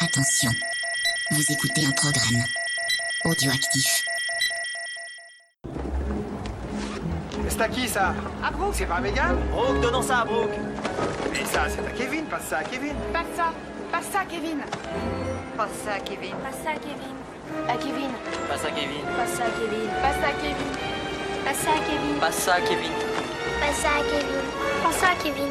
Attention, vous écoutez un programme audioactif. C'est à qui ça? À Brooke. C'est pas Megan? Brooke, donnons ça à Brooke. Et ça, c'est à Kevin, passe ça à Kevin. Passe ça. Passe ça, Kevin. Passe ça à Kevin. Passe ça, Kevin. À Kevin. Passe à Kevin. Passe ça, Kevin. Passe ça, Kevin. Passe ça, Kevin. Passe ça à Kevin. Passe ça à Kevin. Passe ça à Kevin.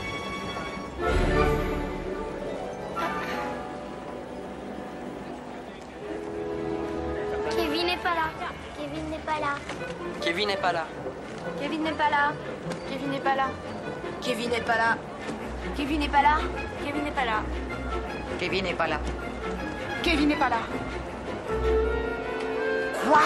Kevin n'est pas là. Kevin n'est pas là. Kevin n'est pas là. Kevin n'est pas là. Kevin n'est pas là. Kevin n'est pas là. Kevin n'est pas là. Kevin n'est pas là. Kevin n'est pas là. Kevin n'est pas là. Quoi?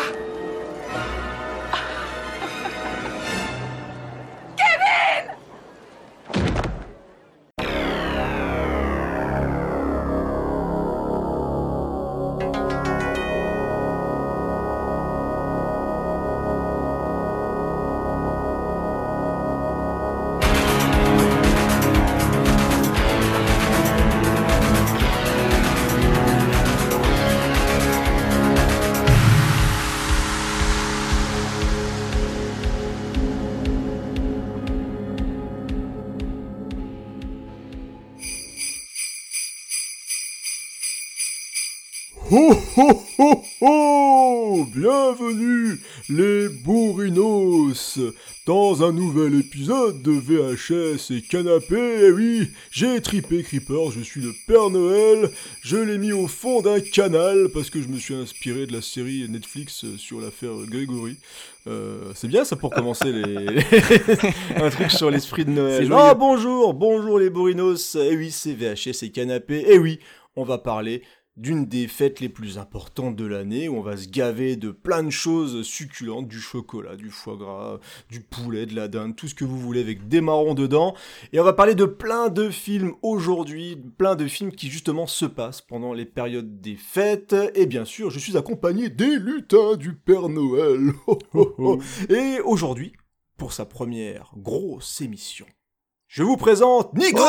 Ho ho ho ho! Bienvenue les bourrinos dans un nouvel épisode de VHS et Canapé. Eh oui, j'ai tripé Creeper, je suis le Père Noël, je l'ai mis au fond d'un canal parce que je me suis inspiré de la série Netflix sur l'affaire Grégory. C'est bien ça pour commencer un truc sur l'esprit de Noël. Ah bonjour les bourrinos. Eh oui, c'est VHS et Canapé. Eh oui, on va parler d'une des fêtes les plus importantes de l'année, où on va se gaver de plein de choses succulentes, du chocolat, du foie gras, du poulet, de la dinde, tout ce que vous voulez avec des marrons dedans. Et on va parler de plein de films aujourd'hui, plein de films qui justement se passent pendant les périodes des fêtes. Et bien sûr, je suis accompagné des lutins du Père Noël. Et aujourd'hui, pour sa première grosse émission, je vous présente Nico.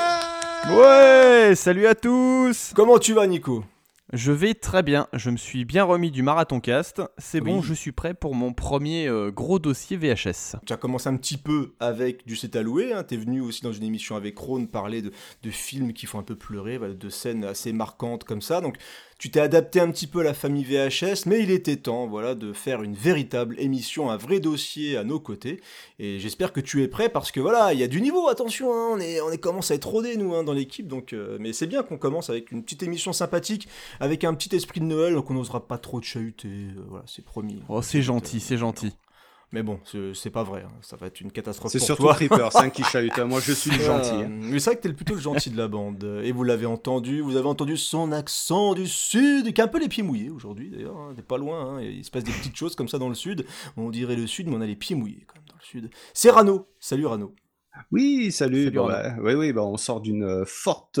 Ouais, salut à tous. Comment tu vas, Nico ? Je vais très bien, je me suis bien remis du marathon cast, c'est bon, Oui. je suis prêt pour mon premier gros dossier VHS. Tu as commencé un petit peu avec du C'est à louer, hein. T'es venu aussi dans une émission avec Ron parler de films qui font un peu pleurer, voilà, de scènes assez marquantes comme ça, donc tu t'es adapté un petit peu à la famille VHS, mais il était temps, voilà, de faire une véritable émission, un vrai dossier à nos côtés, et j'espère que tu es prêt, parce que voilà, il y a du niveau, attention, hein, on est commence à être rodés, nous, hein, dans l'équipe, donc, mais c'est bien qu'on commence avec une petite émission sympathique, avec un petit esprit de Noël, donc on n'osera pas trop te chahuter, voilà, c'est promis. Oh, c'est gentil, c'est gentil. Mais bon, c'est pas vrai, hein. Ça va être une catastrophe C'est pour surtout toi. Creeper, c'est un qui chahute. Moi, je suis le gentil. Mais c'est vrai que t'es plutôt le gentil de la bande. Et vous l'avez entendu, vous avez entendu son accent du sud, qui a un peu les pieds mouillés aujourd'hui d'ailleurs. Hein. T'es pas loin, hein. Il se passe des petites choses comme ça dans le sud. On dirait le sud, mais on a les pieds mouillés quand même dans le sud. C'est Rano. Salut Rano. Oui, salut. Salut, Bon, Arnaud. oui, on sort d'une forte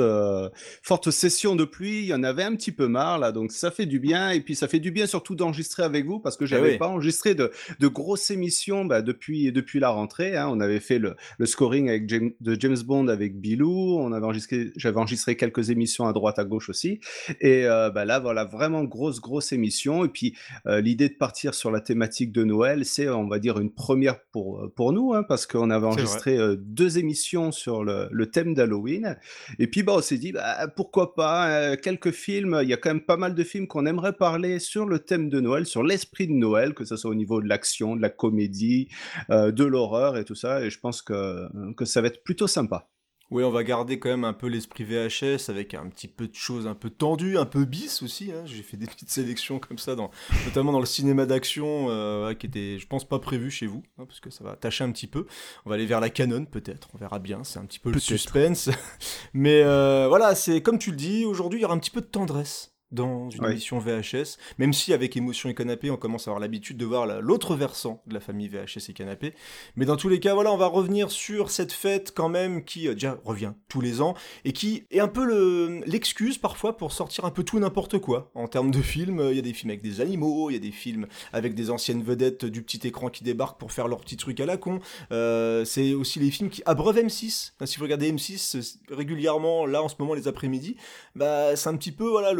session de pluie. Il y en avait un petit peu marre là, donc ça fait du bien. Et puis ça fait du bien surtout d'enregistrer avec vous parce que j'avais oui. pas enregistré de grosses émissions depuis la rentrée. Hein. On avait fait le scoring avec de James Bond avec Bilou. J'avais enregistré quelques émissions à droite à gauche aussi. Et là, voilà, vraiment grosse émission. Et puis l'idée de partir sur la thématique de Noël, c'est, on va dire, une première pour nous, hein, parce qu'on avait enregistré 2 émissions sur le thème d'Halloween. Et puis, on s'est dit, pourquoi pas, quelques films. Il y a quand même pas mal de films qu'on aimerait parler sur le thème de Noël, sur l'esprit de Noël, que ce soit au niveau de l'action, de la comédie, de l'horreur et tout ça. Et je pense que ça va être plutôt sympa. Oui, on va garder quand même un peu l'esprit VHS avec un petit peu de choses un peu tendues, un peu bis aussi. Hein. J'ai fait des petites sélections comme ça, notamment dans le cinéma d'action, qui était, je pense, pas prévu chez vous, hein, parce que ça va tâcher un petit peu. On va aller vers la canon peut-être, on verra bien, c'est un petit peu le suspense. Mais voilà, c'est comme tu le dis, aujourd'hui il y aura un petit peu de tendresse. dans une Oui. émission VHS, même si avec Émotion et Canapé, on commence à avoir l'habitude de voir l'autre versant de la famille VHS et Canapé. Mais dans tous les cas, voilà, on va revenir sur cette fête quand même qui déjà revient tous les ans et qui est un peu l'excuse parfois pour sortir un peu tout et n'importe quoi. En termes de films, il y a des films avec des animaux, il y a des films avec des anciennes vedettes du petit écran qui débarquent pour faire leurs petits trucs à la con. C'est aussi les films qui abreuvent M6. Enfin, si vous regardez M6 régulièrement, là en ce moment les après-midi, bah, c'est un petit peu voilà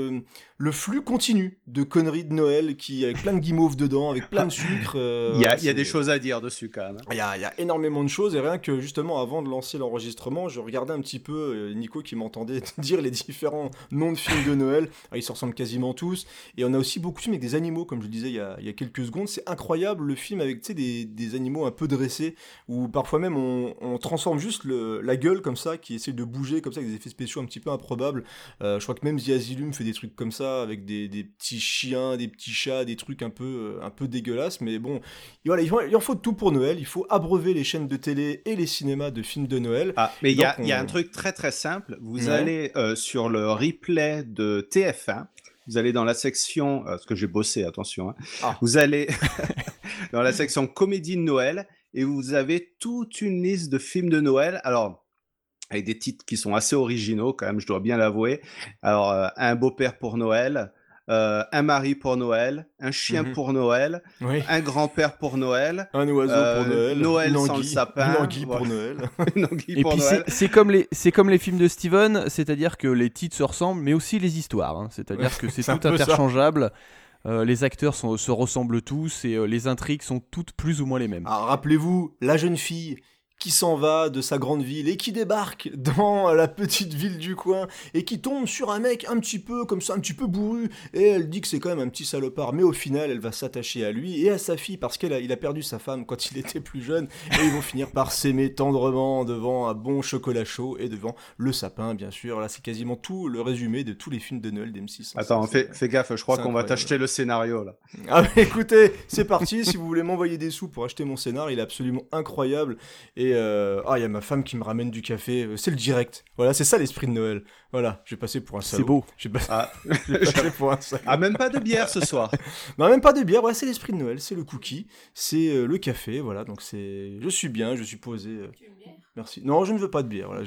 le flux continu de conneries de Noël avec plein de guimauves dedans, avec plein de sucre. Il y a des choses à dire dessus quand même. Il y a énormément de choses et rien que justement avant de lancer l'enregistrement, je regardais un petit peu Nico qui m'entendait dire les différents noms de films de Noël. Ils se ressemblent quasiment tous et on a aussi beaucoup de films avec des animaux comme je le disais il y a quelques secondes. C'est incroyable le film avec des animaux un peu dressés où parfois même on transforme juste la gueule comme ça qui essaie de bouger comme ça avec des effets spéciaux un petit peu improbables. Je crois que même The Asylum fait des trucs comme ça avec des petits chiens, des petits chats, des trucs un peu dégueulasses, mais bon, voilà, il en faut de tout pour Noël, il faut abreuver les chaînes de télé et les cinémas de films de Noël. Ah, mais il y a un truc très très simple, vous allez sur le replay de TF1, vous allez dans la section, parce que j'ai bossé, attention, vous allez dans la section comédie de Noël, et vous avez toute une liste de films de Noël, alors avec des titres qui sont assez originaux quand même, je dois bien l'avouer. Alors, un beau-père pour Noël, un mari pour Noël, un chien pour Noël, un grand-père pour Noël, un oiseau pour Noël, Noël une sans anguille, le sapin, une anguille pour Noël. Une anguille Et pour puis Noël. c'est comme les films de Steven, c'est-à-dire que les titres se ressemblent, mais aussi les histoires. Hein. C'est-à-dire que c'est c'est un tout peu ça. interchangeable. Les acteurs se ressemblent tous et les intrigues sont toutes plus ou moins les mêmes. Alors, rappelez-vous, la jeune fille qui s'en va de sa grande ville et qui débarque dans la petite ville du coin et qui tombe sur un mec un petit peu comme ça, un petit peu bourru, et elle dit que c'est quand même un petit salopard, mais au final elle va s'attacher à lui et à sa fille parce qu'il a perdu sa femme quand il était plus jeune et ils vont finir par s'aimer tendrement devant un bon chocolat chaud et devant le sapin bien sûr. Là c'est quasiment tout le résumé de tous les films de Noël d'M6. Attends, fais gaffe, je crois qu'on va incroyable. t'acheter le scénario là. Ah mais écoutez, c'est parti, si vous voulez m'envoyer des sous pour acheter mon scénar, il est absolument incroyable. Et il y a ma femme qui me ramène du café, c'est le direct. Voilà, c'est ça l'esprit de Noël. Voilà, je vais passer pour un salaud. C'est beau. Je vais passer pour un salaud. Ah, même pas de bière ce soir. Non, même pas de bière, voilà, c'est l'esprit de Noël, c'est le cookie, c'est le café, voilà, donc je suis bien, je suis posé. Merci. Non, je ne veux pas de bière, voilà,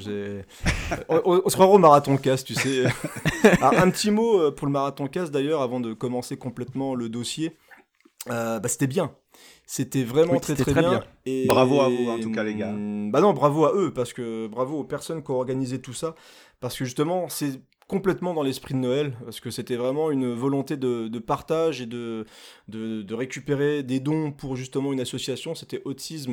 on se croira au marathon cast, tu sais. Alors, un petit mot pour le marathon cast d'ailleurs, avant de commencer complètement le dossier. C'était bien. C'était vraiment très bien. Et bravo à vous en tout cas les gars. Bah non, bravo à eux parce que bravo aux personnes qui ont organisé tout ça parce que justement c'est complètement dans l'esprit de Noël parce que c'était vraiment une volonté de partage et de récupérer des dons pour justement une association. C'était Autisme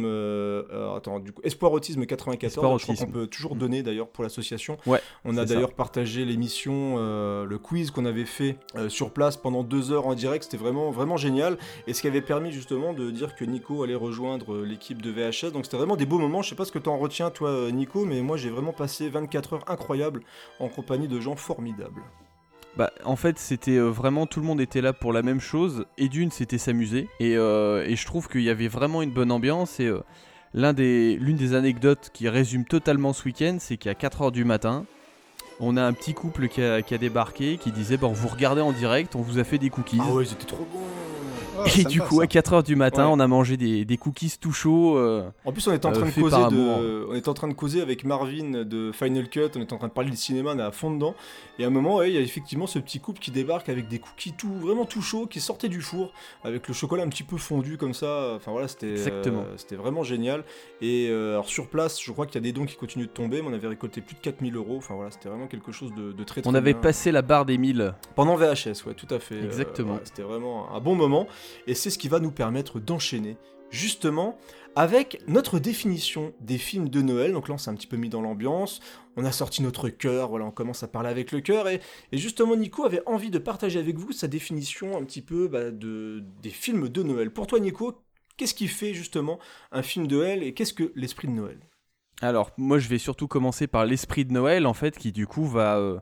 Espoir Autisme 94. Espoir je crois Autisme. qu'on peut toujours donner d'ailleurs pour l'association. Ouais, on a c'est d'ailleurs ça. partagé l'émission, le quiz qu'on avait fait sur place pendant 2 heures en direct. C'était vraiment vraiment génial et ce qui avait permis justement de dire que Nico allait rejoindre l'équipe de VHS. Donc c'était vraiment des beaux moments. Je sais pas ce que t'en retiens toi Nico, mais moi j'ai vraiment passé 24 heures incroyables en compagnie de gens formidables. Bah, en fait, c'était vraiment tout le monde était là pour la même chose. Et d'une, c'était s'amuser. Et je trouve qu'il y avait vraiment une bonne ambiance. Et l'une des anecdotes qui résume totalement ce week-end, c'est qu'à 4h du matin, on a un petit couple qui a débarqué, qui disait on vous regardait en direct, on vous a fait des cookies. Ah ouais, c'était trop bon. Et du coup, à 4h du matin, Ouais. on a mangé des cookies tout chauds. En plus, on était en train de fait causer par amour. on était en train de causer avec Marvin de Final Cut, on était en train de parler du cinéma, on est à fond dedans. Et à un moment, il y a effectivement ce petit couple qui débarque avec des cookies vraiment tout chauds, qui sortaient du four, avec le chocolat un petit peu fondu comme ça. Enfin voilà, c'était vraiment génial. Et alors sur place, je crois qu'il y a des dons qui continuent de tomber, mais on avait récolté plus de 4000 €. Enfin voilà, c'était vraiment quelque chose de très très On avait bien. passé la barre des 1000. Pendant VHS, ouais, tout à fait. Exactement. Ouais, c'était vraiment un bon moment. Et c'est ce qui va nous permettre d'enchaîner, justement, avec notre définition des films de Noël. Donc là, on s'est un petit peu mis dans l'ambiance. On a sorti notre cœur. Voilà, on commence à parler avec le cœur. Et justement, Nico avait envie de partager avec vous sa définition un petit peu des films de Noël. Pour toi, Nico, qu'est-ce qui fait justement un film de Noël et qu'est-ce que l'esprit de Noël ? Alors, moi, je vais surtout commencer par l'esprit de Noël, en fait, qui du coup va...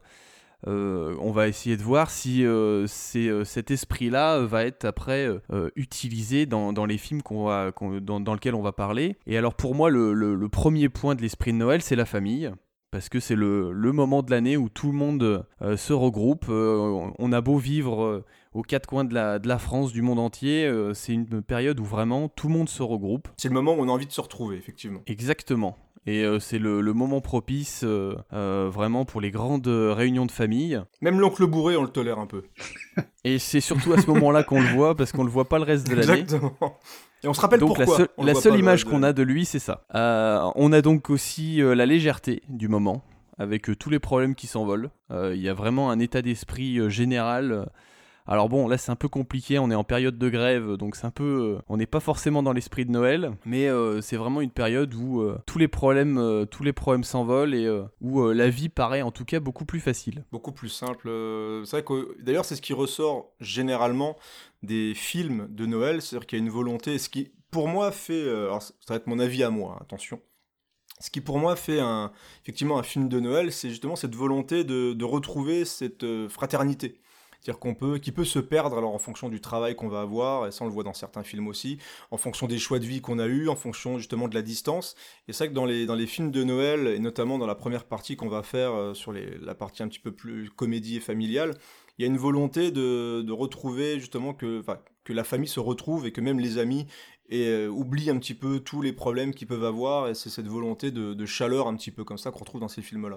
on va essayer de voir si cet esprit-là va être après utilisé dans les films dans lesquels on va parler. Et alors pour moi, le premier point de l'esprit de Noël, c'est la famille. parce que c'est le moment de l'année où tout le monde se regroupe. On a beau vivre aux quatre coins de la France, du monde entier, c'est une période où vraiment tout le monde se regroupe. C'est le moment où on a envie de se retrouver, effectivement. Exactement. Et c'est le moment propice vraiment pour les grandes réunions de famille. Même l'oncle bourré, on le tolère un peu. Et c'est surtout à ce moment-là qu'on le voit, parce qu'on le voit pas le reste de l'année. Exactement. Et on se rappelle donc pourquoi. La seule image qu'on a de lui, c'est ça. On a donc aussi la légèreté du moment, avec tous les problèmes qui s'envolent. Il y a vraiment un état d'esprit général. Alors bon, là c'est un peu compliqué, on est en période de grève, donc c'est un peu... on n'est pas forcément dans l'esprit de Noël, mais c'est vraiment une période où tous les problèmes s'envolent et où la vie paraît en tout cas beaucoup plus facile. Beaucoup plus simple. C'est vrai que d'ailleurs c'est ce qui ressort généralement des films de Noël, c'est-à-dire qu'il y a une volonté, ce qui pour moi fait... alors ça va être mon avis à moi, attention. Ce qui pour moi fait effectivement un film de Noël, c'est justement cette volonté de retrouver cette fraternité. C'est-à-dire qui peut se perdre alors en fonction du travail qu'on va avoir, et ça on le voit dans certains films aussi, en fonction des choix de vie qu'on a eus, en fonction justement de la distance. Et c'est vrai que dans les films de Noël, et notamment dans la première partie qu'on va faire sur la partie un petit peu plus comédie et familiale, il y a une volonté de retrouver justement que la famille se retrouve et que même les amis oublient un petit peu tous les problèmes qu'ils peuvent avoir, et c'est cette volonté de chaleur un petit peu comme ça qu'on retrouve dans ces films-là.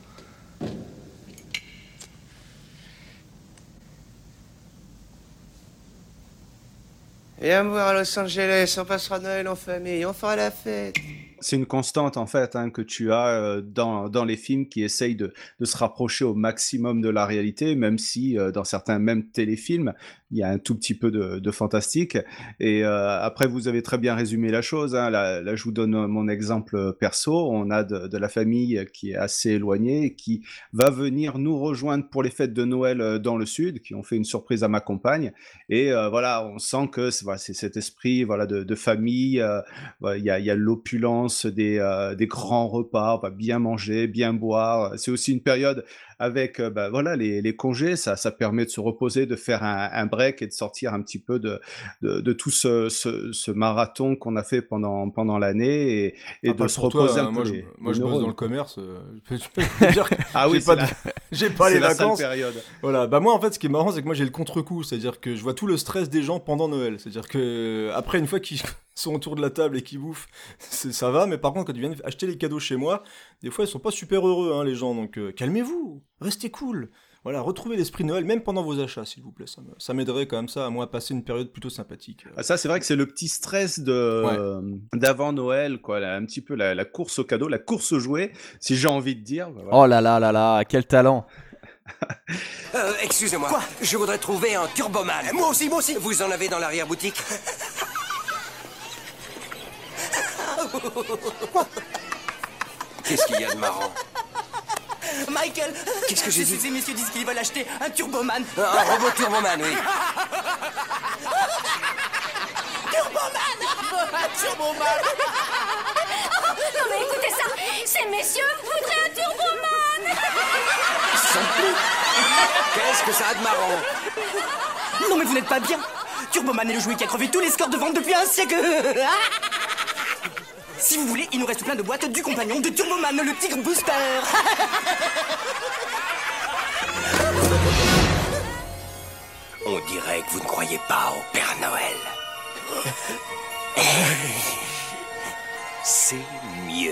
Viens me voir à Los Angeles, on passera Noël en famille, on fera la fête. C'est une constante en fait que tu as dans les films qui essayent de se rapprocher au maximum de la réalité, même si dans certains même téléfilms, il y a un tout petit peu de fantastique. Et après, vous avez très bien résumé la chose. Là, je vous donne mon exemple perso. On a de la famille qui est assez éloignée et qui va venir nous rejoindre pour les fêtes de Noël dans le Sud, qui ont fait une surprise à ma compagne. Et voilà, on sent que c'est cet esprit de famille. Il y a l'opulence des grands repas, on va bien manger, bien boire. C'est aussi une période avec les congés, ça permet de se reposer, de faire un break et de sortir un petit peu de tout ce marathon qu'on a fait pendant l'année et de se reposer un peu. Moi, je bosse dans le commerce. Je peux dire que j'ai pas les vacances. Période. Voilà. Moi, en fait, ce qui est marrant, c'est que moi, j'ai le contre-coup. C'est-à-dire que je vois tout le stress des gens pendant Noël. C'est-à-dire que après, une fois qu'ils sont autour de la table et qu'ils bouffent, ça va. Mais par contre, quand ils viennent acheter les cadeaux chez moi, des fois, ils sont pas super heureux, les gens. Donc, calmez-vous, restez cool. Voilà, retrouvez l'esprit de Noël, même pendant vos achats, s'il vous plaît. Ça m'aiderait quand même ça, à moi, à passer une période plutôt sympathique. Ça, c'est vrai que c'est le petit stress d'avant Noël, quoi. Un petit peu la course aux cadeaux, la course aux jouets, si j'ai envie de dire. Voilà. Oh là là là là, quel talent. Excusez-moi. Quoi ? Je voudrais trouver un Turboman. Moi aussi. Vous en avez dans l'arrière-boutique ? Quoi ? Qu'est-ce qu'il y a de marrant ? Michael, qu'est-ce que j'ai dit ? Ces messieurs disent qu'ils veulent acheter un Turboman. Un robot Turboman, oui. Turboman. Non mais écoutez ça, ces messieurs voudraient un Turboman. Qu'est-ce que ça a de marrant ? Non mais vous n'êtes pas bien. Turboman est le jouet qui a crevé tous les scores de vente depuis un siècle. Si vous voulez, il nous reste plein de boîtes du compagnon de Turboman, le Tigre Booster. On dirait que vous ne croyez pas au Père Noël. C'est mieux.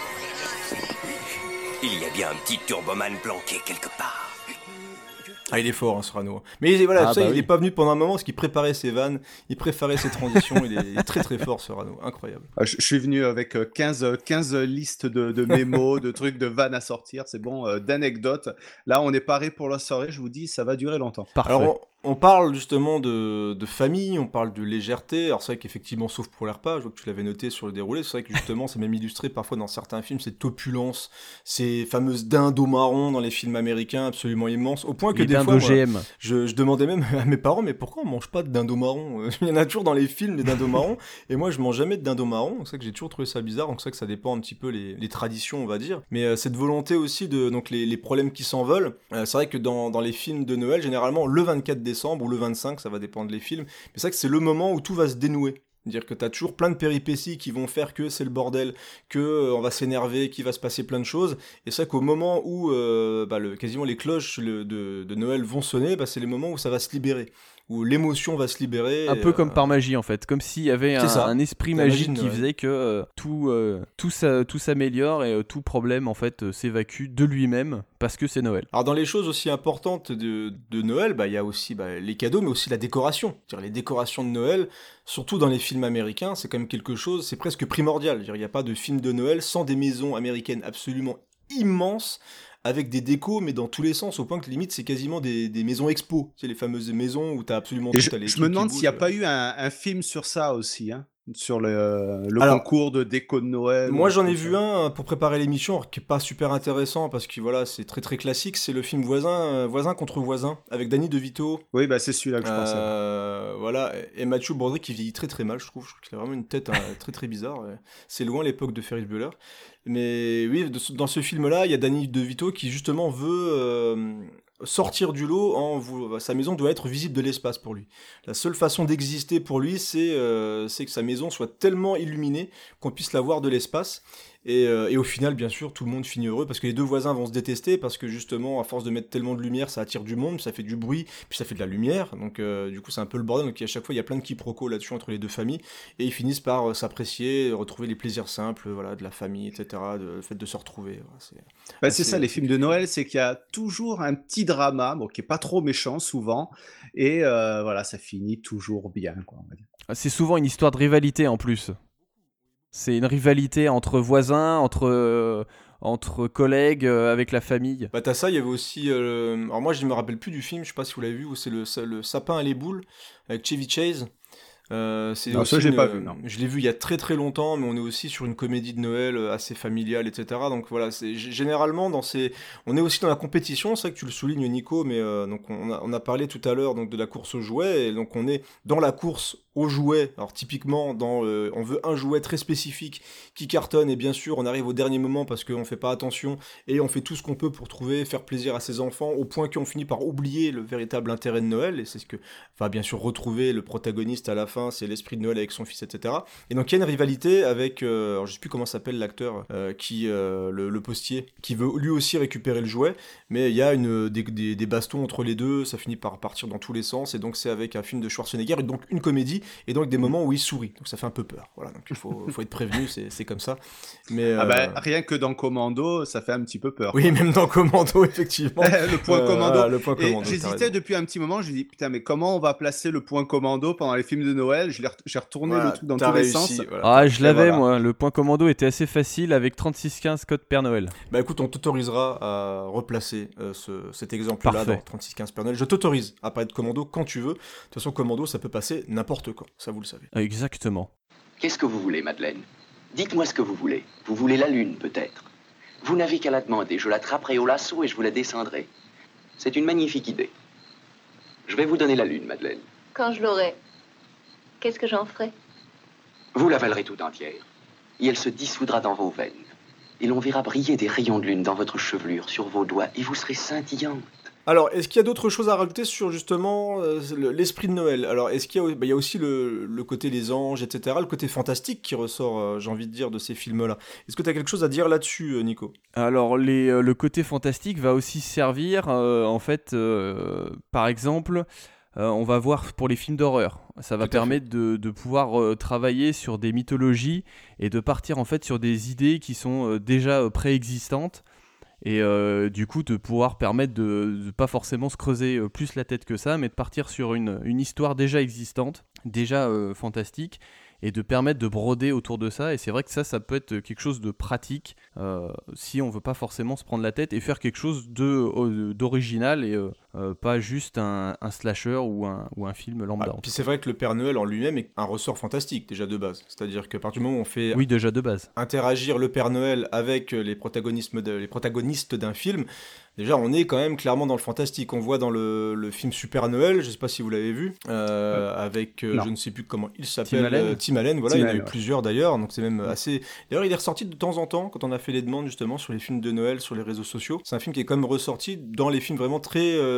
Il y a bien un petit Turboman planqué quelque part. Ah, il est fort, ce Rano. Mais voilà, il est pas venu pendant un moment parce qu'il préparait ses vannes, il préparait ses transitions. Il est très très fort, ce Rano. Incroyable. Je suis venu avec 15 listes de mémos, de trucs, de vannes à sortir. C'est bon, d'anecdotes. Là, on est paré pour la soirée. Je vous dis, ça va durer longtemps. Parfait. Alors, on parle justement de famille, on parle de légèreté. Alors c'est vrai qu'effectivement, sauf pour les repas, je vois que tu l'avais noté sur le déroulé, c'est vrai que justement, c'est même illustré parfois dans certains films, cette opulence, ces fameuses dindos marrons dans les films américains absolument immenses, au point que des fois, moi, je demandais même à mes parents, mais pourquoi on mange pas de dindos marrons ? Il y en a toujours dans les films, des dindos marrons, et moi je mange jamais de dindos marrons, donc c'est vrai que j'ai toujours trouvé ça bizarre, donc c'est vrai que ça dépend un petit peu les traditions, on va dire. Mais cette volonté aussi de donc les problèmes qui s'envolent, c'est vrai que dans les films de Noël, généralement le 24 décembre ou le 25, ça va dépendre des films, mais c'est vrai que c'est le moment où tout va se dénouer. C'est-à-dire que t'as toujours plein de péripéties qui vont faire que c'est le bordel, que on va s'énerver, qu'il va se passer plein de choses. Et c'est vrai qu'au moment où quasiment les cloches de Noël vont sonner, c'est les moments où ça va se libérer, où l'émotion va se libérer. Un peu comme par magie en fait, comme s'il y avait un esprit magique qui faisait que tout s'améliore et tout problème en fait s'évacue de lui-même parce que c'est Noël. Alors dans les choses aussi importantes de Noël, il y a aussi les cadeaux, mais aussi la décoration. C'est-à-dire les décorations de Noël, surtout dans les films américains, c'est quand même quelque chose, c'est presque primordial. Il n'y a pas de film de Noël sans des maisons américaines absolument immenses, avec des décos, mais dans tous les sens, au point que limite c'est quasiment des maisons expo. C'est les fameuses maisons où t'as absolument tout. Je me demande s'il n'y a pas eu un film sur ça aussi, hein, sur le concours de déco de Noël. Moi j'en ai vu un pour préparer l'émission qui est pas super intéressant parce que voilà, c'est très très classique, c'est le film Voisin contre Voisin avec Danny DeVito. Oui, c'est celui-là que je pensais. Voilà, et Matthew Broderick qui vieillit très très mal, je trouve qu'il a vraiment une tête très très bizarre. C'est loin l'époque de Ferris Bueller. Mais oui, dans ce film-là, il y a Danny DeVito qui justement veut sortir du lot. Sa maison doit être visible de l'espace pour lui. La seule façon d'exister pour lui, c'est que sa maison soit tellement illuminée qu'on puisse la voir de l'espace. Et au final, bien sûr, tout le monde finit heureux parce que les deux voisins vont se détester parce que justement, à force de mettre tellement de lumière, ça attire du monde, ça fait du bruit, puis ça fait de la lumière. Donc du coup, c'est un peu le bordel. Donc à chaque fois, il y a plein de quiproquos là-dessus entre les deux familles et ils finissent par s'apprécier, retrouver les plaisirs simples, de la famille, etc., le fait de se retrouver. C'est ça, les films de Noël, c'est qu'il y a toujours un petit drama, qui est pas trop méchant souvent, et ça finit toujours bien, quoi, on va dire. C'est souvent une histoire de rivalité en plus. C'est une rivalité entre voisins, entre collègues, avec la famille. T'as ça, il y avait aussi... Alors moi, je ne me rappelle plus du film, je sais pas si vous l'avez vu, où c'est le sapin à les boules, avec Chevy Chase. Non, ça, j'ai pas vu, non. Je l'ai vu il y a très très longtemps, mais on est aussi sur une comédie de Noël assez familiale, etc. Donc voilà, généralement, on est aussi dans la compétition, c'est vrai que tu le soulignes, Nico, mais donc on a parlé tout à l'heure donc, de la course aux jouets, et donc on est dans la course aux jouets. Alors typiquement, on veut un jouet très spécifique qui cartonne, et bien sûr, on arrive au dernier moment parce qu'on fait pas attention, et on fait tout ce qu'on peut pour faire plaisir à ses enfants, au point qu'on finit par oublier le véritable intérêt de Noël, et c'est ce que va bien sûr retrouver le protagoniste à la fin, c'est l'esprit de Noël avec son fils, etc. Et donc il y a une rivalité avec, alors je sais plus comment s'appelle l'acteur, le postier, qui veut lui aussi récupérer le jouet, mais il y a des bastons entre les deux, ça finit par partir dans tous les sens, et donc c'est avec un film de Schwarzenegger, et donc une comédie, et donc des moments où il sourit, donc ça fait un peu peur. Voilà, donc il faut être prévenu, c'est comme ça. Mais rien que dans Commando, ça fait un petit peu peur. Oui, quoi. Même dans Commando, effectivement. Le point Commando. Le point Commando. J'hésitais depuis un petit moment, je me dis putain, mais comment on va placer le point Commando pendant les films de Noël? J'ai retourné le truc dans tous les sens. Voilà. Je l'avais moi, le point Commando était assez facile avec 3615 code Père Noël. Écoute, on t'autorisera à replacer cet exemple-là dans 3615 Père Noël. Je t'autorise à parler de Commando quand tu veux. De toute façon, Commando, ça peut passer n'importe quand, ça vous le savez. Exactement. Qu'est-ce que vous voulez, Madeleine? Dites-moi ce que vous voulez. Vous voulez la lune, peut-être? Vous n'avez qu'à la demander. Je l'attraperai au lasso et je vous la descendrai. C'est une magnifique idée. Je vais vous donner la lune, Madeleine. Quand je l'aurai, qu'est-ce que j'en ferai? Vous l'avalerez tout entière. Et elle se dissoudra dans vos veines. Et l'on verra briller des rayons de lune dans votre chevelure, sur vos doigts, et vous serez scintillante. Alors, est-ce qu'il y a d'autres choses à rajouter sur justement l'esprit de Noël? Alors, est-ce qu'il y a, il y a aussi le côté les anges, etc., le côté fantastique qui ressort, j'ai envie de dire, de ces films-là. Est-ce que tu as quelque chose à dire là-dessus, Nico? Alors, le côté fantastique va aussi servir, en fait, par exemple, on va voir pour les films d'horreur. Ça va permettre de pouvoir travailler sur des mythologies et de partir en fait sur des idées qui sont déjà préexistantes. Et du coup de pouvoir permettre de pas forcément se creuser plus la tête que ça, mais de partir sur une histoire déjà existante, déjà fantastique, et de permettre de broder autour de ça. Et c'est vrai que ça peut être quelque chose de pratique si on veut pas forcément se prendre la tête et faire quelque chose d'original et pas juste un slasher ou un film lambda. Puis c'est vrai que le Père Noël en lui-même est un ressort fantastique déjà de base. C'est-à-dire qu'à partir du moment où on fait déjà de base interagir le Père Noël avec les protagonistes d'un film, déjà on est quand même clairement dans le fantastique. On voit dans le film Super Noël, je sais pas si vous l'avez vu, avec je ne sais plus comment il s'appelle, Tim Allen, voilà, il y en a eu plusieurs d'ailleurs, donc c'est même assez... D'ailleurs il est ressorti de temps en temps quand on a fait les demandes justement sur les films de Noël sur les réseaux sociaux. C'est un film qui est quand même ressorti dans les films vraiment très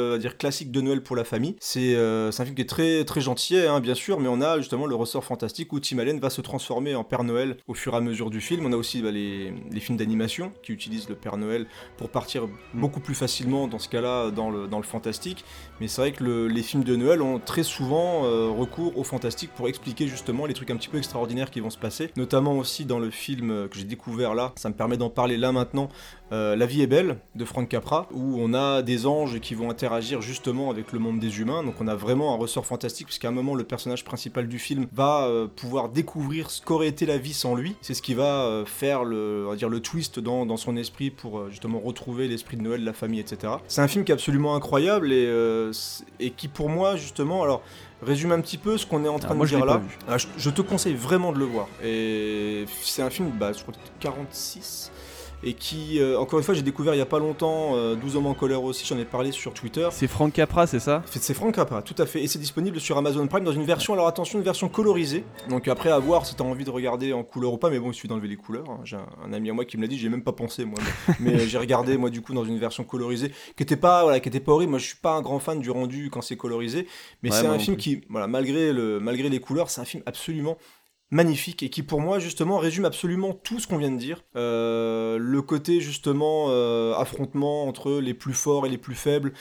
on va dire classique de Noël pour la famille. C'est un film qui est très très gentil, hein, bien sûr, mais on a justement le ressort fantastique où Tim Allen va se transformer en Père Noël au fur et à mesure du film. On a aussi les films d'animation qui utilisent le Père Noël pour partir beaucoup plus facilement dans ce cas-là dans le fantastique. Mais c'est vrai que les films de Noël ont très souvent recours au fantastique pour expliquer justement les trucs un petit peu extraordinaires qui vont se passer, notamment aussi dans le film que j'ai découvert là, ça me permet d'en parler là maintenant, La vie est belle de Frank Capra, où on a des anges qui vont interagir justement avec le monde des humains, donc on a vraiment un ressort fantastique, puisqu'à un moment le personnage principal du film va pouvoir découvrir ce qu'aurait été la vie sans lui, c'est ce qui va faire on va dire le twist dans son esprit pour justement retrouver l'esprit de Noël, la famille, etc. C'est un film qui est absolument incroyable et qui pour moi justement, alors résume un petit peu ce qu'on est en train de dire là. Je te conseille vraiment de le voir. Et c'est un film, je crois que 46, et qui, encore une fois, j'ai découvert il y a pas longtemps, 12 hommes en colère aussi, j'en ai parlé sur Twitter. C'est Frank Capra, c'est ça ? C'est Frank Capra, tout à fait, et c'est disponible sur Amazon Prime dans une version, alors attention, une version colorisée, donc après à voir si t'as envie de regarder en couleur ou pas, mais bon, il suffit d'enlever les couleurs, hein. J'ai un ami à moi qui me l'a dit, j'ai même pas pensé moi, mais j'ai regardé moi du coup dans une version colorisée, qui était pas horrible, moi je suis pas un grand fan du rendu quand c'est colorisé, mais c'est un film qui, voilà, malgré les couleurs, c'est un film absolument magnifique et qui pour moi justement résume absolument tout ce qu'on vient de dire, le côté justement affrontement entre les plus forts et les plus faibles,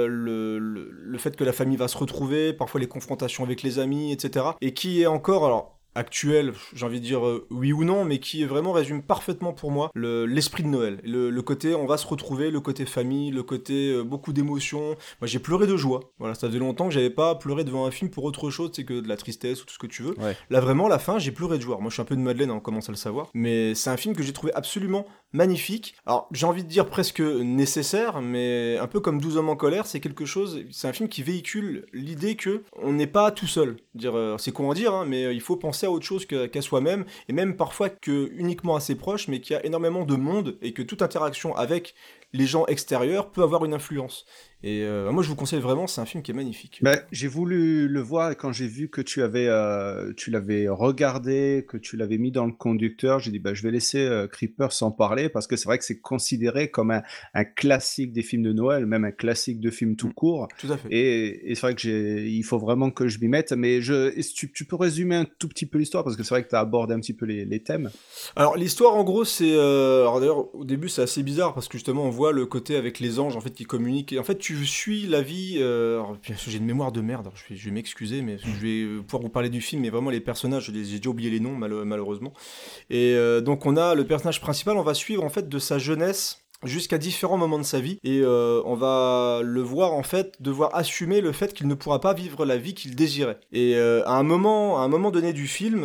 le fait que la famille va se retrouver, parfois les confrontations avec les amis, etc. Et qui est encore, alors actuel, j'ai envie de dire oui ou non, mais qui vraiment résume parfaitement pour moi l'esprit de Noël, le côté on va se retrouver, le côté famille, le côté beaucoup d'émotions. Moi j'ai pleuré de joie, voilà, ça faisait longtemps que j'avais pas pleuré devant un film pour autre chose, c'est que de la tristesse ou tout ce que tu veux. Ouais. Là vraiment, à la fin, j'ai pleuré de joie. Moi je suis un peu de Madeleine, hein, on commence à le savoir, mais c'est un film que j'ai trouvé absolument magnifique. Alors j'ai envie de dire presque nécessaire, mais un peu comme 12 hommes en colère, c'est un film qui véhicule l'idée que on n'est pas tout seul. C'est con à dire, hein, mais il faut penser à autre chose qu'à soi-même, et même parfois que uniquement à ses proches, mais qu'il y a énormément de monde et que toute interaction avec les gens extérieurs peut avoir une influence. Et moi je vous conseille vraiment, c'est un film qui est magnifique. J'ai voulu le voir et quand j'ai vu que tu l'avais regardé, que tu l'avais mis dans le conducteur, j'ai dit je vais laisser Creeper s'en parler parce que c'est vrai que c'est considéré comme un classique des films de Noël, même un classique de film tout court. Tout à fait. Et c'est vrai que il faut vraiment que je m'y mette, mais tu peux résumer un tout petit peu l'histoire parce que c'est vrai que tu as abordé un petit peu les thèmes. Alors l'histoire en gros c'est... alors d'ailleurs au début c'est assez bizarre parce que justement on voit le côté avec les anges en fait qui communiquent et en fait tu suis la vie... alors, j'ai une mémoire de merde, alors je vais m'excuser mais je vais pouvoir vous parler du film, mais vraiment les personnages j'ai déjà oublié les noms malheureusement. Et donc on a le personnage principal, on va suivre en fait de sa jeunesse jusqu'à différents moments de sa vie et on va le voir en fait devoir assumer le fait qu'il ne pourra pas vivre la vie qu'il désirait. Et à un moment donné du film,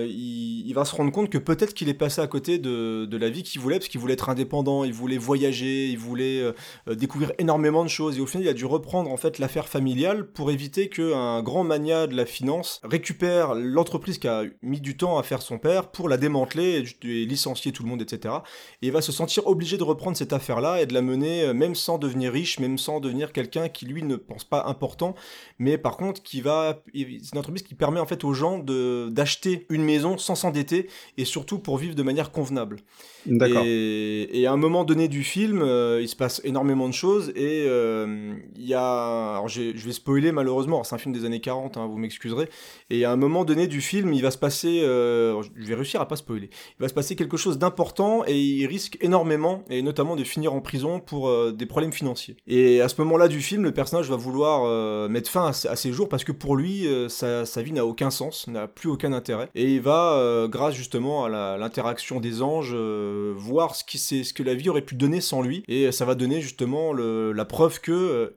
il va se rendre compte que peut-être qu'il est passé à côté de la vie qu'il voulait, parce qu'il voulait être indépendant, il voulait voyager, il voulait découvrir énormément de choses, et au final il a dû reprendre en fait l'affaire familiale pour éviter qu'un grand mania de la finance récupère l'entreprise qui a mis du temps à faire son père pour la démanteler et licencier tout le monde, etc. Et il va se sentir obligé de reprendre cette affaire-là et de la mener même sans devenir riche, même sans devenir quelqu'un qui lui ne pense pas important, mais par contre c'est une entreprise qui permet en fait aux gens d'acheter une maison sans s'endetter et surtout pour vivre de manière convenable. D'accord. Et à un moment donné du film, il se passe énormément de choses et il y a... Alors je vais spoiler malheureusement, c'est un film des années 40, hein, vous m'excuserez, et à un moment donné du film, il va se passer... je vais réussir à pas spoiler. Il va se passer quelque chose d'important et il risque énormément, et notamment de finir en prison pour des problèmes financiers. Et à ce moment-là du film, le personnage va vouloir mettre fin à ses jours parce que pour lui, sa vie n'a aucun sens, n'a plus aucun intérêt. Et il va, grâce justement à l'interaction des anges, voir ce que la vie aurait pu donner sans lui, et ça va donner justement la preuve que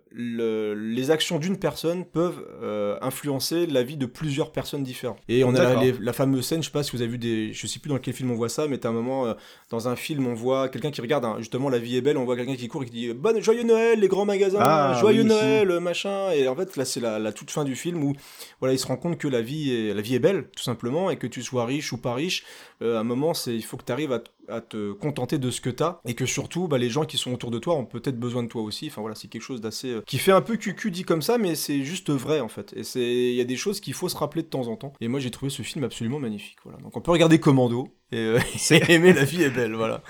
les actions d'une personne peuvent influencer la vie de plusieurs personnes différentes. Et on a la fameuse scène, je sais pas si vous avez vu je sais plus dans quel film on voit ça, mais t'as un moment dans un film on voit quelqu'un qui regarde justement La vie est belle, on voit quelqu'un qui court et qui dit joyeux Noël les grands magasins, joyeux Noël machin, et en fait là c'est la toute fin du film où voilà, il se rend compte que la vie est belle tout simplement, et que tu sois riche ou pas riche, à un moment il faut que tu arrives à te contenter de ce que t'as, et que surtout les gens qui sont autour de toi ont peut-être besoin de toi aussi. Enfin voilà, c'est quelque chose d'assez qui fait un peu cucu dit comme ça, mais c'est juste vrai en fait, et il y a des choses qu'il faut se rappeler de temps en temps, et moi j'ai trouvé ce film absolument magnifique. Voilà, donc on peut regarder Commando et aimer La vie est belle, voilà.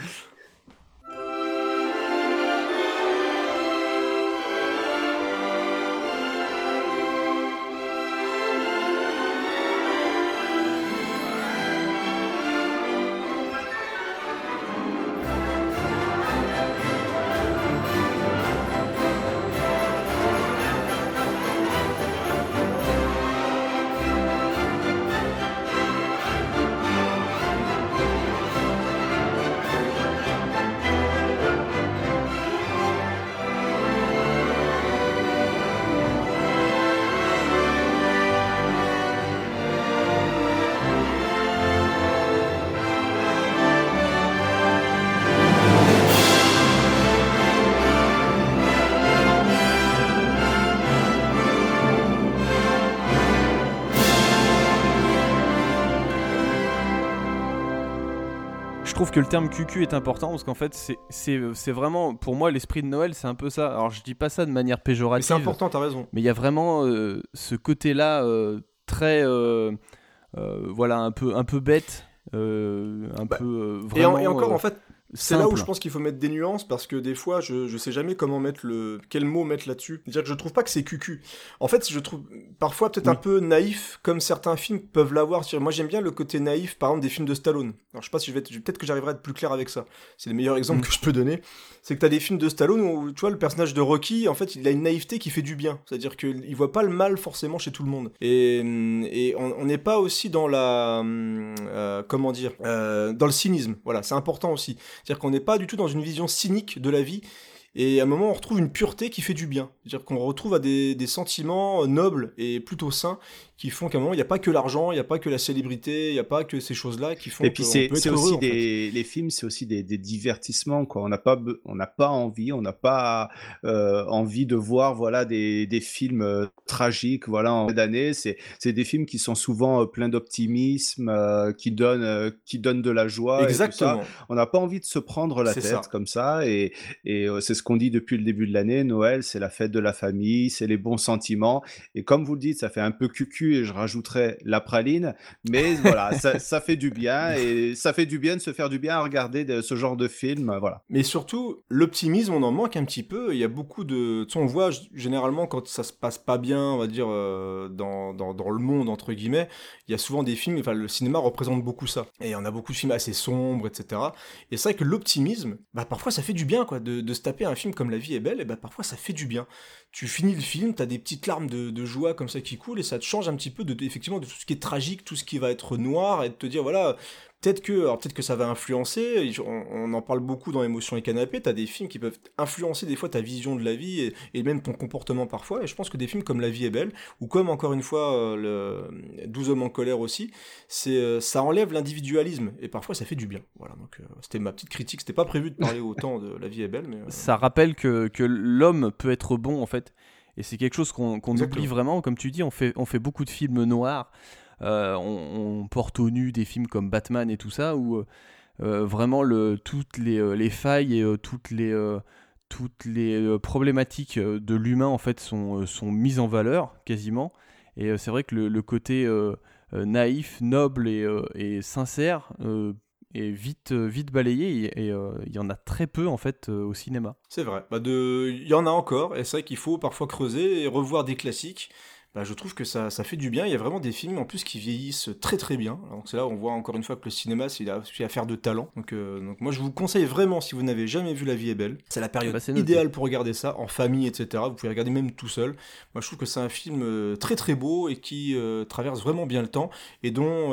trouve que le terme cucu est important parce qu'en fait c'est vraiment pour moi l'esprit de Noël, c'est un peu ça. Alors je dis pas ça de manière péjorative. Mais c'est important, t'as raison. Mais il y a vraiment ce côté-là très voilà un peu bête, vraiment. Et encore en fait. C'est simple. là où je pense qu'il faut mettre des nuances parce que des fois je sais jamais comment mettre quel mot mettre là-dessus. C'est-à-dire que je trouve pas que c'est cucu. En fait, je trouve parfois peut-être un peu naïf comme certains films peuvent l'avoir. Moi j'aime bien le côté naïf par exemple des films de Stallone. Alors je sais pas si peut-être que j'arriverai à être plus clair avec ça. C'est le meilleur exemple que je peux donner. C'est que t'as des films de Stallone où tu vois le personnage de Rocky, en fait, il a une naïveté qui fait du bien. C'est-à-dire qu'il voit pas le mal forcément chez tout le monde. Et on n'est pas aussi dans la comment dire dans le cynisme. Voilà, c'est important aussi. C'est-à-dire qu'on n'est pas du tout dans une vision cynique de la vie, et à un moment on retrouve une pureté qui fait du bien. C'est-à-dire qu'on retrouve à des sentiments nobles et plutôt sains qui font qu'à un moment il n'y a pas que l'argent, il n'y a pas que la célébrité, il n'y a pas que ces choses-là qui font. Et puis c'est aussi heureux, les films, c'est aussi des divertissements, quoi. On n'a pas envie envie de voir voilà des films tragiques voilà en fin d'année. C'est des films qui sont souvent pleins d'optimisme, qui donnent de la joie. Exactement. Et tout ça. On n'a pas envie de se prendre la tête comme ça, et c'est ce qu'on dit depuis le début de l'année. Noël, c'est la fête de la famille, c'est les bons sentiments. Et comme vous le dites, ça fait un peu cucu, et je rajouterais la praline, mais voilà, ça fait du bien, et ça fait du bien de se faire du bien à regarder ce genre de film, voilà. Mais surtout, l'optimisme, on en manque un petit peu. Il y a beaucoup de... Tu sais, on voit généralement quand ça se passe pas bien, on va dire, dans le monde, entre guillemets, il y a souvent des films, enfin, le cinéma représente beaucoup ça. Et on a beaucoup de films assez sombres, etc. Et c'est vrai que l'optimisme, parfois ça fait du bien, quoi, de se taper un film comme La vie est belle, et parfois ça fait du bien. Tu finis le film, t'as des petites larmes de joie comme ça qui coulent, et ça te change un petit peu effectivement de tout ce qui est tragique, tout ce qui va être noir, et de te dire voilà, peut-être que ça va influencer. On en parle beaucoup dans Émotions et Canapé. T'as des films qui peuvent influencer des fois ta vision de la vie et même ton comportement parfois. Et je pense que des films comme La vie est belle, ou comme encore une fois le 12 hommes en colère aussi, ça enlève l'individualisme et parfois ça fait du bien. Voilà, donc c'était ma petite critique. C'était pas prévu de parler autant de La vie est belle, mais ça rappelle que l'homme peut être bon en fait. Et c'est quelque chose qu'on oublie vraiment. Comme tu dis, on fait beaucoup de films noirs. On porte au nu des films comme Batman et tout ça, où vraiment toutes les failles et toutes les problématiques de l'humain en fait sont mises en valeur quasiment. Et c'est vrai que le côté naïf, noble et sincère est vite balayé, et il y en a très peu en fait au cinéma. C'est vrai, il y en a encore, et c'est vrai qu'il faut parfois creuser et revoir des classiques. Je trouve que ça fait du bien. Il y a vraiment des films en plus qui vieillissent très très bien. Donc c'est là où on voit encore une fois que le cinéma c'est une affaire de talent. Donc moi je vous conseille vraiment, si vous n'avez jamais vu La vie est belle, c'est la période idéale pour regarder ça en famille, etc. Vous pouvez regarder même tout seul. Moi je trouve que c'est un film très très beau et qui traverse vraiment bien le temps, et dont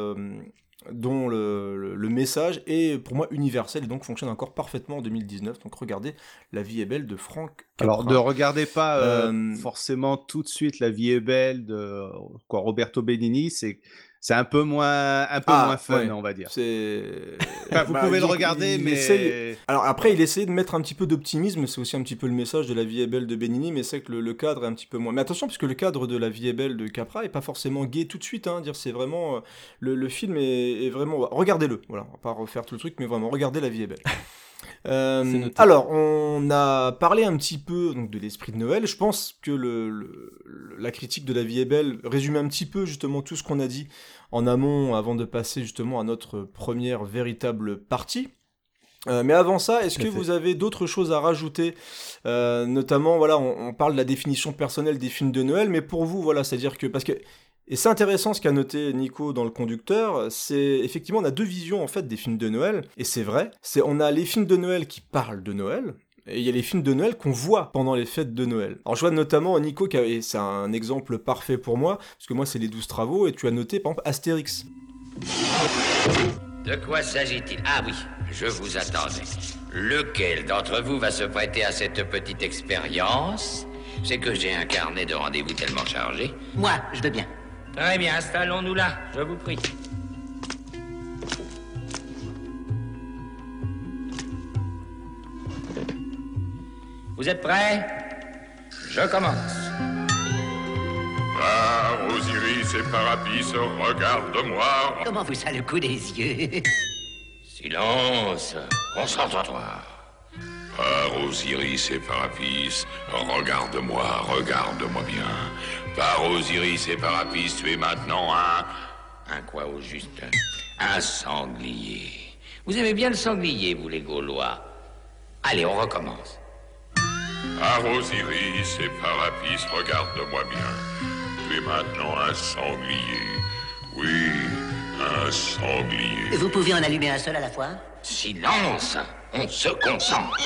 le message est pour moi universel et donc fonctionne encore parfaitement en 2019. Donc regardez La vie est belle de Franck Capra. Alors ne regardez pas forcément tout de suite La vie est belle de Roberto Benigni, c'est un peu moins fun, ouais, on va dire. Vous pouvez le regarder, mais... Alors après, il essaie de mettre un petit peu d'optimisme, c'est aussi un petit peu le message de La vie est belle de Benigni, mais c'est que le cadre est un petit peu moins... Mais attention, parce que le cadre de La vie est belle de Capra est pas forcément gai tout de suite, hein, c'est vraiment... Le film est vraiment... Regardez-le, voilà, on va pas refaire tout le truc, mais vraiment, regardez La vie est belle. Alors, on a parlé un petit peu donc, de l'esprit de Noël. Je pense que la critique de La vie est belle résume un petit peu justement tout ce qu'on a dit en amont avant de passer justement à notre première véritable partie. Mais avant ça, est-ce que vous avez d'autres choses à rajouter, notamment, voilà, on parle de la définition personnelle des films de Noël, mais pour vous, voilà, c'est-à-dire que... Et c'est intéressant ce qu'a noté Nico dans le conducteur, c'est effectivement on a deux visions en fait des films de Noël, et c'est vrai, on a les films de Noël qui parlent de Noël, et il y a les films de Noël qu'on voit pendant les fêtes de Noël. Alors je vois notamment Nico, et c'est un exemple parfait pour moi, parce que moi c'est les 12 travaux, et tu as noté par exemple Astérix. De quoi s'agit-il? Ah oui, je vous attendais. Lequel d'entre vous va se prêter à cette petite expérience? C'est que j'ai un carnet de rendez-vous tellement chargé. Moi, je veux bien. Très bien, installons-nous là, je vous prie. Vous êtes prêts? Je commence. Par Osiris et par Apis, regarde-moi. Comment vous ça le coup des yeux? Silence. Concentre-toi. Par Osiris et Parapis, regarde-moi bien. Par Osiris et Parapis, tu es maintenant Un quoi au juste? Un sanglier. Vous aimez bien le sanglier, vous les Gaulois? Allez, on recommence. Par Osiris et Parapis, regarde-moi bien. Tu es maintenant un sanglier. Oui, un sanglier. Vous pouvez en allumer un seul à la fois? Silence. On se concentre.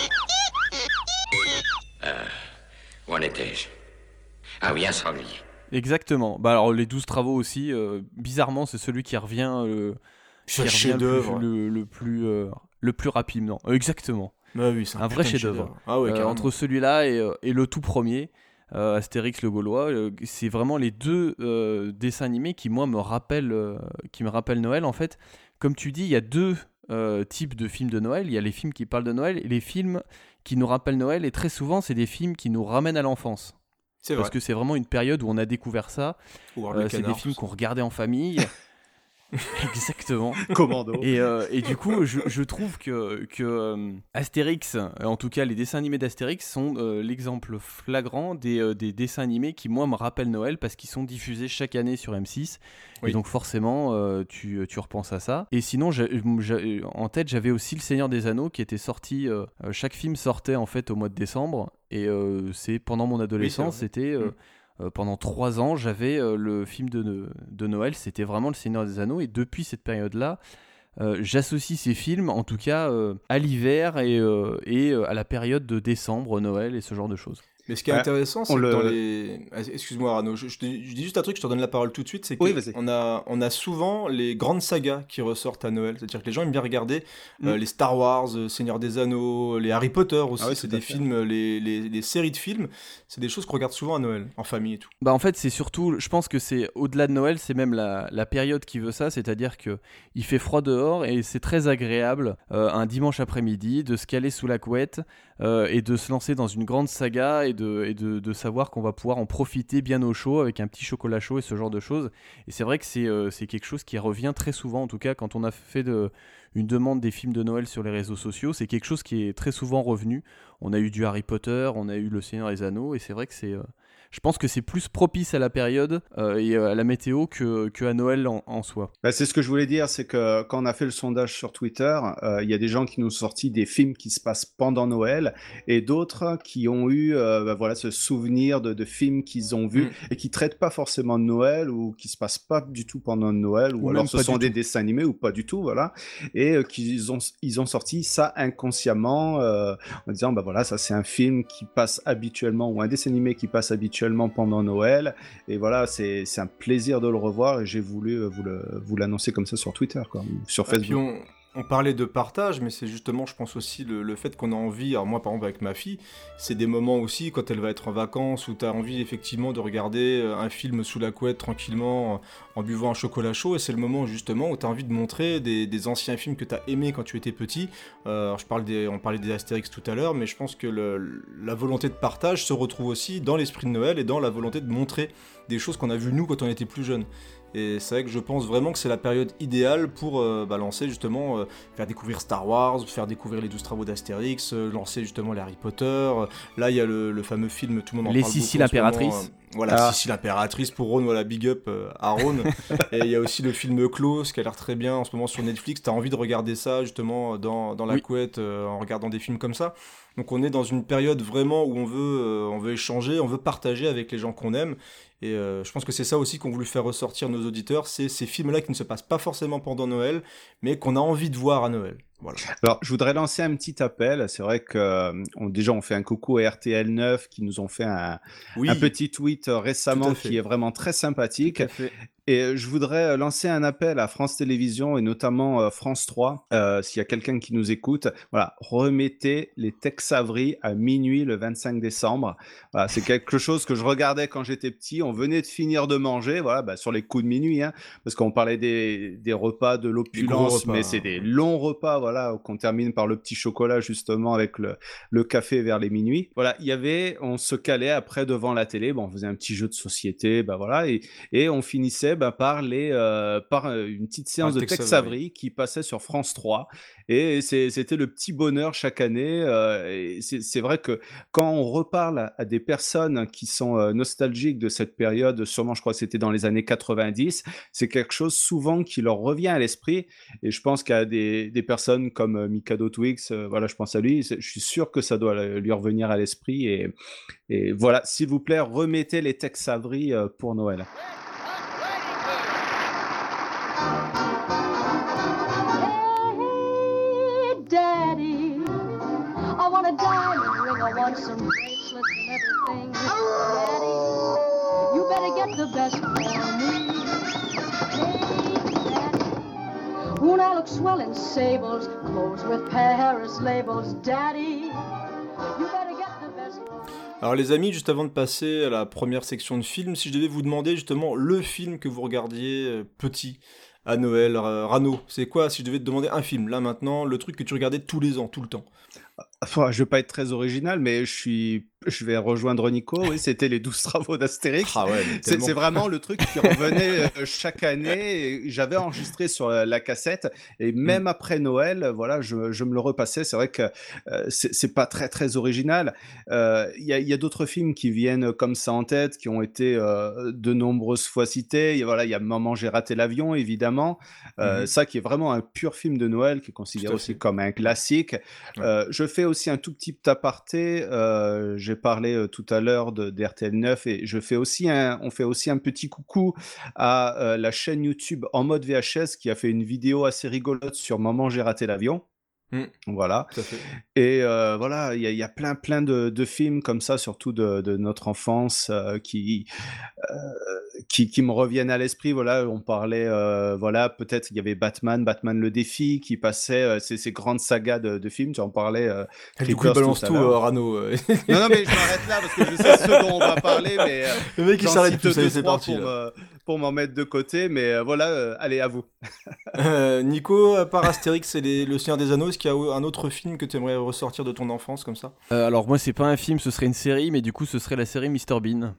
Où en étais-je? Ah oui, un sanglier. Exactement. Bah alors les 12 travaux aussi, bizarrement c'est celui qui revient, C'est un chef-d'œuvre. le plus rapidement. Exactement. Ah oui, c'est un vrai chef-d'œuvre. Ah ouais, entre celui-là et le tout premier, Astérix le Gaulois, c'est vraiment les deux dessins animés qui moi me rappellent Noël en fait. Comme tu dis, il y a deux types de films de Noël. Il y a les films qui parlent de Noël et les films qui nous rappellent Noël. Et très souvent, c'est des films qui nous ramènent à l'enfance. C'est Parce vrai. que c'est vraiment une période où on a découvert ça. C'est des films qu'on regardait en famille. Exactement. Commando. Et du coup, je trouve que Astérix, en tout cas les dessins animés d'Astérix, sont l'exemple flagrant des dessins animés qui, moi, me rappellent Noël parce qu'ils sont diffusés chaque année sur M6. Oui. Et donc, forcément, tu repenses à ça. Et sinon, en tête, j'avais aussi Le Seigneur des Anneaux qui était sorti. Chaque film sortait en fait au mois de décembre. Et c'est pendant mon adolescence, c'était. Pendant 3 ans, j'avais le film de Noël, c'était vraiment Le Seigneur des Anneaux, et depuis cette période-là, j'associe ces films, en tout cas, à l'hiver et à la période de décembre, Noël et ce genre de choses. Mais ce qui est intéressant, c'est que dans les... Excuse-moi Arnaud, je dis juste un truc, je te donne la parole tout de suite, c'est qu'on a souvent les grandes sagas qui ressortent à Noël, c'est-à-dire que les gens aiment bien regarder les Star Wars, Seigneur des Anneaux, les Harry Potter aussi, c'est des films, les séries de films, c'est des choses qu'on regarde souvent à Noël, en famille et tout. Bah en fait, c'est surtout, je pense que c'est au-delà de Noël, c'est même la période qui veut ça, c'est-à-dire qu'il fait froid dehors et c'est très agréable un dimanche après-midi de se caler sous la couette et de se lancer dans une grande saga et de savoir qu'on va pouvoir en profiter bien au chaud avec un petit chocolat chaud et ce genre de choses. Et c'est vrai que c'est quelque chose qui revient très souvent, en tout cas quand on a fait une demande des films de Noël sur les réseaux sociaux, c'est quelque chose qui est très souvent revenu. On a eu du Harry Potter, on a eu Le Seigneur des Anneaux, et c'est vrai que je pense que c'est plus propice à la période et à la météo qu'à Noël en soi. Bah, c'est ce que je voulais dire, c'est que quand on a fait le sondage sur Twitter, il y a des gens qui nous ont sorti des films qui se passent pendant Noël et d'autres qui ont eu ce souvenir de films qu'ils ont vus et qui traitent pas forcément de Noël ou qui se passent pas du tout pendant Noël ou alors ce sont des dessins animés ou pas du tout, voilà, et ils ont sorti ça inconsciemment en disant ça c'est un film qui passe habituellement ou un dessin animé qui passe habituellement pendant Noël, et voilà, c'est un plaisir de le revoir et j'ai voulu vous l'annoncer comme ça sur Twitter, quoi, sur Facebook. On parlait de partage, mais c'est justement, je pense aussi, le fait qu'on a envie, alors moi par exemple avec ma fille, c'est des moments aussi quand elle va être en vacances où tu as envie effectivement de regarder un film sous la couette tranquillement en buvant un chocolat chaud, et c'est le moment justement où tu as envie de montrer des anciens films que tu as aimés quand tu étais petit. Alors on parlait des Astérix tout à l'heure, mais je pense que la volonté de partage se retrouve aussi dans l'esprit de Noël et dans la volonté de montrer des choses qu'on a vues nous quand on était plus jeunes. Et c'est vrai que je pense vraiment que c'est la période idéale pour lancer justement, faire découvrir Star Wars, faire découvrir les 12 travaux d'Astérix, lancer justement les Harry Potter. Là, il y a le fameux film, tout le monde en les parle beaucoup. Les Sissi l'impératrice. Sissi l'impératrice pour Ron, voilà, big up à Ron. Et il y a aussi le film Klaus qui a l'air très bien en ce moment sur Netflix. T'as envie de regarder ça justement dans la couette en regardant des films comme ça. Donc on est dans une période vraiment où on veut échanger, on veut partager avec les gens qu'on aime. Et je pense que c'est ça aussi qu'ont voulu faire ressortir nos auditeurs, c'est ces films-là qui ne se passent pas forcément pendant Noël, mais qu'on a envie de voir à Noël. Voilà. Alors, je voudrais lancer un petit appel. C'est vrai que déjà, on fait un coucou à RTL9 qui nous ont fait un petit tweet récemment qui est vraiment très sympathique. Et je voudrais lancer un appel à France Télévisions et notamment France 3, s'il y a quelqu'un qui nous écoute. Voilà, remettez les Tex Avery à minuit le 25 décembre. Voilà, c'est quelque chose que je regardais quand j'étais petit. On venait de finir de manger, voilà, sur les coups de minuit, hein, parce qu'on parlait des repas de l'opulence, mais c'est des longs repas, voilà, qu'on termine par le petit chocolat justement avec le café vers les minuit. Voilà, on se calait après devant la télé, on faisait un petit jeu de société, voilà, et on finissait par une petite séance Ah, de Tex Tex Avery. Avery qui passait sur France 3 et c'était le petit bonheur chaque année, et c'est vrai que quand on reparle à des personnes qui sont, nostalgiques de cette période, sûrement je crois que c'était dans les années 90, c'est quelque chose souvent qui leur revient à l'esprit et je pense qu'à des personnes comme, Mikado Twix, voilà, je pense à lui, je suis sûr que ça doit lui revenir à l'esprit et voilà, s'il vous plaît, remettez les Tex Avery, pour Noël. Daddy, I want a diamond ring, I want some bracelets and everything. Daddy, you better get the best for me. Hey, Daddy, won't I look swell in sables, clothes with Paris labels? Daddy, you better get the best for me. Alors les amis, juste avant de passer à la première section de films, si je devais vous demander justement le film que vous regardiez petit à Noël, Rano, c'est quoi si je devais te demander un film, là maintenant, le truc que tu regardais tous les ans, tout le temps? Enfin, je vais pas être très original, mais je vais rejoindre Nico. Oui, c'était les 12 travaux d'Astérix. Ah ouais, mais tellement. C'est vraiment le truc qui revenait chaque année. Et j'avais enregistré sur la cassette et même après Noël, voilà, je me le repassais. C'est vrai que c'est pas très très original. Il y a d'autres films qui viennent comme ça en tête, qui ont été de nombreuses fois cités. Voilà, il y a Maman, j'ai raté l'avion, évidemment. Ça qui est vraiment un pur film de Noël, qui est considéré aussi comme un classique. Je fais aussi un tout petit aparté. J'ai parlé tout à l'heure d'RTL 9 et on fait aussi un petit coucou à la chaîne YouTube En Mode VHS qui a fait une vidéo assez rigolote sur Maman, j'ai raté l'avion. Voilà. Tout à fait. Et voilà, il y a plein de films comme ça, surtout de notre enfance, qui me reviennent à l'esprit. Voilà, on parlait, voilà, peut-être il y avait Batman le défi qui passait, ces grandes sagas de films. Tu en parlais, Du coup, Creepers balance tout à tout, l'heure. Rano. Non, mais je m'arrête là parce que je sais ce dont on va parler, mais Le mec, il j'en s'arrête cite tout, ça y est, deux, c'est trois parti, là. pour m'en mettre de côté, mais voilà, allez, à vous. Nico, à part Astérix et Le Seigneur des Anneaux, est-ce qu'il y a un autre film que tu aimerais ressortir de ton enfance comme ça? Alors moi c'est pas un film, ce serait une série, mais du coup ce serait la série Mr Bean.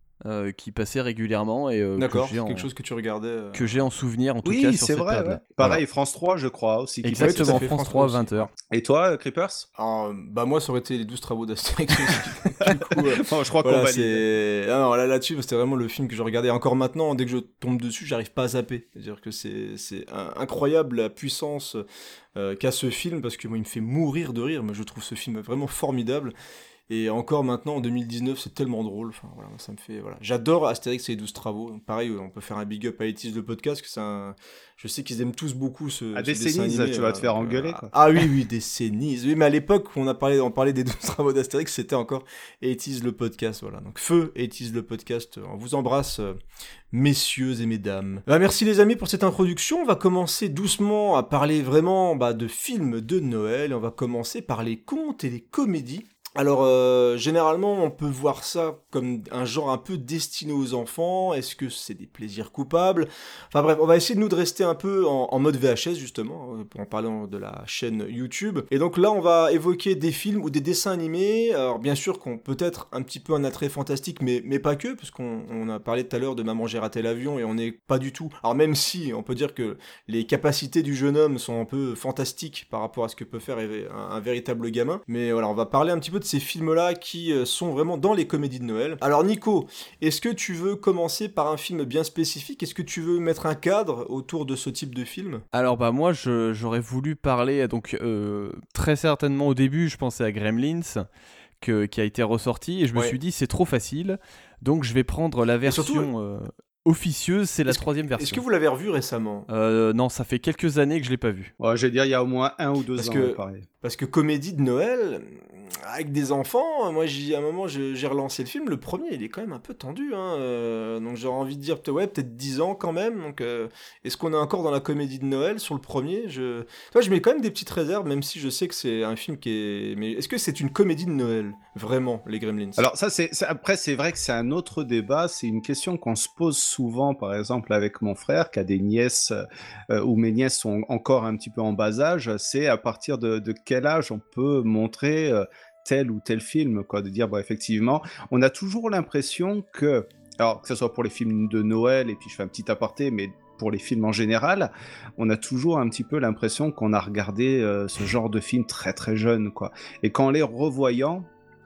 Qui passait régulièrement et D'accord, que j'ai quelque chose que tu regardais que j'ai en souvenir en tout Oui, cas sur c'est cette vrai. période. Ouais. Pareil, France 3, je crois aussi. qui Exactement, passe. France 3, 20h. Et toi, Creepers? Alors, bah moi ça aurait été les 12 travaux d'Astérix aussi. Du coup, Bon, je crois qu'on voilà, valide. Ah non, là-dessus, c'était vraiment le film que je regardais. Encore maintenant, dès que je tombe dessus, j'arrive pas à zapper. C'est-à-dire que c'est incroyable la puissance qu'a ce film, parce que moi, il me fait mourir de rire. Mais je trouve ce film vraiment formidable. Et encore maintenant, en 2019, c'est tellement drôle. Enfin, voilà, ça me fait... Voilà. J'adore Astérix et les 12 travaux. Donc, pareil, on peut faire un big up à It Is le podcast, que je sais qu'ils aiment tous beaucoup ce dessin animé. Tu vas te faire engueuler, quoi. Ah oui, des Cénises. Oui, mais à l'époque, on parlait des 12 travaux d'Astérix, c'était encore It Is le podcast. Voilà. Donc, feu It Is le podcast. On vous embrasse, messieurs et mesdames. Bah, merci les amis pour cette introduction. On va commencer doucement à parler vraiment de films de Noël. On va commencer par les contes et les comédies. Alors, généralement, on peut voir ça comme un genre un peu destiné aux enfants. Est-ce que c'est des plaisirs coupables? Enfin bref, on va essayer de rester un peu en mode VHS, justement, en parlant de la chaîne YouTube. Et donc là, on va évoquer des films ou des dessins animés. Alors, bien sûr, qu'on peut-être un petit peu un attrait fantastique, mais pas que, parce qu'on a parlé tout à l'heure de Maman, j'ai raté l'avion, et on n'est pas du tout... Alors, même si, on peut dire que les capacités du jeune homme sont un peu fantastiques par rapport à ce que peut faire un véritable gamin. Mais voilà, on va parler un petit peu de ces films-là qui sont vraiment dans les comédies de Noël. Alors Nico, est-ce que tu veux commencer par un film bien spécifique? Est-ce que tu veux mettre un cadre autour de ce type de film? Alors moi j'aurais voulu parler, donc très certainement au début je pensais à Gremlins qui a été ressorti et je me suis dit c'est trop facile, donc je vais prendre la version officieuse, c'est la troisième version. Est-ce que vous l'avez revu récemment? Non, ça fait quelques années que je l'ai pas vu. Ouais, je vais dire il y a au moins 1 ou 2 ans. Pareil. Parce que comédie de Noël, avec des enfants, moi à un moment j'ai relancé le film, le premier il est quand même un peu tendu, hein, donc j'aurais envie de dire peut-être 10 ans quand même, donc est-ce qu'on est encore dans la comédie de Noël sur le premier? Je mets quand même des petites réserves, même si je sais que c'est un film qui est... Mais est-ce que c'est une comédie de Noël, vraiment, les Gremlins? Alors ça, après c'est vrai que c'est un autre débat, c'est une question qu'on se pose souvent, par exemple avec mon frère qui a des nièces, où mes nièces sont encore un petit peu en bas âge, c'est à partir de quel âge on peut montrer tel ou tel film, quoi, de dire effectivement, on a toujours l'impression que alors que ce soit pour les films de Noël, et puis je fais un petit aparté, mais pour les films en général, on a toujours un petit peu l'impression qu'on a regardé ce genre de film très très jeune, quoi. Et qu'en les revoyant,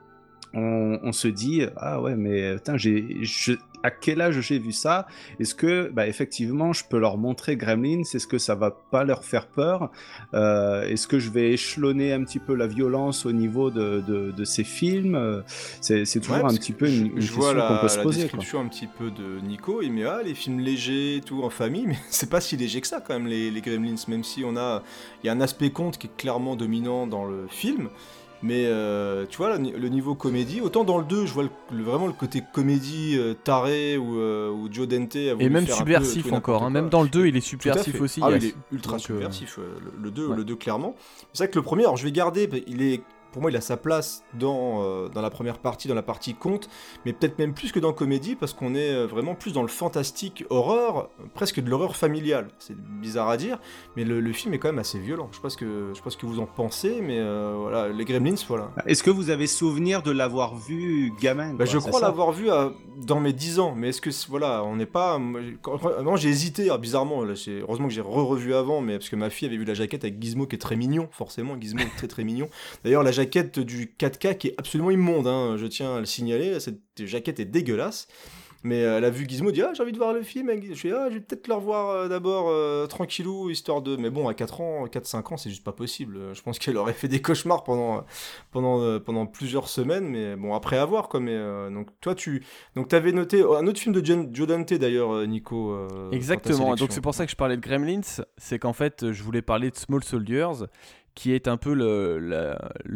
on se dit ah ouais, mais putain, à quel âge j'ai vu ça? Est-ce que effectivement je peux leur montrer Gremlins? Est-ce que ça va pas leur faire peur? Est-ce que je vais échelonner un petit peu la violence au niveau de ces films? C'est toujours un petit peu une question qu'on peut se poser. Je vois la description un petit peu de Nico, il met les films légers et tout en famille, mais c'est pas si léger que ça quand même les Gremlins, même si il y a un aspect conte qui est clairement dominant dans le film. Mais tu vois, le niveau comédie, autant dans le 2, je vois vraiment le côté comédie taré où Joe Dante a voulu et même faire subversif un peu encore, hein. Même dans le 2, il est subversif aussi. Ah, il est ultra subversif, le 2 clairement. C'est vrai que le premier, alors je vais garder, pour moi, il a sa place dans la première partie, dans la partie conte, mais peut-être même plus que dans comédie, parce qu'on est vraiment plus dans le fantastique horreur, presque de l'horreur familiale. C'est bizarre à dire, mais le film est quand même assez violent. Je sais pas ce que vous en pensez, mais voilà, les Gremlins, voilà. Est-ce que vous avez souvenir de l'avoir vu gamin? Je crois l'avoir vu dans mes 10 ans, mais est-ce que, voilà, on n'est pas... Non, j'ai hésité, bizarrement, là, heureusement que j'ai revu avant, mais parce que ma fille avait vu la jaquette avec Gizmo qui est très mignon, forcément, Gizmo est très très mignon. D'ailleurs, la jaquette du 4K qui est absolument immonde, hein, je tiens à le signaler, cette jaquette est dégueulasse, mais elle a vu Gizmo, dit j'ai envie de voir le film, je vais peut-être le revoir d'abord tranquillou, histoire de... Mais bon, à 4-5 ans, c'est juste pas possible, je pense qu'elle aurait fait des cauchemars pendant plusieurs semaines, mais bon, après avoir, quoi, mais donc toi, t'avais noté un autre film de Joe Dante, d'ailleurs, Nico. Exactement, donc c'est pour ça que je parlais de Gremlins, c'est qu'en fait, je voulais parler de Small Soldiers, qui est un peu le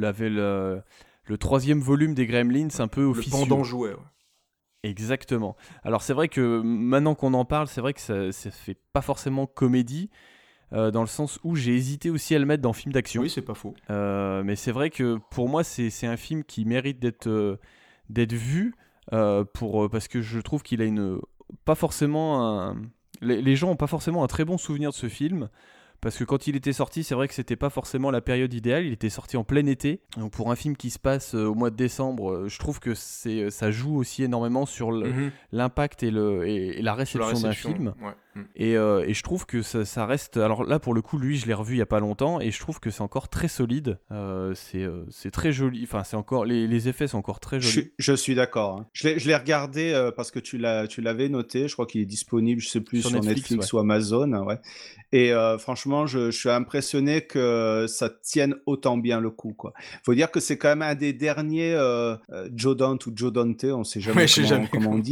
troisième volume des Gremlins, un peu officieux. Le pendant jouet, ouais. Exactement. Alors c'est vrai que maintenant qu'on en parle, c'est vrai que ça fait pas forcément comédie, dans le sens où j'ai hésité aussi à le mettre dans film d'action. Oui, c'est pas faux. Mais c'est vrai que pour moi, c'est un film qui mérite d'être vu, parce que je trouve qu'il a pas forcément les gens ont pas forcément un très bon souvenir de ce film. Parce que quand il était sorti, c'est vrai que c'était pas forcément la période idéale. Il était sorti en plein été. Donc pour un film qui se passe au mois de décembre, je trouve que ça joue aussi énormément sur l'impact et la réception d'un film. Ouais. Et je trouve que ça reste... Alors là, pour le coup, lui, je l'ai revu il y a pas longtemps et je trouve que c'est encore très solide. C'est très joli. Enfin, c'est encore... Les effets sont encore très jolis. Je suis d'accord. Hein. Je l'ai regardé parce que tu l'avais noté. Je crois qu'il est disponible, je sais plus, sur Netflix ou Amazon. Ouais. Et franchement, je suis impressionné que ça tienne autant bien le coup, quoi. Faut dire que c'est quand même un des derniers Joe Dante ou Joe Dante, on sait jamais comment on dit,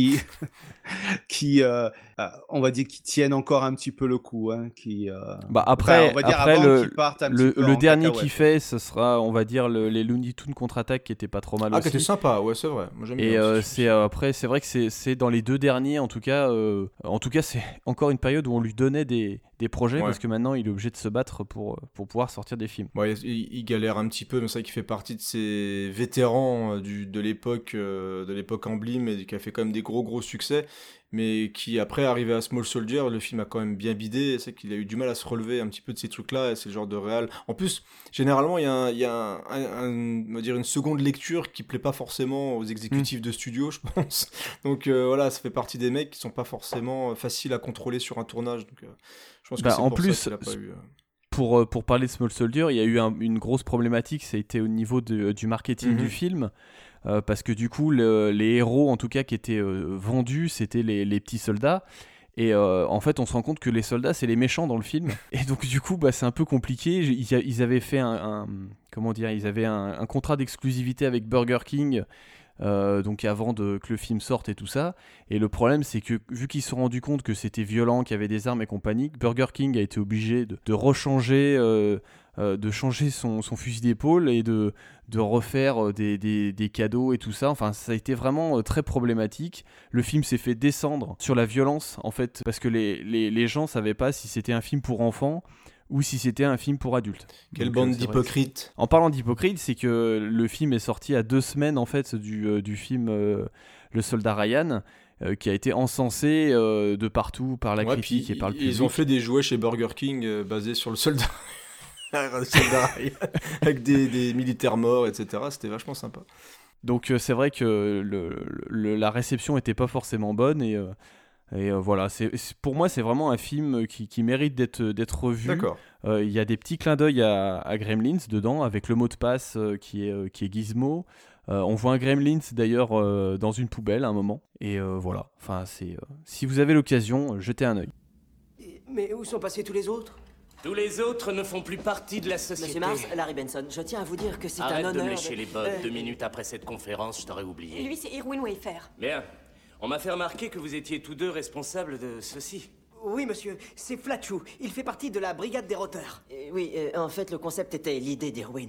qui on va dire, qui tiennent encore un petit peu le coup, hein, après, on va dire après le dernier qui fait, ce sera, on va dire, les Looney Tunes contre-attaque qui était pas trop mal aussi. Qui était sympa, ouais, c'est vrai. Moi, j'aime bien aussi. Après, c'est vrai que c'est dans les deux derniers, en tout cas, c'est encore une période où on lui donnait des projets, parce que maintenant il est obligé de se battre pour pouvoir sortir des films. Ouais, il galère un petit peu, mais c'est vrai qu'il fait partie de ces vétérans de l'époque Emblem, et qui a fait quand même des gros succès, mais qui après arrivé à Small Soldier, le film a quand même bien bidé. C'est qu'il a eu du mal à se relever un petit peu de ces trucs-là, et c'est le genre de réal. En plus, généralement, il y a on va dire une seconde lecture qui plaît pas forcément aux exécutifs de studio, je pense. Donc voilà, ça fait partie des mecs qui sont pas forcément faciles à contrôler sur un tournage. Donc je pense que c'est en pour plus, ça qu'il a pas eu... Pour parler de Small Soldier, il y a eu une grosse problématique, ça a été au niveau du marketing du film, parce que du coup, les héros, en tout cas, qui étaient vendus, c'était les petits soldats. Et en fait, on se rend compte que les soldats, c'est les méchants dans le film. Et donc, du coup, c'est un peu compliqué. Ils avaient fait ils avaient un contrat d'exclusivité avec Burger King, donc avant que le film sorte et tout ça. Et le problème, c'est que vu qu'ils se sont rendus compte que c'était violent, qu'il y avait des armes et compagnie, Burger King a été obligé de rechanger, de changer son fusil d'épaule et de refaire des cadeaux et tout ça. Enfin, ça a été vraiment très problématique. Le film s'est fait descendre sur la violence, en fait, parce que les gens savaient pas si c'était un film pour enfants ou si c'était un film pour adultes. Quelle bande d'hypocrites. En parlant d'hypocrites, c'est que le film est sorti à 2 semaines en fait du film Le Soldat Ryan, qui a été encensé de partout par la critique et par le public. Ils ont fait des jouets chez Burger King basés sur le soldat. Le soldat Ryan, avec des militaires morts, etc. C'était vachement sympa. Donc c'est vrai que la réception était pas forcément bonne et voilà, pour moi c'est vraiment un film qui mérite d'être revu. D'accord. Il y a des petits clins d'œil à Gremlins dedans, avec le mot de passe qui est Gizmo. On voit un Gremlins d'ailleurs dans une poubelle à un moment. Et voilà, enfin, si vous avez l'occasion, jetez un œil. Mais où sont passés tous les autres? Tous les autres ne font plus partie de la société. Monsieur Mars, Larry Benson, je tiens à vous dire que c'est Arrête un honneur de me lécher les bottes. 2 minutes après cette conférence, je t'aurais oublié. Lui, c'est Irwin Wafer. Bien. On m'a fait remarquer que vous étiez tous deux responsables de ceci. Oui, monsieur, c'est Flatchou. Il fait partie de la brigade des roteurs. Oui, en fait, le concept était l'idée d'Irwin.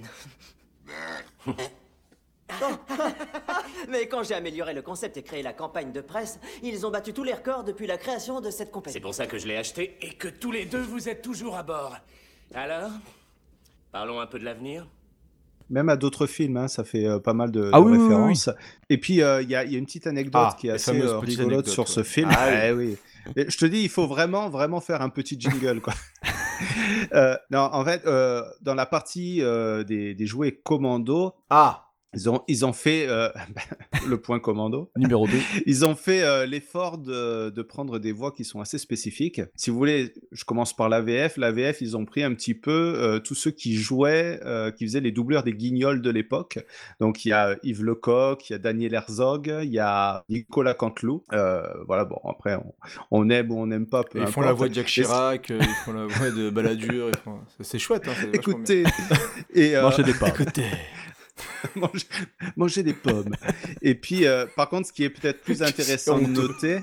Mais quand j'ai amélioré le concept et créé la campagne de presse, ils ont battu tous les records depuis la création de cette compagnie. C'est pour ça que je l'ai acheté et que tous les deux vous êtes toujours à bord. Alors, parlons un peu de l'avenir. Même à d'autres films, hein, ça fait pas mal de oui, références. oui. Et puis, il y a une petite anecdote qui est assez rigolote sur ce film. Oui. Mais je te dis, il faut vraiment, vraiment faire un petit jingle, quoi. Non, en fait, dans la partie des jouets commando... Ils ont fait le point commando. Numéro 2. Ils ont fait l'effort de prendre des voix qui sont assez spécifiques. Si vous voulez, je commence par la VF. La VF, ils ont pris un petit peu tous ceux qui jouaient, qui faisaient les doubleurs des Guignols de l'époque. Donc, il y a Yves Lecoq, il y a Daniel Herzog, il y a Nicolas Canteloup. Voilà, bon, après, on aime ou on n'aime pas, peu Ils importe. font la voix de Jacques Chirac, ils font la voix de Balladur. C'est chouette, hein, c'est vachement Écoutez, bien. Mangez des pommes. Écoutez. Manger des pommes. Et puis, par contre, ce qui est peut-être plus intéressant de noter...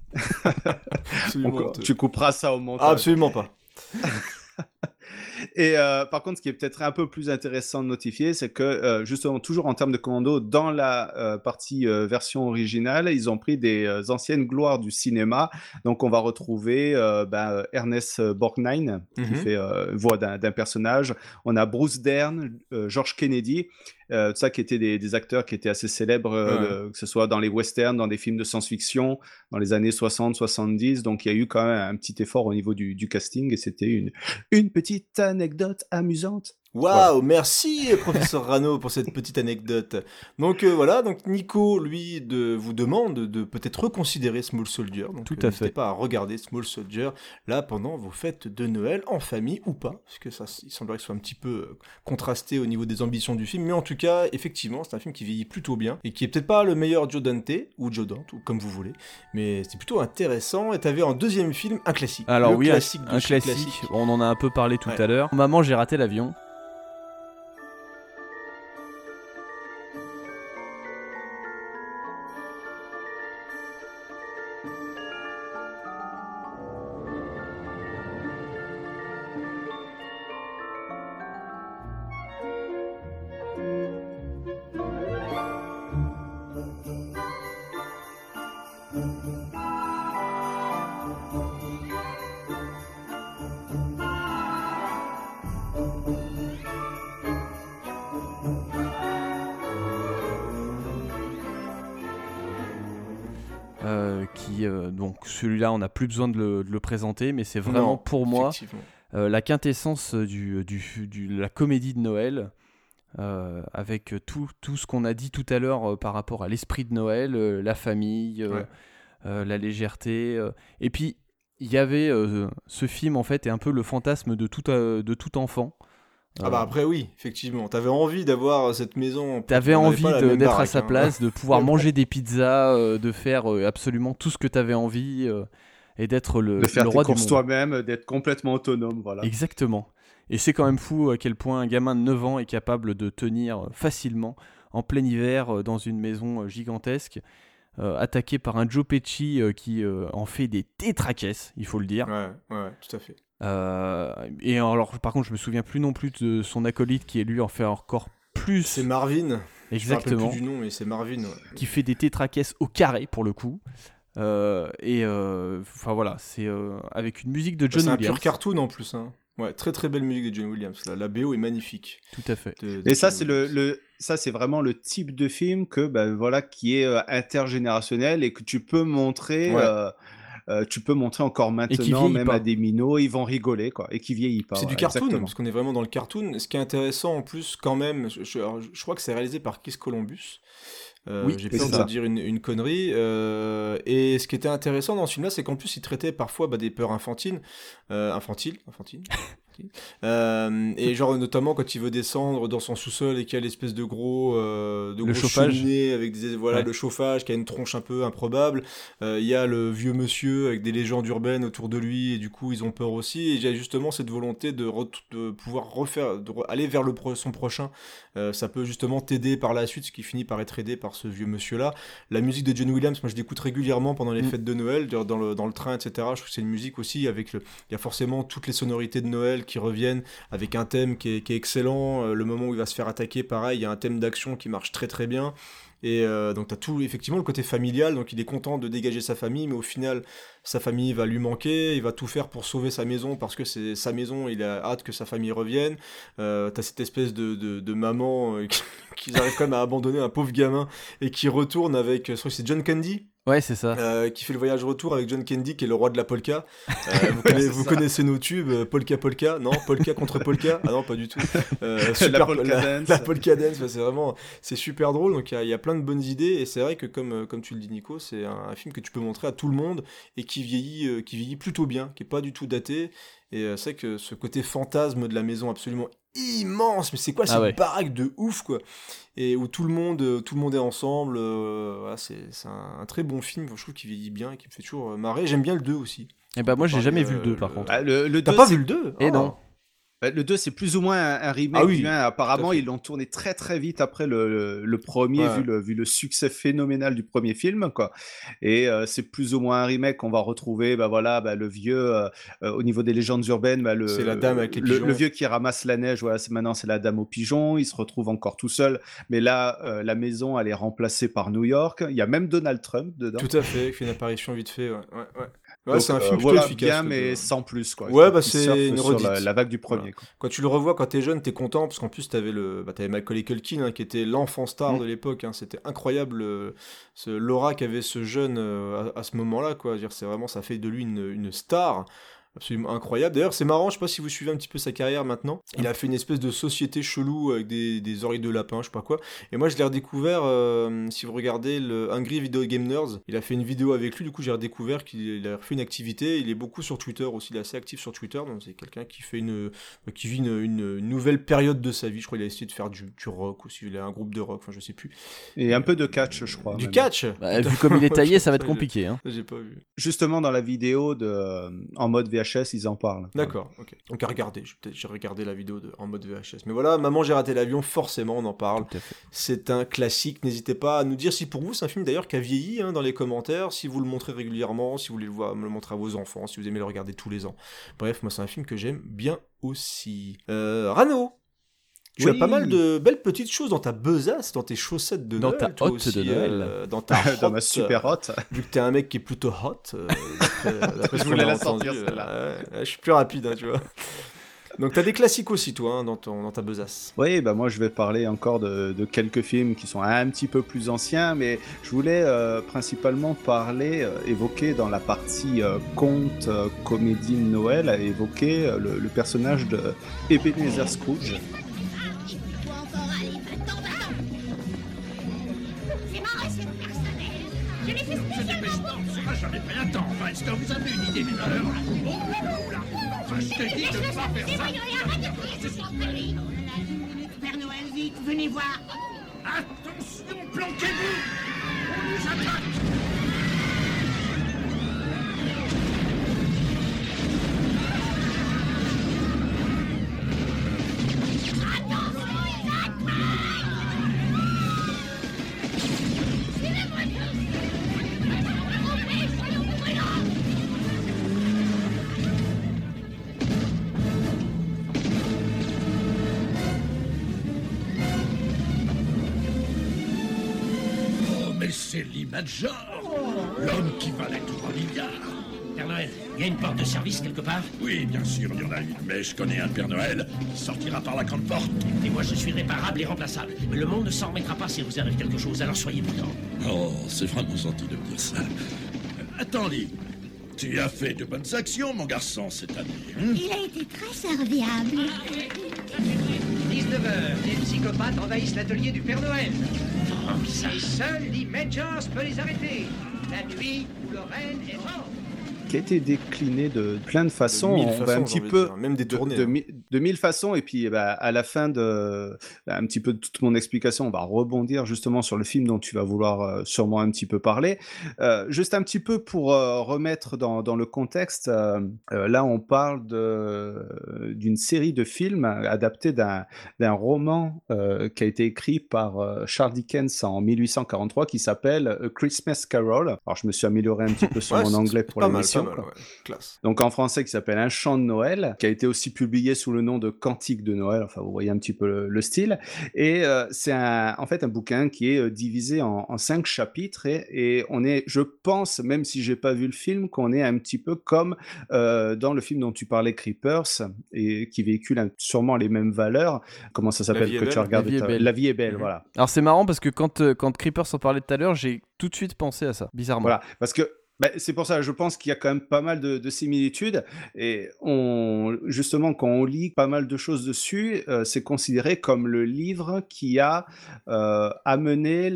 Tu couperas ça au montage. Absolument pas. Et par contre, ce qui est peut-être un peu plus intéressant de notifier, c'est que justement, toujours en termes de commando, dans la partie version originale, ils ont pris des anciennes gloires du cinéma. Donc, on va retrouver Ernest Borgnine, qui fait voix d'un personnage. On a Bruce Dern, George Kennedy, tout ça qui étaient des acteurs qui étaient assez célèbres, que ce soit dans les westerns, dans des films de science-fiction, dans les années 60-70. Donc, il y a eu quand même un petit effort au niveau du casting et c'était une petite anecdote amusante. Waouh, merci professeur Rano pour cette petite anecdote. Donc voilà, donc Nico lui vous demande de peut-être reconsidérer Small Soldier. Donc tout à fait. N'hésitez pas à regarder Small Soldier là pendant vos fêtes de Noël en famille ou pas, parce que ça il semblerait que ce soit un petit peu contrasté au niveau des ambitions du film, mais en tout cas effectivement c'est un film qui vieillit plutôt bien et qui est peut-être pas le meilleur Joe Dante ou Joe Dante ou comme vous voulez, mais c'est plutôt intéressant. Et t'avais en deuxième film un classique. Alors oui, classique un classique. On en a un peu parlé tout à l'heure. Maman, j'ai raté l'avion. Donc celui-là on n'a plus besoin de le présenter, mais c'est vraiment pour moi la quintessence de la comédie de Noël, avec tout ce qu'on a dit tout à l'heure par rapport à l'esprit de Noël, la famille, la légèreté, et puis il y avait ce film en fait est un peu le fantasme de tout enfant. Ah bah après oui, effectivement, t'avais envie d'avoir cette maison. T'avais envie d'être à sa place, de pouvoir manger des pizzas, de faire absolument tout ce que t'avais envie et d'être le roi du monde. De faire tes courses toi-même, d'être complètement autonome, voilà. Exactement. Et c'est quand même fou à quel point un gamin de 9 ans est capable de tenir facilement en plein hiver dans une maison gigantesque, attaqué par un Joe Pesci qui en fait des tétraquesses, il faut le dire. Ouais, tout à fait. Et alors par contre je me souviens plus non plus de son acolyte qui lui en fait encore plus. C'est Marvin. Exactement. Je me rappelle plus du nom, mais c'est Marvin. Qui fait des tétraquesses au carré pour le coup. Enfin voilà, c'est avec une musique de John Williams. C'est un pur cartoon en plus. Hein. Ouais, très très belle musique de John Williams. La BO est magnifique. Tout à fait. Et ça c'est vraiment le type de film que voilà qui est intergénérationnel et que tu peux montrer. tu peux montrer encore maintenant, vieillit même pas. à des minots, ils vont rigoler, quoi, et qui vieillit pas. C'est du ouais, cartoon, exactement. parce qu'on est vraiment dans le cartoon. Ce qui est intéressant en plus, quand même, je crois que c'est réalisé par Chris Columbus. Oui, j'ai c'est peur de ça. dire une connerie. Et ce qui était intéressant dans ce film-là, c'est qu'en plus, il traitait parfois des peurs infantiles. Et genre notamment quand il veut descendre dans son sous-sol et qu'il y a l'espèce de gros chauffage. cheminée avec Ouais. le chauffage qui a une tronche un peu improbable. Il y a le vieux monsieur avec des légendes urbaines autour de lui et du coup ils ont peur aussi. Et il y a justement cette volonté de pouvoir aller vers son prochain. Ça peut justement t'aider par la suite, ce qui finit par être aidé par ce vieux monsieur là. La musique de John Williams, moi je l'écoute régulièrement pendant les fêtes de Noël, dans le train, etc. Je trouve que c'est une musique aussi avec il y a forcément toutes les sonorités de Noël qui reviennent avec un thème qui est excellent. Le moment où il va se faire attaquer, pareil, il y a un thème d'action qui marche très très bien. Et donc t'as tout, effectivement, le côté familial. Donc il est content de dégager sa famille, mais au final sa famille va lui manquer. Il va tout faire pour sauver sa maison parce que c'est sa maison. Il a hâte que sa famille revienne. T'as cette espèce de maman qui arrive quand même à abandonner un pauvre gamin et qui retourne avec, je crois que c'est John Candy. Ouais, c'est ça. Qui fait le voyage retour avec John Candy, qui est le roi de la polka. Vous ça. connaissez nos tubes, polka, non, polka contre polka, ah non, pas du tout. La polka dance. La polka dance, c'est super drôle. Donc il y a plein de bonnes idées, et c'est vrai que comme tu le dis, Nico, c'est un film que tu peux montrer à tout le monde et qui vieillit plutôt bien, qui est pas du tout daté. Et c'est vrai que ce côté fantasme de la maison absolument immense, mais c'est quoi cette baraque de ouf, quoi, et où tout le monde est ensemble, voilà, c'est un très bon film, je trouve, qu'il vieillit bien et qui me fait toujours marrer. J'aime bien le 2 aussi. Et bah moi j'ai jamais vu le 2 par contre. Ah, le 2, T'as pas vu le 2 Et non. Le 2, c'est plus ou moins un remake. Ah oui, du 1. Apparemment, tout à fait. ils l'ont tourné très très vite après le premier, Ouais. vu le succès phénoménal du premier film, quoi. Et c'est plus ou moins un remake qu'on va retrouver. Le vieux, au niveau des légendes urbaines, C'est la dame avec les pigeons. le vieux qui ramasse la neige. Voilà, maintenant c'est la dame aux pigeons. Il se retrouve encore tout seul. Mais là, la maison, elle est remplacée par New York. Il y a même Donald Trump dedans. Tout à fait, il fait une apparition vite fait, ouais. Ouais, Donc, c'est un film plutôt voilà, efficace. bien, le mais deux. sans plus, quoi. Ouais, Qui c'est surfe une sur redite. la vague du premier, Voilà. quoi. Quand tu le revois quand t'es jeune, t'es content, parce qu'en plus t'avais Macaulay Culkin, hein, qui était l'enfant star de l'époque, hein. C'était incroyable l'aura qu'avait ce jeune à ce moment-là, quoi. Je veux dire, c'est vraiment, ça fait de lui une star. Absolument incroyable. D'ailleurs, c'est marrant, je sais pas si vous suivez un petit peu sa carrière maintenant. Il a fait une espèce de société chelou avec des oreilles de lapin, je sais pas quoi. Et moi, je l'ai redécouvert, si vous regardez le Angry Video Game Nerds, il a fait une vidéo avec lui, du coup, j'ai redécouvert qu'il a fait une activité. Il est beaucoup sur Twitter aussi, il est assez actif sur Twitter, donc c'est quelqu'un qui vit une nouvelle période de sa vie. Je crois qu'il a essayé de faire du rock aussi, il a un groupe de rock, enfin, je sais plus. Et un peu de catch, je crois. Du même. catch Vu comme il est taillé, ça va être compliqué. Hein. J'ai pas vu. Justement, dans la vidéo en mode VHS, ils en parlent. D'accord, ok. Donc à regarder, j'ai regardé la vidéo en mode VHS. Mais voilà, Maman j'ai raté l'avion, forcément on en parle. C'est un classique, n'hésitez pas à nous dire si pour vous c'est un film d'ailleurs qui a vieilli, hein, dans les commentaires, si vous le montrez régulièrement, si vous voulez me le montrer à vos enfants, si vous aimez le regarder tous les ans. Bref, moi c'est un film que j'aime bien aussi. Rano, tu as pas mal de belles petites choses dans ta besace, dans tes chaussettes de Dans Noël. ta toi hotte aussi, de Noël. dans ta Dans ma hotte, super hotte. Vu que t'es un mec qui est plutôt hot, d'après ce Je qu'on voulais a la entendu, sortir, celle-là. je suis plus rapide, hein, tu vois. Donc t'as des classiques aussi, toi, hein, dans ta besace. Oui, moi je vais parler encore de quelques films qui sont un petit peu plus anciens, mais je voulais principalement évoquer dans la partie conte, comédie de Noël, évoquer le personnage de Ebenezer Scrooge. Ce dépêchement ne sera jamais prêt à temps. Est-ce que vous avez une idée d'une heure? Enfin, je t'ai dit de ne pas faire ça. Père Noël, vite, venez voir. Attention, planquez-vous. On nous attaque. Oh, mais c'est l'Imager, l'homme qui valait 3 milliards. Père Noël, il y a une porte de service quelque part? Oui, bien sûr, il y en a une, mais je connais un Père Noël qui sortira par la grande porte. Et moi, je suis réparable et remplaçable. Mais le monde ne s'en remettra pas s'il vous arrive quelque chose, alors soyez prudents. Oh, c'est vraiment gentil de me dire ça. Attends, Lee. Tu as fait de bonnes actions, mon garçon, cette année. Hein? Il a été très serviable. 19h, des psychopathes envahissent l'atelier du Père Noël. Oh, ça. Et seul Lee Majors peut les arrêter. La nuit où le renne est mort. Qui a été décliné de plein de façons. De mille On va façons, un petit j'ai envie de peu dire, même détourné, de mille façons. Et puis à la fin de un petit peu de toute mon explication, on va rebondir justement sur le film dont tu vas vouloir sûrement un petit peu parler. Juste un petit peu pour remettre dans le contexte. Là, on parle d'une série de films adaptés d'un roman qui a été écrit par Charles Dickens en 1843 qui s'appelle A Christmas Carol. Alors, je me suis amélioré un petit peu sur mon anglais pour l'émission. Ouais, classe. Donc en français qui s'appelle Un chant de Noël, qui a été aussi publié sous le nom de Cantique de Noël, enfin vous voyez un petit peu le style, et c'est en fait un bouquin qui est divisé en 5 chapitres, et on est, je pense, même si j'ai pas vu le film, qu'on est un petit peu comme dans le film dont tu parlais, Creepers, et qui véhicule sûrement les mêmes valeurs. Comment ça s'appelle que tu regardes? La vie est belle, voilà. Alors c'est marrant parce que quand Creepers en parlait tout à l'heure, j'ai tout de suite pensé à ça, bizarrement. Voilà, parce que c'est pour ça, je pense qu'il y a quand même pas mal de similitudes, et justement, quand on lit pas mal de choses dessus, c'est considéré comme le livre qui a amené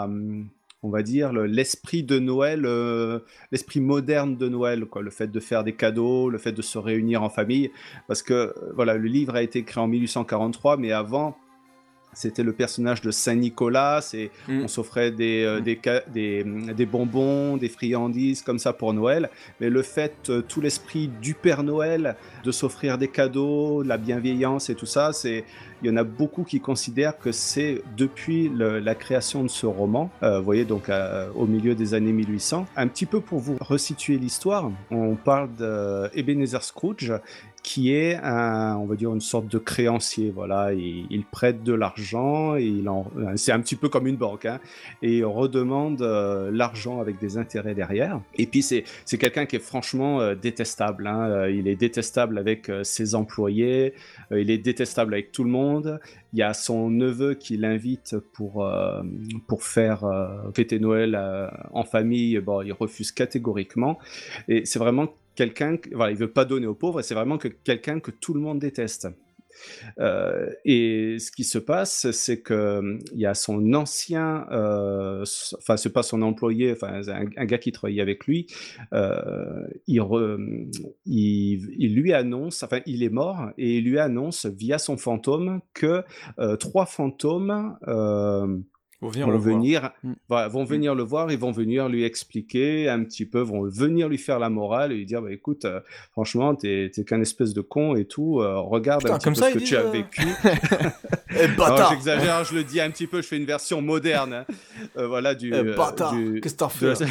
on va dire, l'esprit de Noël, l'esprit moderne de Noël, quoi, le fait de faire des cadeaux, le fait de se réunir en famille, parce que voilà, le livre a été écrit en 1843, mais avant, c'était le personnage de Saint-Nicolas, on s'offrait des bonbons, des friandises comme ça pour Noël, mais le fait, tout l'esprit du Père Noël, de s'offrir des cadeaux, la bienveillance et tout ça, il y en a beaucoup qui considèrent que c'est depuis la création de ce roman, vous voyez, donc au milieu des années 1800. Un petit peu pour vous resituer l'histoire, on parle d'Ebenezer Scrooge, qui est on va dire une sorte de créancier, voilà, il prête de l'argent, et c'est un petit peu comme une banque, hein, et il redemande l'argent avec des intérêts derrière. Et puis c'est quelqu'un qui est franchement détestable, hein. Il est détestable avec ses employés, il est détestable avec tout le monde. Il y a son neveu qui l'invite pour faire fêter Noël en famille, bon, il refuse catégoriquement, et c'est vraiment quelqu'un, voilà, il veut pas donner aux pauvres, et c'est vraiment quelqu'un que tout le monde déteste. Et ce qui se passe, c'est que il y a son ancien, enfin c'est pas son employé, enfin un gars qui travaillait avec lui, il lui annonce, enfin il est mort, et il lui annonce via son fantôme que 3 fantômes vont venir le voir, ils vont venir lui expliquer un petit peu, vont venir lui faire la morale et lui dire, bah écoute, franchement, t'es qu'un espèce de con et tout, regarde un petit peu ce que tu as vécu. Alors, j'exagère, je le dis un petit peu, je fais une version moderne, hein. Voilà, bâtard, qu'est-ce que t'as fait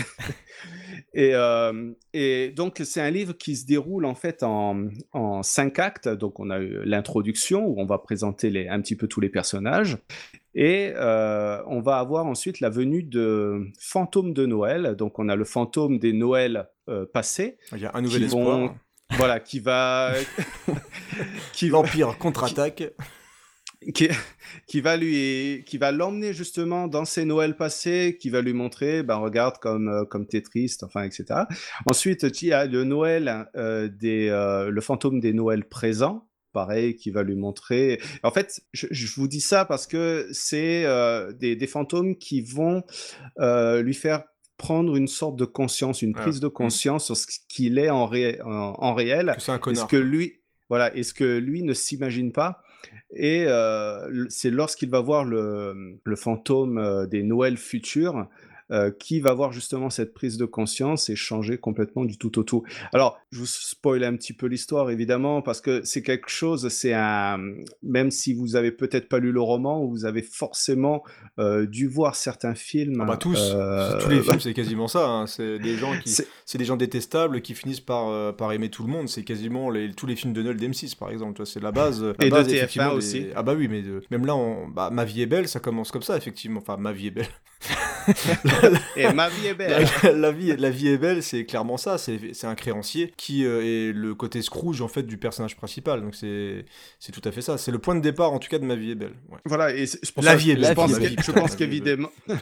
et donc c'est un livre qui se déroule en fait en 5 actes. Donc on a eu l'introduction où on va présenter un petit peu tous les personnages, et on va avoir ensuite la venue de fantômes de Noël. Donc on a le fantôme des Noëls passés. Il y a un nouvel espoir. Voilà, qui va l'Empire contre-attaque. Qui va l'emmener justement dans ses Noëls passés, qui va lui montrer, ben regarde comme t'es triste, enfin, etc. Ensuite, il y a le Noël le fantôme des Noëls présents, pareil, qui va lui montrer. En fait, je vous dis ça parce que c'est des fantômes qui vont lui faire prendre une sorte de conscience, une prise de conscience sur ce qu'il est en réel. Que c'est un connard. Et ce que lui ne s'imagine pas. Et c'est lorsqu'il va voir le fantôme des Noëls futurs qui va avoir justement cette prise de conscience et changer complètement du tout au tout. Alors, je vous spoil un petit peu l'histoire, évidemment, parce que c'est quelque chose, même si vous avez peut-être pas lu le roman, vous avez forcément dû voir certains films. Ah bah tous les films, c'est quasiment ça, hein. C'est des gens détestables qui finissent par aimer tout le monde. C'est quasiment tous les films de Noël d'M6, par exemple. Toi, c'est la base. Et de TF1 aussi. Ah bah oui, mais même là, Ma vie est belle, ça commence comme ça, effectivement. Enfin, Ma vie est belle. Et Ma vie est belle. La vie est belle, c'est clairement ça. C'est un créancier qui est le côté Scrooge en fait du personnage principal. Donc c'est tout à fait ça. C'est le point de départ en tout cas de Ma vie est belle. Ouais. Voilà. Et la vie est belle. Je pense qu'évidemment.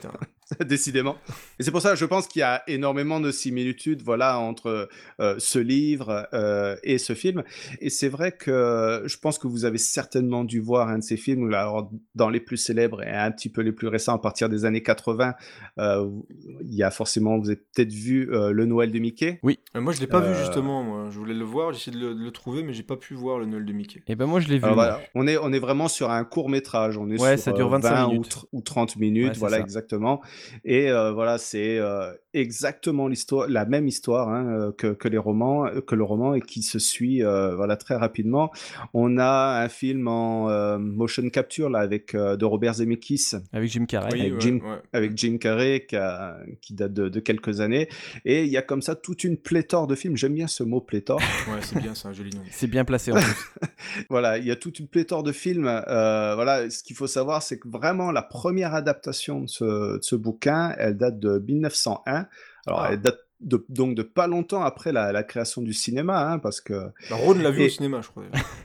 Décidément. Et c'est pour ça, je pense qu'il y a énormément de similitudes, voilà, entre ce livre et ce film. Et c'est vrai que je pense que vous avez certainement dû voir un de ces films, alors, dans les plus célèbres et un petit peu les plus récents, à partir des années 80. Il y a forcément, vous avez peut-être vu Le Noël de Mickey. Oui. Moi, je l'ai pas vu justement. Moi, je voulais le voir, j'ai essayé de le trouver, mais j'ai pas pu voir Le Noël de Mickey. Et ben moi, je l'ai vu. Alors, voilà, on est vraiment sur un court métrage. On est sur ça dure 25 20 minutes. ou 30 minutes, Ouais, voilà, ça. exactement. Et voilà, c'est exactement l'histoire, la même histoire que le roman, et qui se suit voilà, très rapidement. On a un film en motion capture là, de Robert Zemeckis. Avec Jim Carrey. Oui, avec Jim Carrey qui date de quelques années. Et il y a comme ça toute une pléthore de films. J'aime bien ce mot pléthore. Ouais, c'est bien, c'est un joli nom. C'est bien placé en plus. Voilà, il y a toute une pléthore de films. Voilà, ce qu'il faut savoir, c'est que vraiment la première adaptation de ce bouquin, elle date de 1901. Alors, elle date donc de pas longtemps après la création du cinéma, hein, parce que... Ron l'a vu au cinéma, je crois.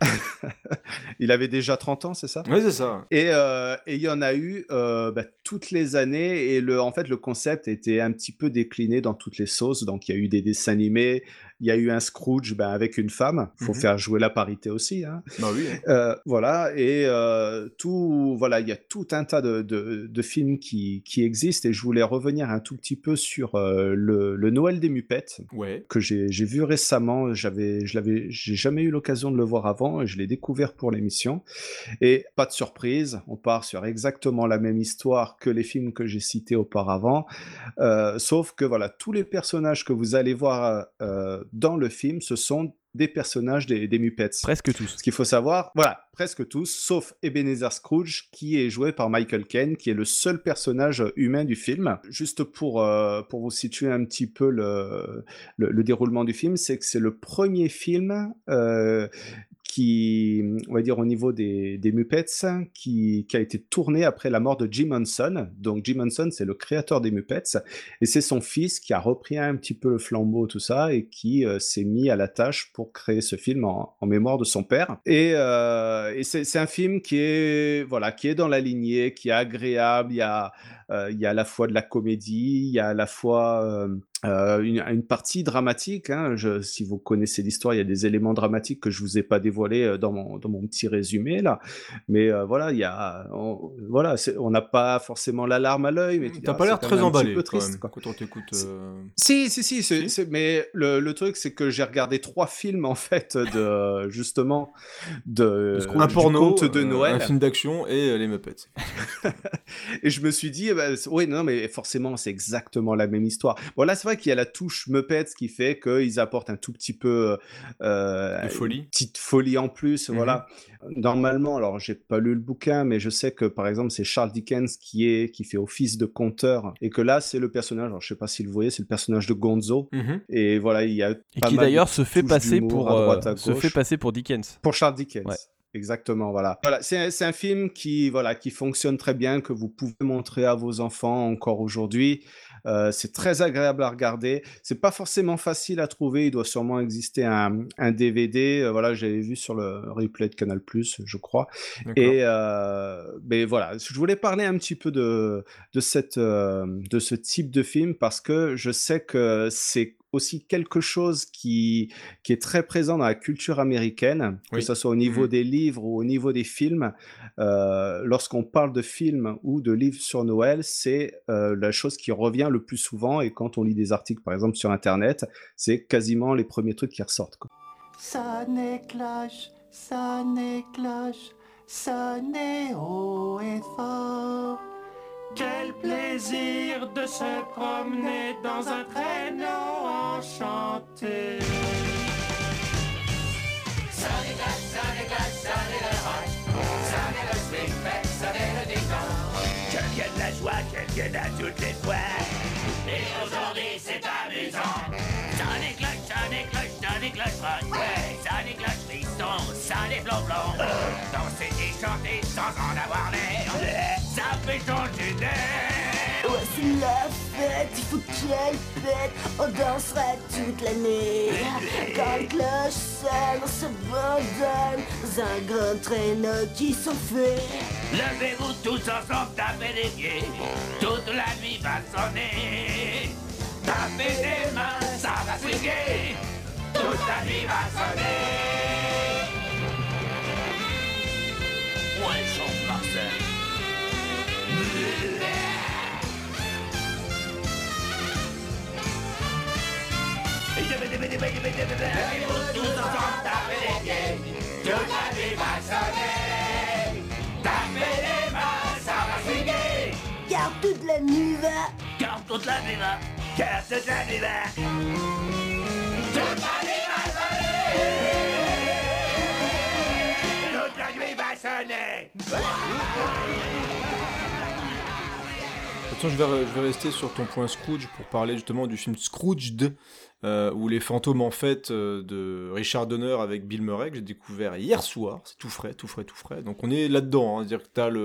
Il avait déjà 30 ans, c'est ça? Oui, c'est ça. Et il y en a eu toutes les années, et en fait, le concept était un petit peu décliné dans toutes les sauces. Donc, il y a eu des dessins animés, il y a eu un Scrooge avec une femme. Il faut faire jouer la parité aussi. Hein. Bah oui. Voilà, et voilà, il y a tout un tas de films qui existent, et je voulais revenir un tout petit peu sur le Noël des Muppets, que j'ai vu récemment. J'ai jamais eu l'occasion de le voir avant, et je l'ai découvert pour l'émission. Et pas de surprise, on part sur exactement la même histoire que les films que j'ai cités auparavant, sauf que voilà, tous les personnages que vous allez voir dans le film, ce sont des personnages des Muppets. Presque tous. Ce qu'il faut savoir, voilà, presque tous, sauf Ebenezer Scrooge, qui est joué par Michael Caine, qui est le seul personnage humain du film. Juste pour vous situer un petit peu le déroulement du film, c'est que c'est le premier film qui, on va dire au niveau des Muppets, qui a été tourné après la mort de Jim Henson. Donc Jim Henson, c'est le créateur des Muppets, et c'est son fils qui a repris un petit peu le flambeau, tout ça, et qui s'est mis à la tâche pour créer ce film en mémoire de son père. Et c'est un film qui est dans la lignée, qui est agréable. Il y a à la fois de la comédie, il y a à la fois une partie dramatique, hein. Si vous connaissez l'histoire, il y a des éléments dramatiques que je vous ai pas dévoilés dans mon petit résumé là, mais voilà, on n'a pas forcément la larme à l'œil, mais t'as pas l'air très emballé triste, quand on t'écoute. Si, mais le truc, c'est que j'ai regardé 3 films en fait justement un porno, du conte de Noël, un film d'action et les Muppets. Et je me suis dit, oui, non, mais forcément, c'est exactement la même histoire. Bon, là, c'est vrai qu'il y a la touche Muppets qui fait qu'ils apportent un tout petit peu de folie. Une petite folie en plus, voilà. Normalement, alors, j'ai pas lu le bouquin, mais je sais que, par exemple, c'est Charles Dickens qui fait office de conteur, et que là, c'est le personnage, alors je sais pas si vous le voyez, c'est le personnage de Gonzo. Et voilà, il y a et qui d'ailleurs se fait passer pour Dickens. Pour Charles Dickens. Ouais. Exactement, voilà. C'est un film qui fonctionne très bien, que vous pouvez montrer à vos enfants encore aujourd'hui. C'est très agréable à regarder. C'est pas forcément facile à trouver. Il doit sûrement exister un DVD. Voilà, j'avais vu sur le replay de Canal+, je crois. Et mais voilà, je voulais parler un petit peu de ce type de film, parce que je sais que c'est aussi quelque chose qui est très présent dans la culture américaine, que ce soit au niveau des livres ou au niveau des films. Lorsqu'on parle de films ou de livres sur Noël, c'est la chose qui revient le plus souvent, et quand on lit des articles par exemple sur internet, c'est quasiment les premiers trucs qui ressortent, quoi. Sonnez cloche, sonnez haut et fort. Quel plaisir de se promener dans un traîneau enchanté. Sonnez cloche, sonnez le roche, sonnez le swing fait, sonnez le ding-dong. Que vienne la joie, qu'elle vienne à toutes les fois. Et aujourd'hui c'est amusant. Sonnez cloche, sonnez cloche, sonnez cloche roche. Ouais, sonnez cloche frisson, sonnez blond-blond. Danser et chanter sans en avoir l'air. Ça fait changer d'air. Voici la fête. fête, il faut qu'il aille pète. On dansera toute l'année. Quand les cloches sonnent, on s'abandonne dans un grand traîneau qui s'enfuit. Levez-vous tous ensemble, tapez les pieds. Toute la nuit va sonner. Tapez des mains, ça va swinguer. Toute la nuit va sonner. Ouais, chante Marcel. Levez-vous tous ensemble, tapez les pieds. Toute la nuit va sonner. Tapez les mains, ça va swinguer. Car toute la nuit va. Car toute la nuit va. Car toute la nuit va. Toute la nuit va sonner. Toute la nuit va sonner. Attends, je vais rester sur ton point Scrooge pour parler justement du film Scrooged, où les fantômes en fait de Richard Donner avec Bill Murray, que j'ai découvert hier soir. C'est tout frais. Donc on est là-dedans, hein. C'est-à-dire que t'as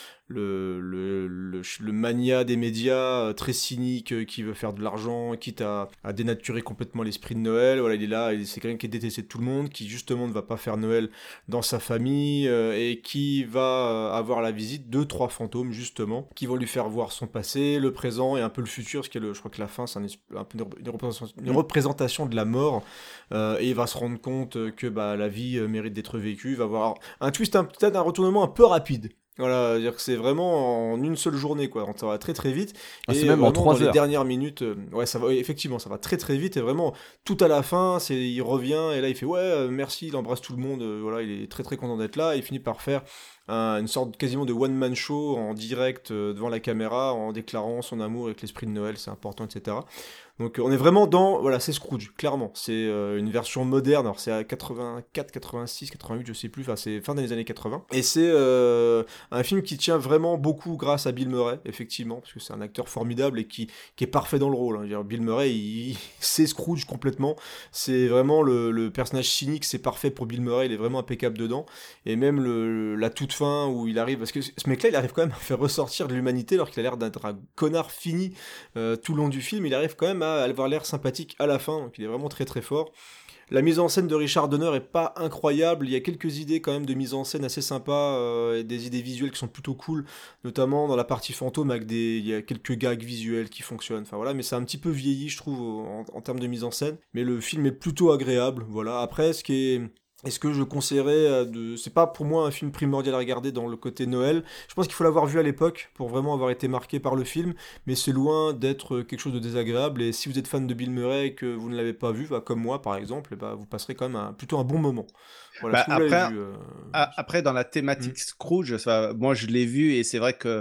le mania des médias très cynique qui veut faire de l'argent, quitte à dénaturer complètement l'esprit de Noël. Voilà, il est là, c'est quelqu'un qui est détesté de tout le monde, qui justement ne va pas faire Noël dans sa famille et qui va avoir la visite de 3 fantômes justement, qui vont lui faire voir son passé, le présent et un peu le futur, parce que je crois que la fin c'est un peu une représentation de la mort, et il va se rendre compte que la vie mérite d'être vécue. Il va avoir un twist, peut-être un retournement un peu rapide. Voilà, c'est-à-dire que c'est vraiment en une seule journée, quoi. Ça va très très vite. Ah, c'est même en 3 dans heures. Les dernières minutes, ça va, effectivement, ça va très très vite. Et vraiment, tout à la fin, il revient et là il fait merci, il embrasse tout le monde. Voilà, il est très très content d'être là. Et il finit par faire une sorte quasiment de one-man show en direct devant la caméra, en déclarant son amour avec l'esprit de Noël, c'est important, etc. Donc on est vraiment c'est Scrooge, clairement. C'est une version moderne, alors c'est à 84, 86, 88, je sais plus, enfin c'est fin des années 80. Et c'est un film qui tient vraiment beaucoup grâce à Bill Murray, effectivement, parce que c'est un acteur formidable et qui est parfait dans le rôle. Hein. Bill Murray, c'est Scrooge complètement. C'est vraiment le personnage cynique, c'est parfait pour Bill Murray, il est vraiment impeccable dedans. Et même la toute fin où il arrive, parce que ce mec-là, il arrive quand même à faire ressortir de l'humanité alors qu'il a l'air d'être un connard fini tout le long du film. Il arrive quand même à avoir l'air sympathique à la fin, donc il est vraiment très très fort. La mise en scène de Richard Donner est pas incroyable, il y a quelques idées quand même de mise en scène assez sympas, et des idées visuelles qui sont plutôt cool, notamment dans la partie fantôme avec il y a quelques gags visuels qui fonctionnent, enfin voilà, mais c'est un petit peu vieilli je trouve en termes de mise en scène, mais le film est plutôt agréable, voilà. Après est-ce que je conseillerais c'est pas pour moi un film primordial à regarder dans le côté Noël. Je pense qu'il faut l'avoir vu à l'époque pour vraiment avoir été marqué par le film, mais c'est loin d'être quelque chose de désagréable. Et si vous êtes fan de Bill Murray et que vous ne l'avez pas vu, comme moi par exemple, vous passerez quand même plutôt un bon moment. Voilà, après, dans la thématique Scrooge, moi je l'ai vu et c'est vrai que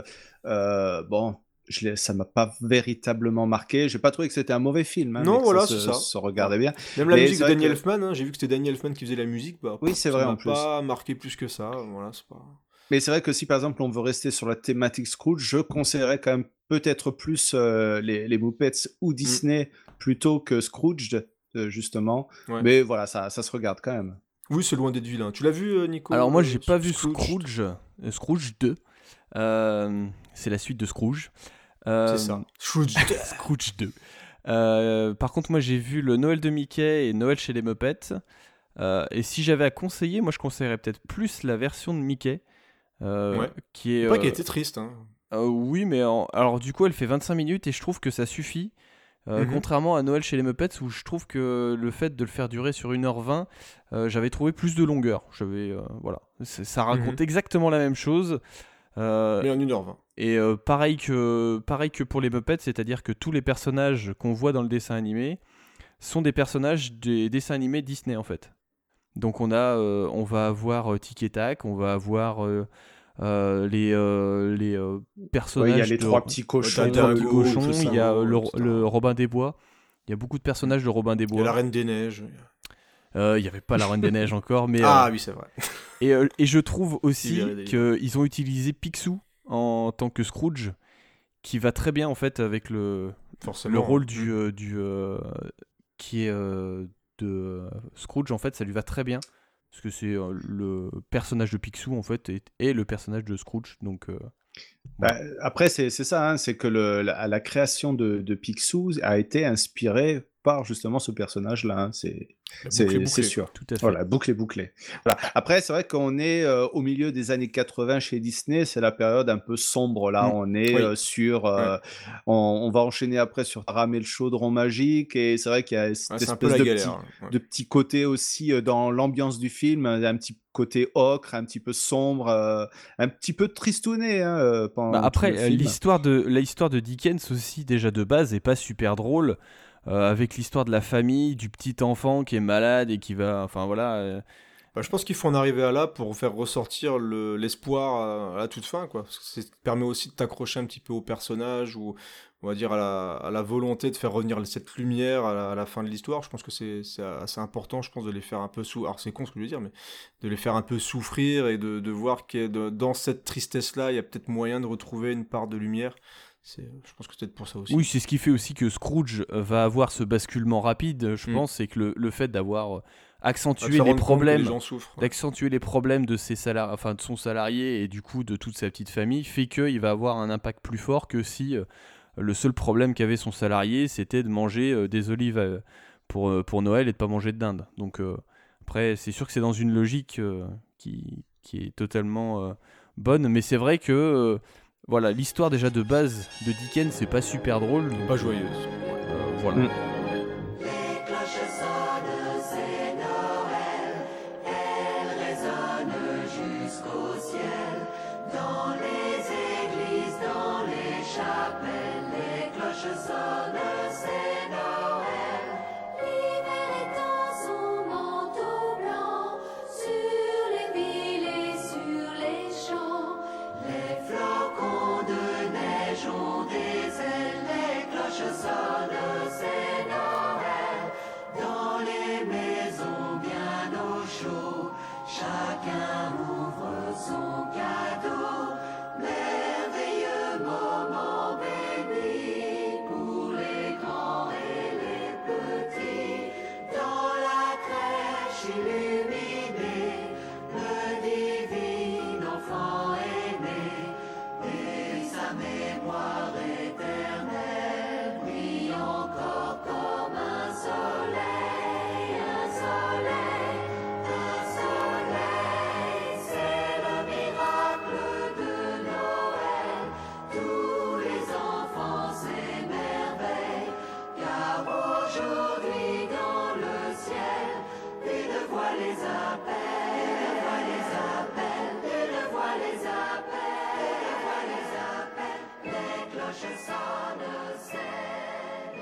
ça m'a pas véritablement marqué. J'ai pas trouvé que c'était un mauvais film. Hein, non, voilà, c'est ça. Se regardait bien. Même la musique de Danny Elfman, j'ai vu que c'était Danny Elfman qui faisait la musique. Oui, c'est vrai en plus. Ça m'a pas marqué plus que ça. Voilà, c'est pas... Mais c'est vrai que si par exemple on veut rester sur la thématique Scrooge, je conseillerais quand même peut-être plus les Muppets ou Disney plutôt que Scrooge, justement. Ouais. Mais voilà, ça se regarde quand même. Oui, c'est loin d'être vilain. Tu l'as vu, Nico? Alors moi, j'ai pas vu Scrooge 2. C'est la suite de Scrooge. C'est ça. Scrooge 2. Par contre, moi, j'ai vu le Noël de Mickey et Noël chez les Muppets. Et si j'avais à conseiller, moi, je conseillerais peut-être plus la version de Mickey. Qui est... Pas qu'elle était triste. Hein. Oui, mais alors du coup, elle fait 25 minutes et je trouve que ça suffit. Contrairement à Noël chez les Muppets où je trouve que le fait de le faire durer sur 1h20, j'avais trouvé plus de longueur. Voilà. Ça raconte exactement la même chose. Mais en 1h20. Et pareil que pour les Muppets, c'est-à-dire que tous les personnages qu'on voit dans le dessin animé sont des personnages des dessins animés Disney en fait. Donc on va avoir Tic et Tac, on va avoir les personnages. Il y a les 3 petits cochons. Il y a le Robin des Bois. Il y a beaucoup de personnages de Robin des Bois. Il y a la Reine des Neiges. Il n'y avait pas la Reine des Neiges encore, mais oui, c'est vrai. Et je trouve aussi qu'ils ont utilisé Picsou en tant que Scrooge, qui va très bien en fait avec le rôle qui est de Scrooge. En fait, ça lui va très bien parce que c'est le personnage de Picsou en fait et le personnage de Scrooge. Donc Après, c'est ça, hein, c'est que la création de Picsou a été inspirée par justement ce personnage-là. Hein, c'est sûr. Tout à fait. Voilà, boucle est bouclée. Voilà. Après, c'est vrai qu'on est au milieu des années 80 chez Disney, c'est la période un peu sombre. Là, on est sur. On va enchaîner après sur Taram et le chaudron magique, et c'est vrai qu'il y a cette espèce de petit côté aussi dans l'ambiance du film, un petit côté ocre, un petit peu sombre, un petit peu tristouné. Hein, après, l'histoire de Dickens aussi, déjà de base, est pas super drôle. Avec l'histoire de la famille, du petit enfant qui est malade et qui va... Enfin voilà... je pense qu'il faut en arriver à là pour faire ressortir l'espoir à la toute fin, quoi. Parce que ça permet aussi de t'accrocher un petit peu au personnage, ou on va dire à la volonté de faire revenir cette lumière à la fin de l'histoire. Je pense que c'est assez important, je pense, de les faire un peu alors c'est con ce que je veux dire, mais de les faire un peu souffrir et de voir que dans cette tristesse-là, il y a peut-être moyen de retrouver une part de lumière. Je pense que c'est peut-être pour ça aussi. Oui, c'est ce qui fait aussi que Scrooge va avoir ce basculement rapide, je pense, c'est que le fait d'avoir accentué les problèmes, d'accentuer les problèmes de de son salarié et du coup de toute sa petite famille, fait qu'il va avoir un impact plus fort que si le seul problème qu'avait son salarié, c'était de manger des olives pour Noël et de pas manger de dinde. Donc après, c'est sûr que c'est dans une logique qui est totalement bonne, mais c'est vrai que voilà, l'histoire déjà de base de Dickens, c'est pas super drôle. Pas joyeuse. Voilà. Les cloches sonnent, c'est Noël. Elles résonnent jusqu'au ciel. Dans les églises, dans les chapelles, les cloches sonnent, c'est Noël. L'hiver étend son manteau blanc sur les villes et sur les champs. Les flocons de neige ont des ailes, les cloches sonnent, c'est Noël. Dans les maisons bien au chaud, chacun ouvre son cadeau. Merveilleux moment béni pour les grands et les petits. Dans la crèche illuminée, le divin enfant est né. Et sa mémoire éternelle brille encore comme un soleil, un soleil, un soleil. C'est le miracle de Noël. Tous les enfants s'émerveillent, car aujourd'hui dans le ciel, une voix les appelle, une voix les appelle, une voix les appelle, une voix les appelle. Les cloches sonnent, c'est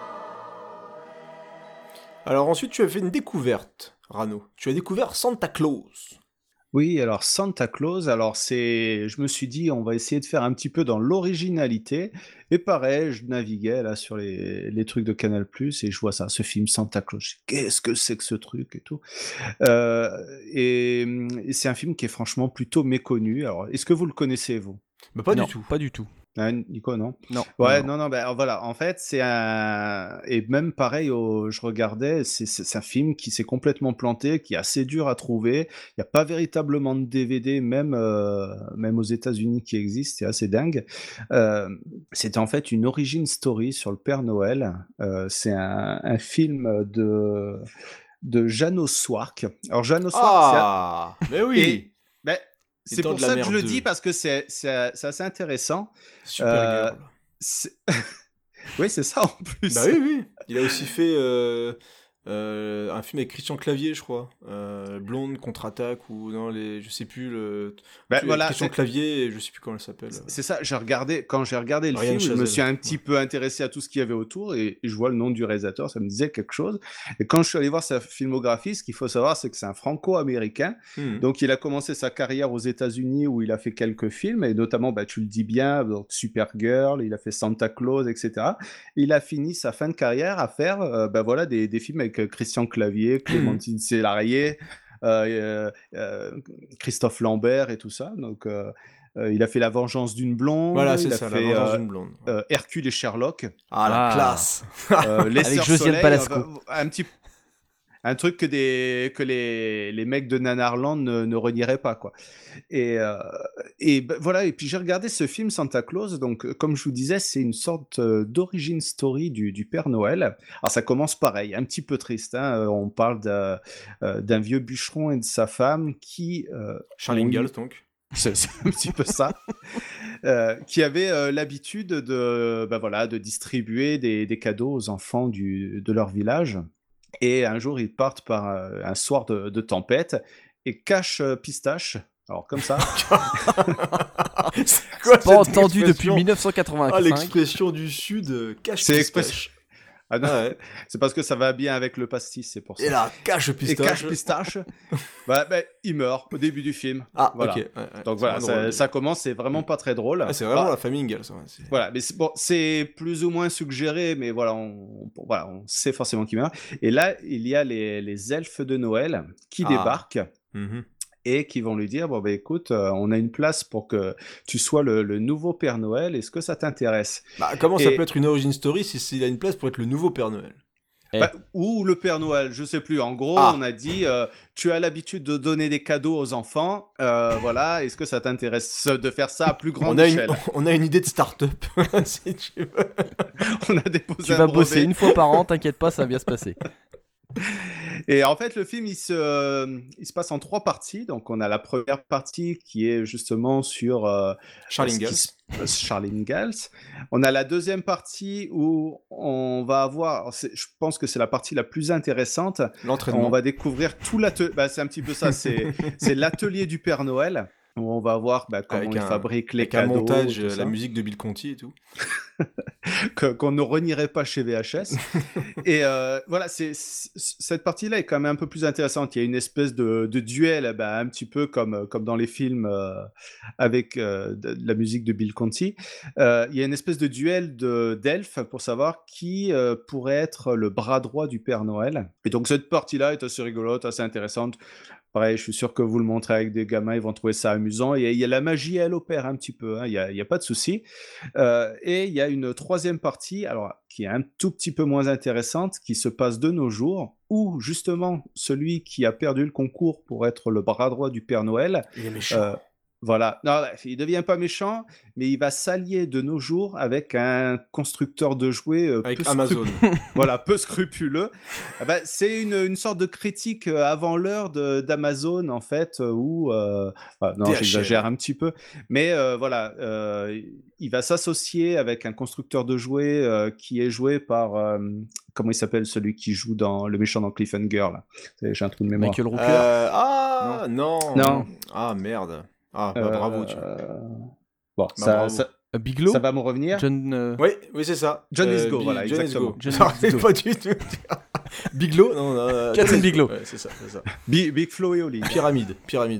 Alors ensuite, tu as fait une découverte, Rano. Tu as découvert Santa Claus. Oui, alors Santa Claus, je me suis dit, on va essayer de faire un petit peu dans l'originalité. Et pareil, je naviguais là sur les trucs de Canal+, et je vois ça, ce film Santa Claus. Je dis, qu'est-ce que c'est que ce truc et tout. Et c'est un film qui est franchement plutôt méconnu. Alors, est-ce que vous le connaissez, vous? Pas Non, du tout. Pas du tout. Nico, non? Non. Ouais, non, ben voilà, en fait, c'est un... Et même pareil, je regardais, c'est un film qui s'est complètement planté, qui est assez dur à trouver. Il n'y a pas véritablement de DVD, même aux États-Unis qui existe, c'est assez dingue. C'était en fait une origin story sur le Père Noël. C'est un film de Janos Swark. Alors, Janos Swark, mais oui! C'est pour ça que je le dis, parce que c'est assez intéressant. Supergirl. Oui, c'est ça en plus. Bah oui. Il a aussi fait un film avec Christian Clavier, je crois. Blonde contre-attaque, ou non, je sais plus. Christian Clavier, je sais plus comment elle s'appelle. C'est ça, quand j'ai regardé le Ryan film, je me Chazelle. suis un petit peu intéressé à tout ce qu'il y avait autour, et je vois le nom du réalisateur, ça me disait quelque chose. Et quand je suis allé voir sa filmographie, ce qu'il faut savoir, c'est que c'est un franco-américain. Donc il a commencé sa carrière aux États-Unis, où il a fait quelques films, et notamment, tu le dis bien, donc Supergirl, il a fait Santa Claus, etc. Il a fini sa fin de carrière à faire des films avec Christian Clavier, Clémentine Célarié, Christophe Lambert et tout ça. Donc, il a fait La Vengeance d'une blonde. Voilà, il c'est a ça, fait, La Vengeance d'une blonde. Hercule et Sherlock. Ah, la classe. Les Avec Sœurs Josiane Soleil, Balasco. un truc que les mecs de Nanarland ne renieraient pas, quoi. Voilà, et puis j'ai regardé ce film Santa Claus, donc comme je vous disais, c'est une sorte d'origin story du Père Noël. Alors ça commence pareil, un petit peu triste, hein, on parle d'un vieux bûcheron et de sa femme qui... Charlie Ingalls, donc. C'est un petit peu ça. Qui avait l'habitude de distribuer des cadeaux aux enfants de leur village. Et un jour, ils partent par un soir de tempête et cachent Pistache. Alors, comme ça. C'est quoi pas entendu depuis 1985. Ah, l'expression du Sud, cache Pistache. Ah non, ouais. C'est parce que ça va bien avec le pastis, c'est pour ça. Et là, cache Pistache. Il meurt au début du film. Ah, voilà. Ok. Ouais, donc voilà, ça commence, c'est vraiment pas très drôle. Ah, c'est vraiment la famille Ingalls. Voilà, mais c'est plus ou moins suggéré, mais voilà, on sait forcément qu'il meurt. Et là, il y a les elfes de Noël qui débarquent. Mm-hmm. Et qui vont lui dire, écoute, on a une place pour que tu sois le nouveau Père Noël, est-ce que ça t'intéresse? Comment ça peut être une origin story s'il a une place pour être le nouveau Père Noël? Ou le Père Noël, je sais plus. En gros, on a dit, tu as l'habitude de donner des cadeaux aux enfants, voilà, est-ce que ça t'intéresse de faire ça à plus grande échelle? On a une idée de start-up, si tu veux. On a déposé tu vas bosser une fois par an, t'inquiète pas, ça va bien se passer. Et en fait, le film, il se passe en 3 parties. Donc, on a la première partie qui est justement sur Charlie Ingalls. On a la deuxième partie où on va avoir, je pense que c'est la partie la plus intéressante. L'entraînement. On va découvrir tout l'atelier. C'est un petit peu ça. C'est l'atelier du Père Noël. Où on va voir comment il fabrique les cadeaux. Un montage, la musique de Bill Conti et tout. Qu'on ne renierait pas chez VHS. Et voilà, cette partie-là est quand même un peu plus intéressante. Il y a une espèce de duel, un petit peu comme dans les films avec de la musique de Bill Conti. Il y a une espèce de duel d'elfes pour savoir qui pourrait être le bras droit du Père Noël. Et donc cette partie-là est assez rigolote, assez intéressante. Pareil, je suis sûr que vous le montrez avec des gamins, ils vont trouver ça amusant. Et il y a la magie, elle opère un petit peu, hein, il y a pas de souci. Et il y a une troisième partie, alors qui est un tout petit peu moins intéressante, qui se passe de nos jours, où justement celui qui a perdu le concours pour être le bras droit du Père Noël, il est méchant. Voilà, non, il devient pas méchant, mais il va s'allier de nos jours avec un constructeur de jouets avec Amazon. Voilà, peu scrupuleux. C'est une sorte de critique avant l'heure d'Amazon en fait, où non, j'exagère un petit peu, mais voilà, il va s'associer avec un constructeur de jouets qui est joué par comment il s'appelle celui qui joue dans le méchant dans Cliffhanger là. J'ai un trou de mémoire. Michael Rooker. Non. Ah merde. Ah, bravo. Bon, Bigelow. Ça va me revenir. Oui, c'est ça. John Lithgow, voilà, exactement. Pas du tout. Bigelow, non. Catherine Bigelow. Ouais, c'est ça. Big Flo et Oli. Pyramide.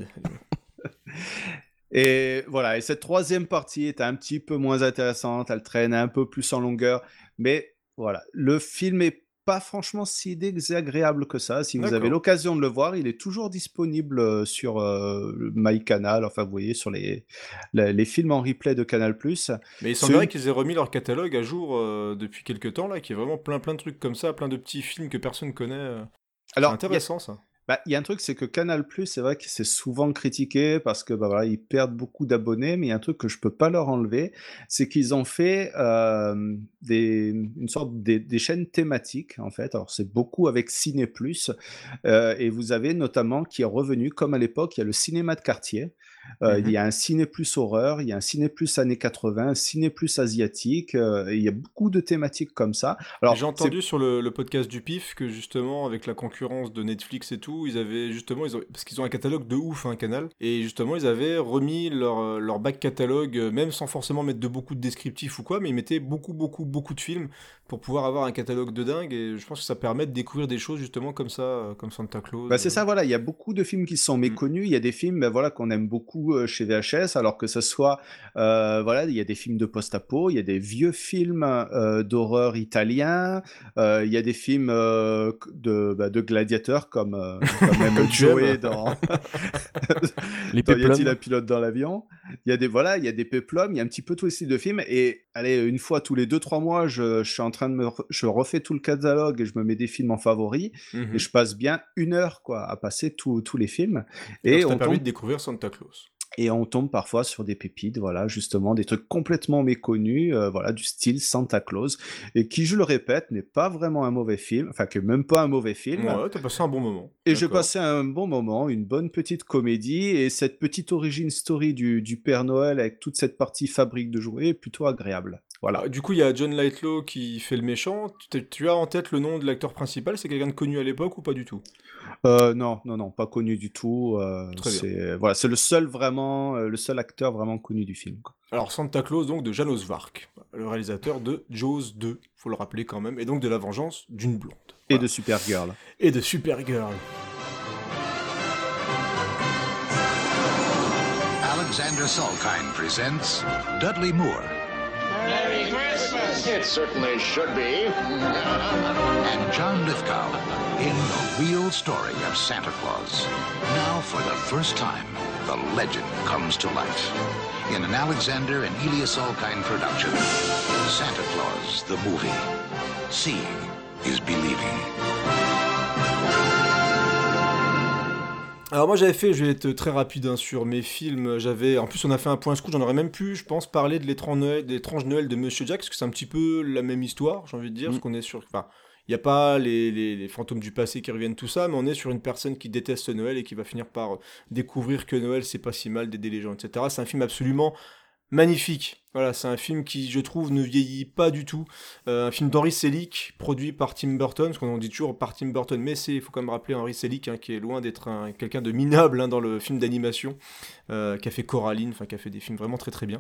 Et voilà, et cette troisième partie est un petit peu moins intéressante, elle traîne un peu plus en longueur, mais voilà, le film est pas franchement si désagréable que ça. Si vous avez l'occasion de le voir, il est toujours disponible sur MyCanal, enfin vous voyez, sur les films en replay de Canal+. Mais il semblerait qu'ils aient remis leur catalogue à jour depuis quelques temps, là, qui est vraiment plein de trucs comme ça, plein de petits films que personne connaît. Alors, c'est intéressant ça. Il y a un truc, c'est que Canal+, c'est vrai que c'est souvent critiqué parce que voilà, ils perdent beaucoup d'abonnés, mais il y a un truc que je peux pas leur enlever, c'est qu'ils ont fait une sorte des chaînes thématiques en fait. Alors c'est beaucoup avec Ciné+, et vous avez notamment qui est revenu comme à l'époque, il y a le cinéma de quartier. Il y a un ciné plus horreur, il y a un ciné plus années 80, un ciné plus asiatique, il y a beaucoup de thématiques comme ça. Alors, j'ai entendu sur le podcast du PIF que justement avec la concurrence de Netflix et tout, ils avaient justement, parce qu'ils ont un catalogue de ouf, un canal, et justement ils avaient remis leur back catalogue, même sans forcément mettre beaucoup de descriptifs ou quoi, mais ils mettaient beaucoup de films pour pouvoir avoir un catalogue de dingue, et je pense que ça permet de découvrir des choses justement comme ça, comme Santa Claus. C'est ça, voilà, il y a beaucoup de films qui sont méconnus, il y a des films voilà, qu'on aime beaucoup chez VHS, alors que ce soit, voilà, il y a des films de post-apo, il y a des vieux films d'horreur italiens, il y a des films de gladiateurs comme même Joey dans les dans Y a-t-il un pilote dans l'avion. Il y a des péplums, il y a un petit peu tous les styles de films, et allez, une fois tous les 2-3 mois, je suis en train train de je refais tout le catalogue et je me mets des films en favoris, et je passe bien 1 heure, quoi, à passer tous les films. Et ça t'a on permis tombe de découvrir Santa Claus. Et on tombe parfois sur des pépites, voilà, justement, des trucs complètement méconnus, voilà, du style Santa Claus, et qui, je le répète, n'est pas vraiment un mauvais film, enfin, qui est même pas un mauvais film. Ouais, t'as passé un bon moment. Et j'ai D'accord. passé un bon moment, une bonne petite comédie, et cette petite origin story du Père Noël avec toute cette partie fabrique de jouets est plutôt agréable. Voilà. Du coup, il y a John Lightlow qui fait le méchant. Tu as en tête le nom de l'acteur principal? C'est quelqu'un de connu à l'époque ou pas du tout? Non, pas connu du tout. Très bien. Voilà, c'est le seul acteur vraiment connu du film, quoi. Alors, Santa Claus, donc, de Janos Vark, le réalisateur de Jaws 2, faut le rappeler quand même, et donc de La Vengeance d'une blonde. Et de Supergirl. Et de Supergirl. Alexander Salkind presents Dudley Moore. Merry Christmas! It certainly should be. And John Lithgow in the real story of Santa Claus. Now, for the first time, the legend comes to life. In an Alexander and Elias Salkind production, Santa Claus, the movie. Seeing is believing. Alors moi j'avais fait, je vais être très rapide hein, sur mes films, en plus on a fait un point scout, j'en aurais même pu, je pense, parler de l'étrange Noël de Monsieur Jack, parce que c'est un petit peu la même histoire, j'ai envie de dire, parce qu'on est sur... Enfin, il n'y a pas les fantômes du passé qui reviennent, tout ça, mais on est sur une personne qui déteste Noël et qui va finir par découvrir que Noël c'est pas si mal d'aider les gens, etc. C'est un film absolument magnifique. Voilà, c'est un film qui, je trouve, ne vieillit pas du tout. Un film d'Henry Selick, produit par Tim Burton, parce qu'on en dit toujours par Tim Burton, mais il faut quand même rappeler Henry Selick, hein, qui est loin d'être quelqu'un de minable hein, dans le film d'animation, qui a fait Coraline, qui a fait des films vraiment très très bien.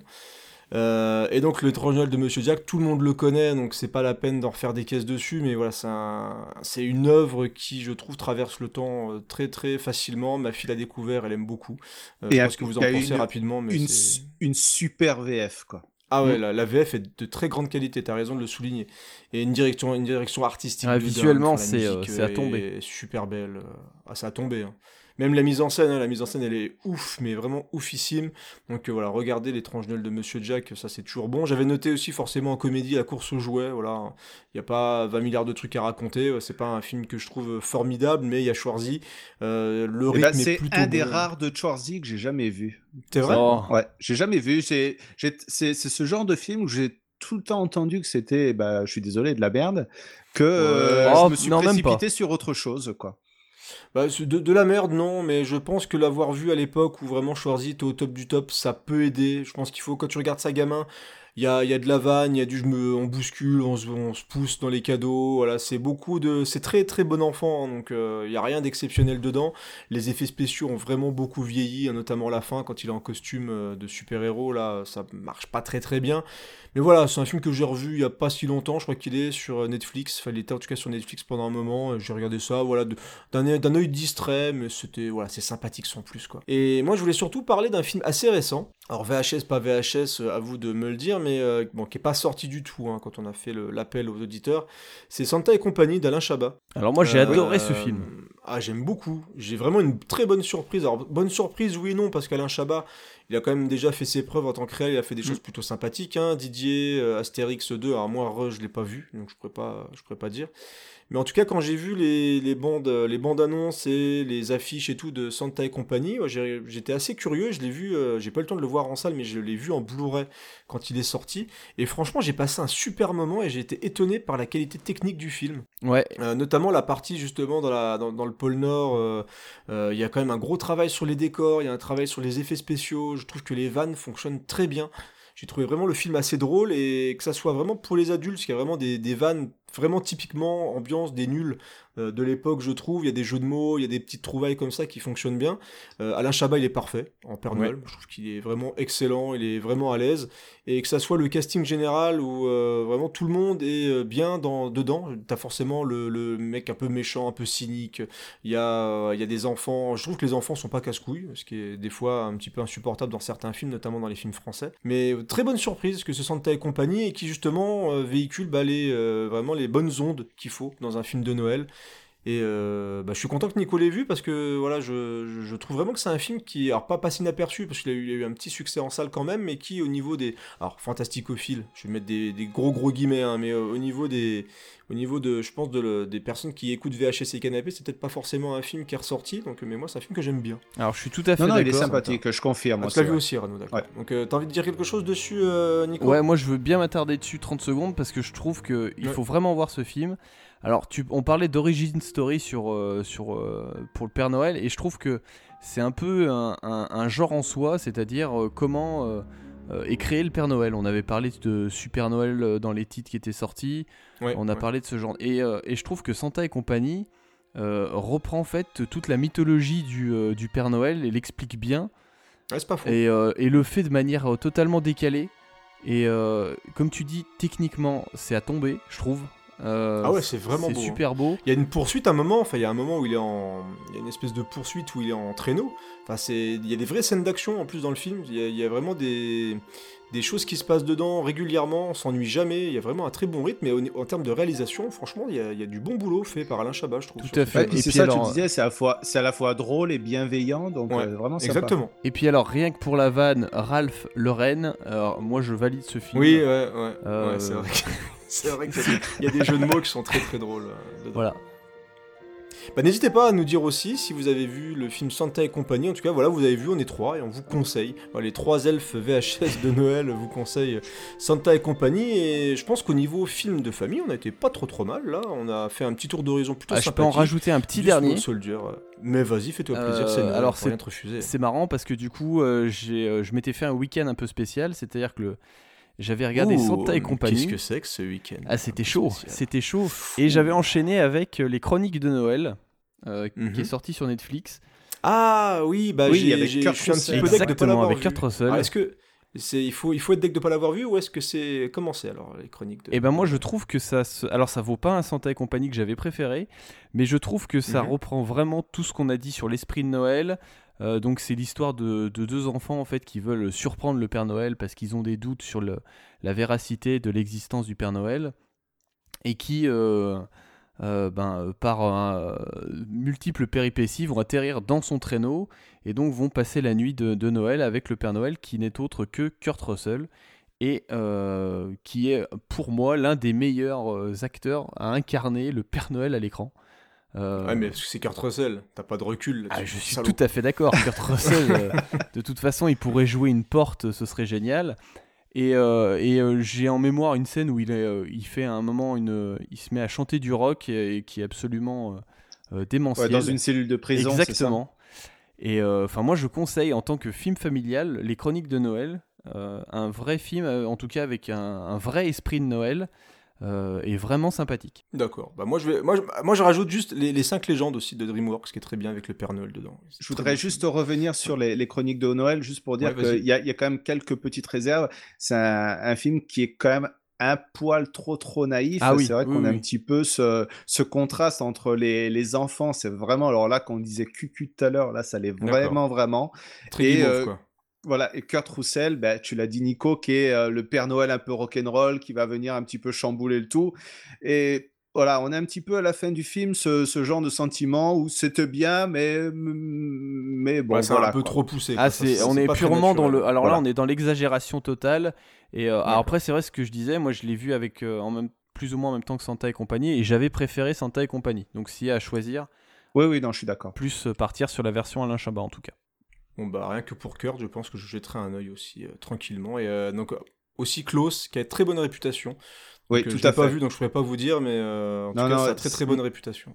Et donc l'étrange Noël de Monsieur Jack, tout le monde le connaît, donc c'est pas la peine d'en refaire des caisses dessus, mais voilà, c'est une œuvre qui, je trouve, traverse le temps très très facilement. Ma fille l'a découvert, elle aime beaucoup. Je pense que vous en pensez rapidement, mais une super VF, quoi. Ah ouais, la VF est de très grande qualité, t'as raison de le souligner. Et une direction artistique. Visuellement, c'est à tomber. Super belle. Ça a tombé. Hein. Même la mise en scène, elle est ouf, mais vraiment oufissime. Donc voilà, regardez l'étrange Noël de Monsieur Jack, ça c'est toujours bon. J'avais noté aussi forcément en comédie La course aux jouets, voilà. Il n'y a pas 20 milliards de trucs à raconter, c'est pas un film que je trouve formidable, mais il y a Schwarzy. Le rythme est plutôt C'est un des bon. rares de Schwarzy que j'ai jamais vu. C'est vrai ? Ouais, j'ai jamais vu. C'est ce genre de film où j'ai tout le temps entendu que c'était, je suis désolé, de la merde, que je me suis précipité sur autre chose, quoi. De la merde, non, mais je pense que l'avoir vu à l'époque où vraiment Schwarzy était au top du top, ça peut aider. Je pense qu'il faut, quand tu regardes ça gamin, il y a de la vanne, il y a on bouscule, on se pousse dans les cadeaux, voilà, c'est très très bon enfant, hein, donc il y a rien d'exceptionnel dedans. Les effets spéciaux ont vraiment beaucoup vieilli, hein, notamment la fin, quand il est en costume de super-héros, là, ça marche pas très très bien. Mais voilà, c'est un film que j'ai revu il y a pas si longtemps, je crois qu'il est sur Netflix, enfin il était en tout cas sur Netflix pendant un moment, j'ai regardé ça, voilà, d'un œil distrait, mais c'est sympathique sans plus, quoi. Et moi je voulais surtout parler d'un film assez récent, alors VHS, pas VHS, à vous de me le dire, mais qui est pas sorti du tout, hein, quand on a fait l'appel aux auditeurs, c'est Santa et compagnie d'Alain Chabat. Alors moi j'ai adoré ce film. Ah, j'aime beaucoup, j'ai vraiment une très bonne surprise, alors bonne surprise oui et non, parce qu'Alain Chabat, il a quand même déjà fait ses preuves en tant que réel, il a fait des choses plutôt sympathiques, hein. Didier, Astérix 2, alors moi je l'ai pas vu, donc je pourrais pas dire. Mais en tout cas, quand j'ai vu les bandes annonces et les affiches et tout de Santa et compagnie, j'étais assez curieux, je l'ai vu, j'ai pas eu le temps de le voir en salle, mais je l'ai vu en Blu-ray quand il est sorti, et franchement j'ai passé un super moment et j'ai été étonné par la qualité technique du film. Ouais. Notamment la partie justement dans le pôle Nord, il y a quand même un gros travail sur les décors, il y a un travail sur les effets spéciaux, je trouve que les vannes fonctionnent très bien. J'ai trouvé vraiment le film assez drôle, et que ça soit vraiment pour les adultes, parce qu'il y a vraiment des vannes vraiment typiquement ambiance des nuls de l'époque, je trouve. Il y a des jeux de mots, il y a des petites trouvailles comme ça qui fonctionnent bien. Alain Chabat, il est parfait en Père Noël. Je trouve qu'il est vraiment excellent, il est vraiment à l'aise. Et que ça soit le casting général où vraiment tout le monde est bien dedans. T'as forcément le mec un peu méchant, un peu cynique. Il y a des enfants. Je trouve que les enfants sont pas casse-couilles, ce qui est des fois un petit peu insupportable dans certains films, notamment dans les films français. Mais très bonne surprise que ce Santa et compagnie, et qui justement véhicule vraiment les bonnes ondes qu'il faut dans un film de Noël. Et je suis content que Nico l'ait vu parce que voilà, je trouve vraiment que c'est un film qui, alors pas passe inaperçu parce qu'il a eu un petit succès en salle quand même, mais qui au niveau des, alors fantasticophiles, je vais mettre des gros guillemets, hein, mais au niveau de, je pense des personnes qui écoutent VHS et Canapé, c'est peut-être pas forcément un film qui est ressorti, donc mais moi c'est un film que j'aime bien. Alors je suis tout à fait d'accord. Non, il est sympathique, je confirme. Tu l'as vu aussi, Arnaud, d'accord. Ouais. Donc t'as envie de dire quelque chose dessus, Nico ? Ouais, moi je veux bien m'attarder dessus 30 secondes parce que je trouve qu'il faut vraiment voir ce film. Alors, on parlait d'origin story pour le Père Noël, et je trouve que c'est un peu un genre en soi, c'est-à-dire comment est créé le Père Noël. On avait parlé de Super Noël dans les titres qui étaient sortis, on a parlé de ce genre. Et je trouve que Santa et compagnie reprend en fait toute la mythologie du Père Noël et l'explique bien. Ouais, c'est pas faux. Et le fait de manière totalement décalée. Et comme tu dis, techniquement, c'est à tomber, je trouve. Ah ouais, c'est vraiment beau. C'est super beau. Il y a une poursuite à un moment, il y a un moment où il y a une espèce de poursuite où il est en traîneau. Il y a des vraies scènes d'action en plus dans le film. Il y a vraiment des choses qui se passent dedans régulièrement, on s'ennuie jamais. Il y a vraiment un très bon rythme, et en termes de réalisation, franchement, il y a du bon boulot fait par Alain Chabat, je trouve. Tout à fait. Et c'est ça, tu disais, c'est à la fois drôle et bienveillant, donc vraiment sympa. Exactement. Et puis alors, rien que pour la vanne, Ralph Lauren, alors moi je valide ce film. Oui, ouais, c'est vrai. C'est vrai qu'il y a des jeux de mots qui sont très très drôles. Voilà. N'hésitez pas à nous dire aussi si vous avez vu le film Santa et compagnie. En tout cas, voilà, vous avez vu, on est 3 et on vous conseille. Voilà, les 3 elfes VHS de Noël vous conseillent Santa et compagnie. Et je pense qu'au niveau film de famille, on a été pas trop mal. Là, on a fait un petit tour d'horizon plutôt sympathique. Je peux en rajouter un petit dernier. Soldier. Mais vas-y, fais-toi plaisir. C'est Noël, alors rien te refuser. C'est marrant parce que du coup, je m'étais fait un week-end un peu spécial. C'est-à-dire que j'avais regardé Santa et compagnie. Qu'est-ce que c'est que ce week-end ? Ah, c'était chaud. Et j'avais enchaîné avec les Chroniques de Noël, qui est sorti sur Netflix. Ah oui, je suis un petit peu deck de pas l'avoir vu. Avec Kurt Russell. Est-ce que il faut être deck de pas l'avoir vu, ou est-ce que c'est comment c'est alors les Chroniques de... Eh ben moi je trouve que alors ça vaut pas un Santa et compagnie que j'avais préféré, mais je trouve que ça reprend vraiment tout ce qu'on a dit sur l'esprit de Noël. Donc c'est l'histoire de 2 enfants en fait qui veulent surprendre le Père Noël parce qu'ils ont des doutes sur la véracité de l'existence du Père Noël, et qui par multiples péripéties vont atterrir dans son traîneau et donc vont passer la nuit de Noël avec le Père Noël, qui n'est autre que Kurt Russell, et qui est pour moi l'un des meilleurs acteurs à incarner le Père Noël à l'écran. Ouais, mais parce que c'est Kurt Russell, t'as pas de recul là-dessus. Je suis tout à fait d'accord. Kurt Russell, de toute façon, il pourrait jouer une porte, ce serait génial. Et j'ai en mémoire une scène où il fait à un moment il se met à chanter du rock et qui est absolument démentiel. Dans une cellule de prison. Exactement. C'est ça. Et moi, je conseille en tant que film familial les Chroniques de Noël, un vrai film, en tout cas avec un vrai esprit de Noël. Est vraiment sympathique. D'accord. Moi je rajoute juste les 5 légendes aussi de DreamWorks, qui est très bien avec le Père Noël dedans. Je voudrais juste revenir sur les Chroniques de Noël, juste pour dire qu'il y a quand même quelques petites réserves. C'est un film qui est quand même un poil trop naïf. C'est vrai qu'on a un petit peu ce contraste entre les enfants. C'est vraiment, alors là, quand on disait cucu tout à l'heure, là ça l'est vraiment. Très guimauve, quoi. Voilà, et Kurt Russell, tu l'as dit Nico, qui est le Père Noël un peu rock'n'roll, qui va venir un petit peu chambouler le tout. Et voilà, on a un petit peu à la fin du film ce genre de sentiment où c'était bien, mais bon, c'est un peu trop poussé. On est purement dans le. Alors là, on est dans l'exagération totale. Et alors après, c'est vrai ce que je disais, moi je l'ai vu avec plus ou moins en même temps que Santa et compagnie, et j'avais préféré Santa et compagnie. Donc s'il y a à choisir. Oui, non, je suis d'accord. Plus partir sur la version Alain Chabat en tout cas. Bon rien que pour Kurt, je pense que je jetterai un œil aussi tranquillement. Et donc aussi Klaus, qui a très bonne réputation. Oui, donc, tout je l'ai à pas fait. vu, donc je pourrais pas vous dire, mais en tout cas, ça a très bonne réputation.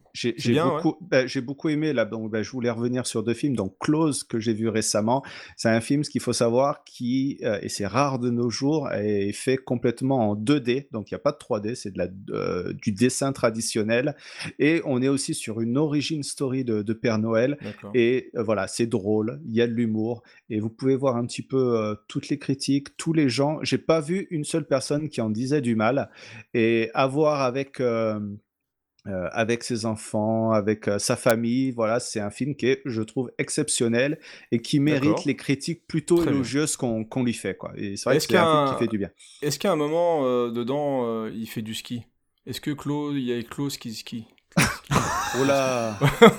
J'ai beaucoup aimé là. Donc, je voulais revenir sur 2 films. Donc Close, que j'ai vu récemment, c'est un film, ce qu'il faut savoir, qui et c'est rare de nos jours, est fait complètement en 2D. Donc il y a pas de 3D, c'est du dessin traditionnel. Et on est aussi sur une origin story de Père Noël. D'accord. Et voilà, c'est drôle, il y a de l'humour, et vous pouvez voir un petit peu toutes les critiques, tous les gens. J'ai pas vu une seule personne qui en disait du mal. Et avoir avec ses enfants, avec sa famille, voilà, c'est un film qui est, je trouve, exceptionnel et qui mérite les critiques plutôt élogieuses qu'on lui fait, quoi. Et c'est vrai que c'est un film qui fait du bien. Est-ce qu'à un moment dedans, il fait du ski ? Est-ce que il y a Klaus qui skie ? Oh là.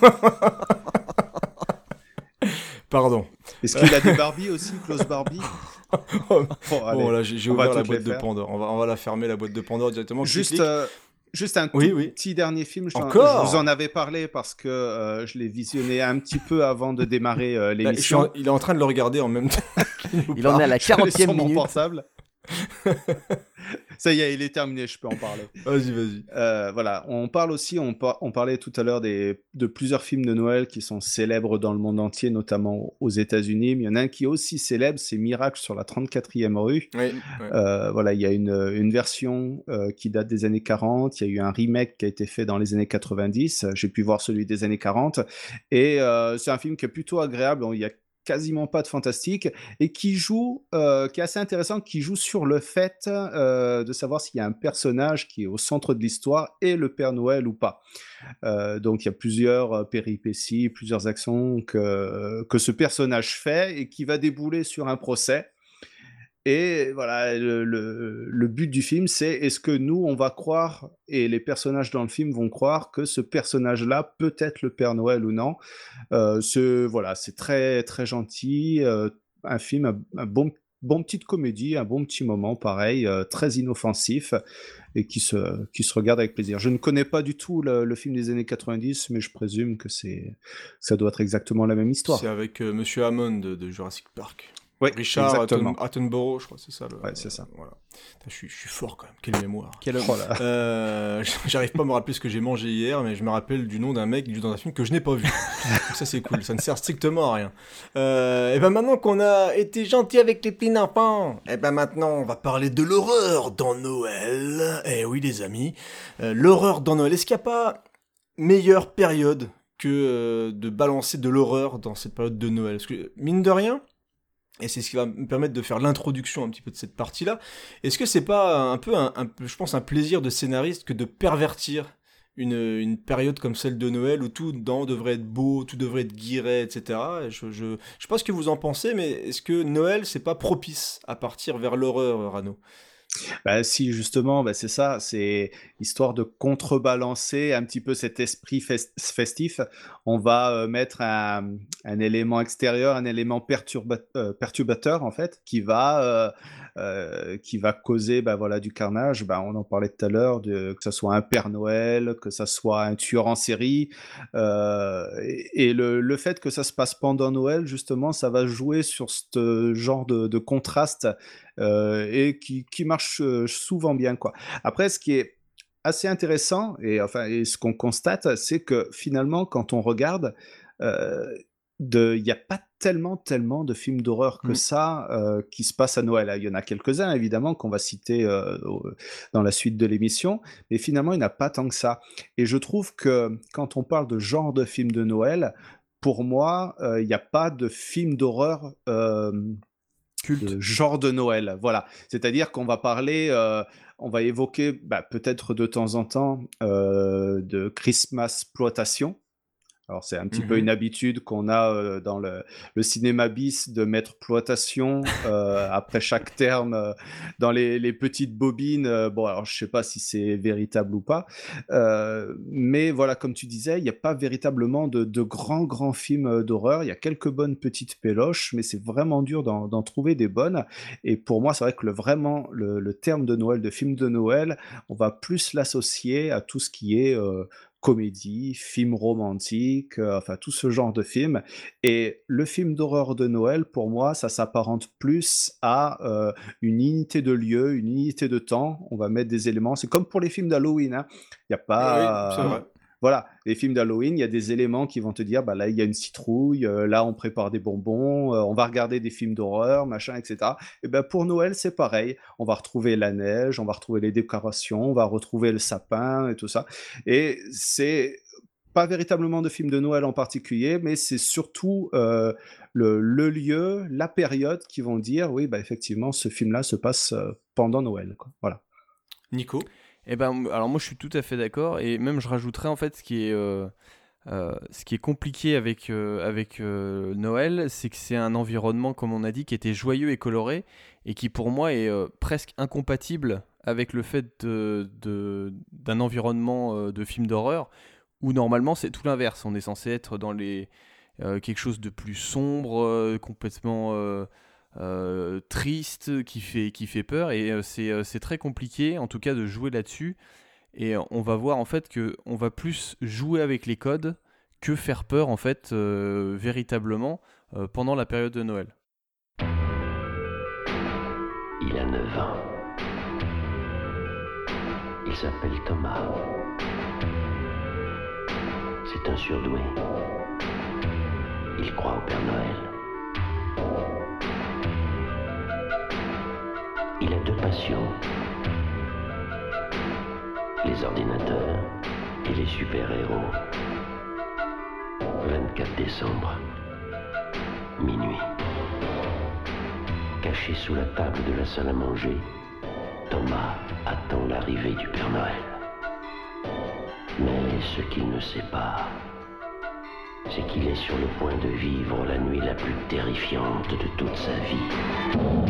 Pardon. Est-ce qu'il a des Barbie aussi, Klaus Barbie? Bon, là, j'ai ouvert la boîte de Pandore. On va la fermer, la boîte de Pandore, directement. Juste un petit dernier film. Je vous en avais parlé parce que je l'ai visionné un petit peu avant de démarrer l'émission. Il est en train de le regarder en même temps. Il en est à la 40e minute. Mon portable. Ça y est, il est terminé, je peux en parler. Vas-y. Voilà, on parle aussi, on parlait tout à l'heure de plusieurs films de Noël qui sont célèbres dans le monde entier, notamment aux États-Unis. Mais il y en a un qui est aussi célèbre, c'est Miracle sur la 34e rue. Oui. Voilà, il y a une version qui date des années 40. Il y a eu un remake qui a été fait dans les années 90. J'ai pu voir celui des années 40. Et c'est un film qui est plutôt agréable. Il y a quasiment pas de fantastique et qui est assez intéressant, qui joue sur le fait de savoir s'il y a un personnage qui est au centre de l'histoire et le Père Noël ou pas. Donc il y a plusieurs péripéties, plusieurs actions que ce personnage fait et qui va débouler sur un procès. Et voilà, le but du film, c'est est-ce que nous, on va croire, et les personnages dans le film vont croire que ce personnage-là peut être le Père Noël ou non. C'est très, très gentil, un film, un bon petite comédie, un bon petit moment, pareil, très inoffensif, et qui se regarde avec plaisir. Je ne connais pas du tout le film des années 90, mais je présume que ça doit être exactement la même histoire. C'est avec Monsieur Hammond de Jurassic Park. Oui, Richard exactement. Attenborough, je crois, c'est ça. Ouais, c'est ça. Voilà. Je suis fort quand même, quelle mémoire. Quel homme. J'arrive pas à me rappeler ce que j'ai mangé hier, mais je me rappelle du nom d'un mec qui joue dans un film que je n'ai pas vu. Donc ça c'est cool, ça ne sert strictement à rien. Et ben maintenant qu'on a été gentil avec les petits enfants, et ben maintenant on va parler de l'horreur dans Noël. Eh oui les amis, l'horreur dans Noël. Est-ce qu'il n'y a pas meilleure période que de balancer de l'horreur dans cette période de Noël? Parce que mine de rien, et c'est ce qui va me permettre de faire l'introduction un petit peu de cette partie-là. Est-ce que c'est pas un peu, je pense, un plaisir de scénariste que de pervertir une période comme celle de Noël où tout dedans devrait être beau, tout devrait être guiré, etc. Et je sais pas ce que vous en pensez, mais est-ce que Noël, c'est pas propice à partir vers l'horreur, Rano? Bah si, justement, c'est ça, c'est histoire de contrebalancer un petit peu cet esprit festif. On va mettre un élément extérieur, un élément perturbateur en fait, qui va causer du carnage. On en parlait tout à l'heure, que ce soit un Père Noël, que ce soit un tueur en série. Et le fait que ça se passe pendant Noël, justement, ça va jouer sur ce genre de contraste et qui marche souvent bien, quoi. Après, ce qui est assez intéressant, et ce qu'on constate, c'est que finalement, quand on regarde, il n'y a pas tellement de films d'horreur que ça qui se passent à Noël. Il y en a quelques-uns, évidemment, qu'on va citer dans la suite de l'émission, mais finalement, il n'y en a pas tant que ça. Et je trouve que quand on parle de genre de film de Noël, pour moi, il n'y a pas de film d'horreur de genre de Noël, voilà. C'est-à-dire qu'on va parler, on va évoquer peut-être de temps en temps de Christmasploitation. Alors c'est un petit peu une habitude qu'on a dans le cinéma bis de mettre ploitation après chaque terme dans les petites bobines. Alors je sais pas si c'est véritable ou pas, mais voilà, comme tu disais, il n'y a pas véritablement de grands films d'horreur. Il y a quelques bonnes petites péloches, mais c'est vraiment dur d'en trouver des bonnes. Et pour moi, c'est vrai que le terme de Noël, de film de Noël, on va plus l'associer à tout ce qui est comédie, film romantique, tout ce genre de film. Et le film d'horreur de Noël, pour moi, ça s'apparente plus à une unité de lieu, une unité de temps. On va mettre des éléments. C'est comme pour les films d'Halloween, hein. Il n'y a pas... Oui, c'est vrai. Voilà, les films d'Halloween, il y a des éléments qui vont te dire, là, il y a une citrouille, là, on prépare des bonbons, on va regarder des films d'horreur, machin, etc. Et pour Noël, c'est pareil. On va retrouver la neige, on va retrouver les décorations, on va retrouver le sapin et tout ça. Et c'est pas véritablement de films de Noël en particulier, mais c'est surtout le lieu, la période qui vont dire, oui, effectivement, ce film-là se passe pendant Noël, quoi. Voilà. Nico ? Alors moi je suis tout à fait d'accord, et même je rajouterais en fait ce qui est compliqué avec Noël, c'est que c'est un environnement, comme on a dit, qui était joyeux et coloré, et qui pour moi est presque incompatible avec le fait d'un environnement de film d'horreur où normalement c'est tout l'inverse. On est censé être dans quelque chose de plus sombre, complètement triste, qui fait peur, et c'est très compliqué en tout cas de jouer là-dessus. Et on va voir en fait qu'on va plus jouer avec les codes que faire peur en fait véritablement pendant la période de Noël. Il a 9 ans. Il s'appelle Thomas. C'est un surdoué. Il croit au Père Noël. Il a 2 passions. Les ordinateurs et les super-héros. 24 décembre, minuit. Caché sous la table de la salle à manger, Thomas attend l'arrivée du Père Noël. Mais ce qu'il ne sait pas, c'est qu'il est sur le point de vivre la nuit la plus terrifiante de toute sa vie.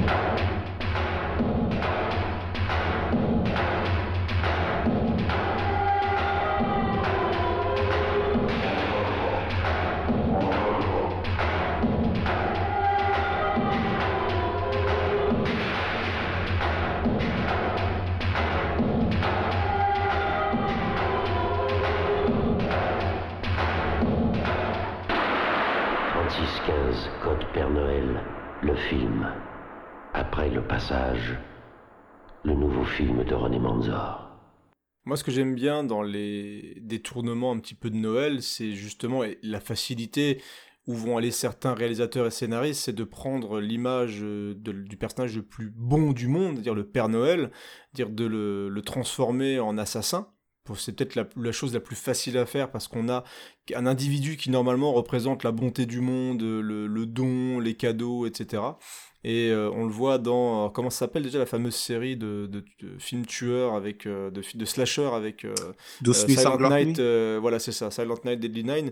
3615 Code Père Noël, le film. Après le passage, le nouveau film de René Manzor. Moi, ce que j'aime bien dans les détournements un petit peu de Noël, c'est justement la facilité où vont aller certains réalisateurs et scénaristes, c'est de prendre l'image du personnage le plus bon du monde, c'est-à-dire le Père Noël, dire de le transformer en assassin. C'est peut-être la chose la plus facile à faire parce qu'on a un individu qui normalement représente la bonté du monde, le don, les cadeaux, etc. Et on le voit dans, comment ça s'appelle déjà la fameuse série de films tueurs avec, de slasher avec Silent Night, voilà c'est ça, Silent Night, Deadly Night,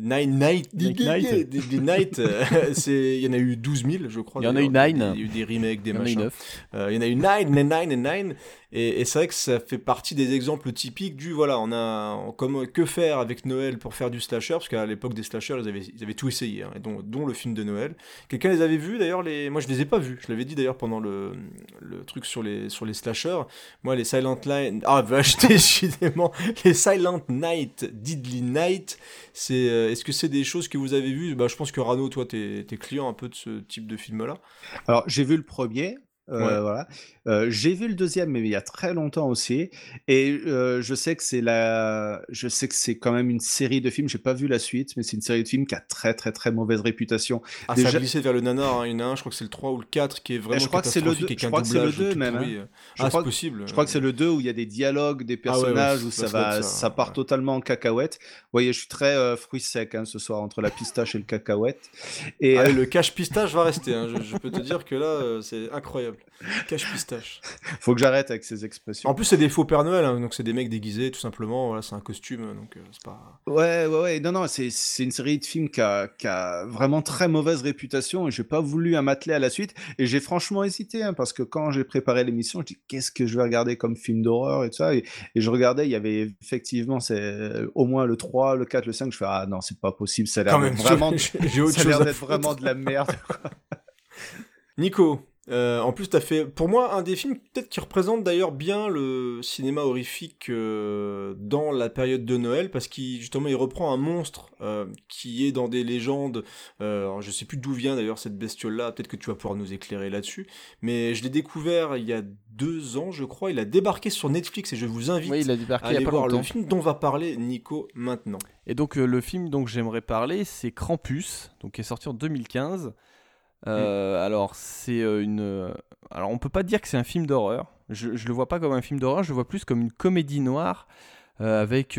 Deadly Night, il y en a eu 12 000 je crois. Il y en a eu 9. Il y a eu des remakes, des machins. Il y en a eu 9. Et c'est vrai que ça fait partie des exemples typiques du, voilà, que faire avec Noël pour faire du slasher, parce qu'à l'époque des slashers, ils avaient tout essayé, hein, dont le film de Noël. Quelqu'un les avait vus d'ailleurs, moi je les ai pas vus, je l'avais dit d'ailleurs pendant le truc sur les slashers. Moi les Silent Night, décidément, les Silent Night, Deadly Night, est-ce que c'est des choses que vous avez vues? Je pense que Rano, toi t'es client un peu de ce type de film-là. Alors j'ai vu le premier. Ouais. Voilà. J'ai vu le deuxième, mais il y a très longtemps aussi. Et je sais que c'est quand même une série de films. J'ai pas vu la suite, mais c'est une série de films qui a très très très mauvaise réputation. Ah, ça a glissé vers le nanar, hein. Il y en a un, je crois que c'est le 3 ou le 4 qui est vraiment catastrophique. Je crois que c'est le 2 même. C'est possible. Je crois que c'est le 2 où il y a des dialogues, des personnages, où ça part totalement en cacahuète. Vous voyez, je suis très fruit sec ce soir entre la pistache et le cacahuète. Et le cache pistache va rester. Hein. Je peux te dire que là, c'est incroyable. Cache pistache. Faut que j'arrête avec ces expressions. En plus, c'est des faux Père Noël, hein, donc c'est des mecs déguisés, tout simplement. Voilà, c'est un costume, donc c'est pas. Ouais. Non, c'est une série de films qui a vraiment très mauvaise réputation et j'ai pas voulu m'atteler à la suite. Et j'ai franchement hésité, parce que quand j'ai préparé l'émission, je dis qu'est-ce que je vais regarder comme film d'horreur et tout ça. Et je regardais, il y avait effectivement au moins le 3, le 4, le 5. Je fais ah non, c'est pas possible, ça a l'air d'être vraiment de la merde. Quoi. Nico. En plus, t'as fait, pour moi, un des films peut-être qui représente d'ailleurs bien le cinéma horrifique dans la période de Noël, parce qu'il justement il reprend un monstre qui est dans des légendes. Alors, je sais plus d'où vient d'ailleurs cette bestiole-là. Peut-être que tu vas pouvoir nous éclairer là-dessus. Mais je l'ai découvert il y a 2 ans, je crois. Il a débarqué sur Netflix et je vous invite à aller voir le film dont va parler Nico maintenant. Et donc le film dont j'aimerais parler, c'est Krampus, donc qui est sorti en 2015. Alors c'est alors on peut pas dire que c'est un film d'horreur. Je le vois pas comme un film d'horreur, je le vois plus comme une comédie noire avec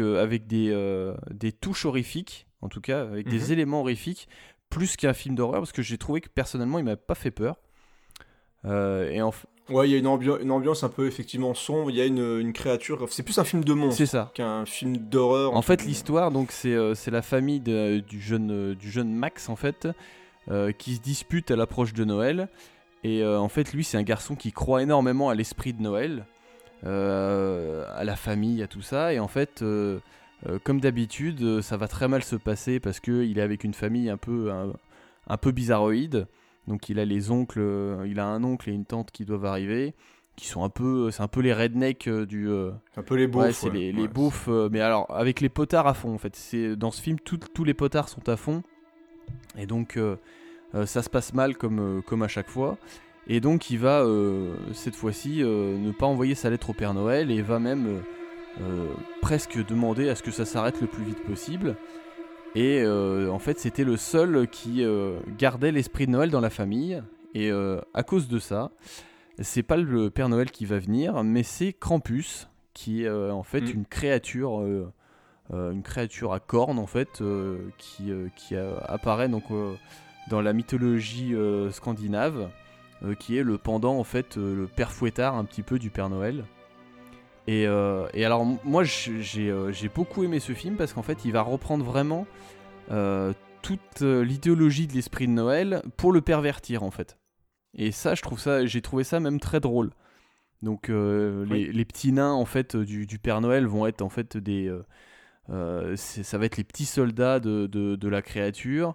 des touches horrifiques, en tout cas avec des éléments horrifiques, plus qu'un film d'horreur, parce que j'ai trouvé que personnellement il m'a pas fait peur. Ouais, il y a une ambiance un peu effectivement sombre. Il y a une créature. C'est plus un film de monstre qu'un film d'horreur. En fait, l'histoire, donc c'est la famille du jeune Max en fait. Qui se dispute à l'approche de Noël, et en fait lui c'est un garçon qui croit énormément à l'esprit de Noël, à la famille, à tout ça, et en fait comme d'habitude, ça va très mal se passer parce qu'il est avec une famille un peu bizarroïde. Donc il a il a un oncle et une tante qui doivent arriver, qui sont c'est un peu les rednecks du... un peu les beaufs. Ouais, c'est les beaufs, mais alors avec les potards à fond en fait. Dans ce film, tous les potards sont à fond. Et donc ça se passe mal comme à chaque fois. Et donc il va cette fois-ci ne pas envoyer sa lettre au Père Noël et va même presque demander à ce que ça s'arrête le plus vite possible. Et en fait c'était le seul qui gardait l'esprit de Noël dans la famille. Et à cause de ça, c'est pas le Père Noël qui va venir, mais c'est Krampus qui est en fait une créature à cornes en fait qui apparaît donc dans la mythologie scandinave, qui est le pendant en fait le père fouettard un petit peu du Père Noël. Et alors moi j'ai beaucoup aimé ce film parce qu'en fait il va reprendre vraiment toute l'idéologie de l'esprit de Noël pour le pervertir en fait. Et ça j'ai trouvé ça même très drôle. Donc les petits nains en fait du Père Noël vont être en fait ça va être les petits soldats de la créature.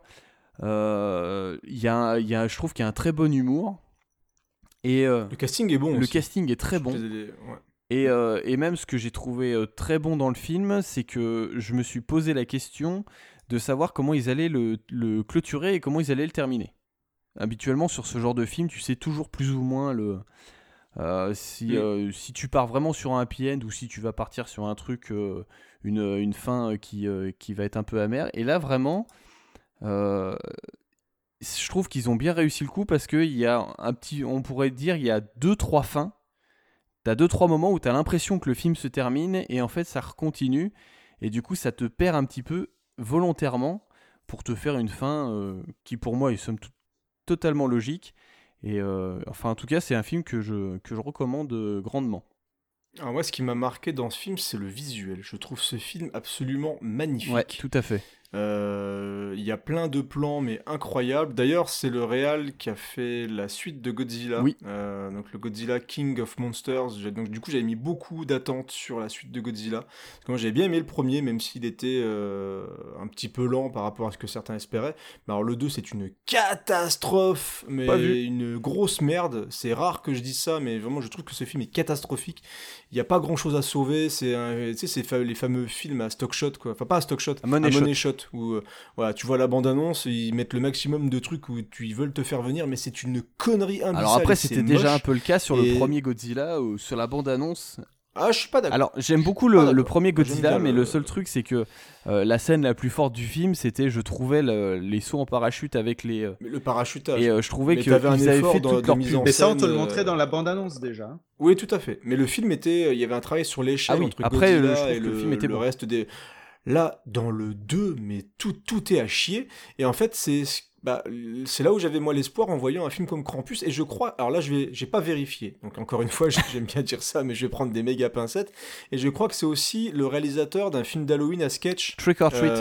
Je trouve qu'il y a un très bon humour. Et le casting est bon. Le casting est très bon. Et même ce que j'ai trouvé très bon dans le film, c'est que je me suis posé la question de savoir comment ils allaient le clôturer et comment ils allaient le terminer. Habituellement sur ce genre de film, tu sais toujours plus ou moins si tu pars vraiment sur un happy end ou si tu vas partir sur un truc, une fin qui va être un peu amère. Et là vraiment, je trouve qu'ils ont bien réussi le coup parce qu'il y a on pourrait dire, il y a 2-3 fins. T'as 2-3 moments où t'as l'impression que le film se termine et en fait ça recontinue et du coup ça te perd un petit peu volontairement pour te faire une fin qui pour moi est somme toute totalement logique. Et enfin en tout cas c'est un film que je recommande grandement. Alors moi ce qui m'a marqué dans ce film c'est le visuel. Je trouve ce film absolument magnifique. Ouais, tout à fait. Il y a plein de plans mais incroyables. D'ailleurs c'est le réal qui a fait la suite de Godzilla. Oui. Donc le Godzilla King of Monsters. Donc du coup j'avais mis beaucoup d'attentes sur la suite de Godzilla. Parce que moi j'avais bien aimé le premier même s'il était un petit peu lent par rapport à ce que certains espéraient. Mais alors le 2 c'est une catastrophe. Mais une grosse merde. C'est rare que je dise ça mais vraiment je trouve que ce film est catastrophique. Il n'y a pas grand chose à sauver. C'est les fameux films à stock shot quoi. Enfin pas à stock shot, à money shot. Où voilà, tu vois la bande-annonce, ils mettent le maximum de trucs où ils veulent te faire venir, mais c'est une connerie imbécile. Alors après, c'était déjà un peu le cas sur le premier Godzilla, où sur la bande-annonce. Ah, je suis pas d'accord. Alors, j'aime beaucoup le premier Godzilla, mais le seul truc, c'est que la scène la plus forte du film, c'était, je trouvais, les sauts en parachute avec les... Mais le parachutage. Et je trouvais qu'ils avaient fait toute leur pub. Mais ça, on te le montrait dans la bande-annonce, déjà. Oui, tout à fait. Mais le film était... Il y avait un travail sur l'échelle entre Godzilla et le reste des... Là, dans le 2, mais tout est à chier. Et en fait, c'est là où j'avais moi l'espoir en voyant un film comme Krampus. Et je crois, alors là, j'ai pas vérifié. Donc encore une fois, j'aime bien dire ça, mais je vais prendre des méga pincettes. Et je crois que c'est aussi le réalisateur d'un film d'Halloween à sketch. Trick or Treat.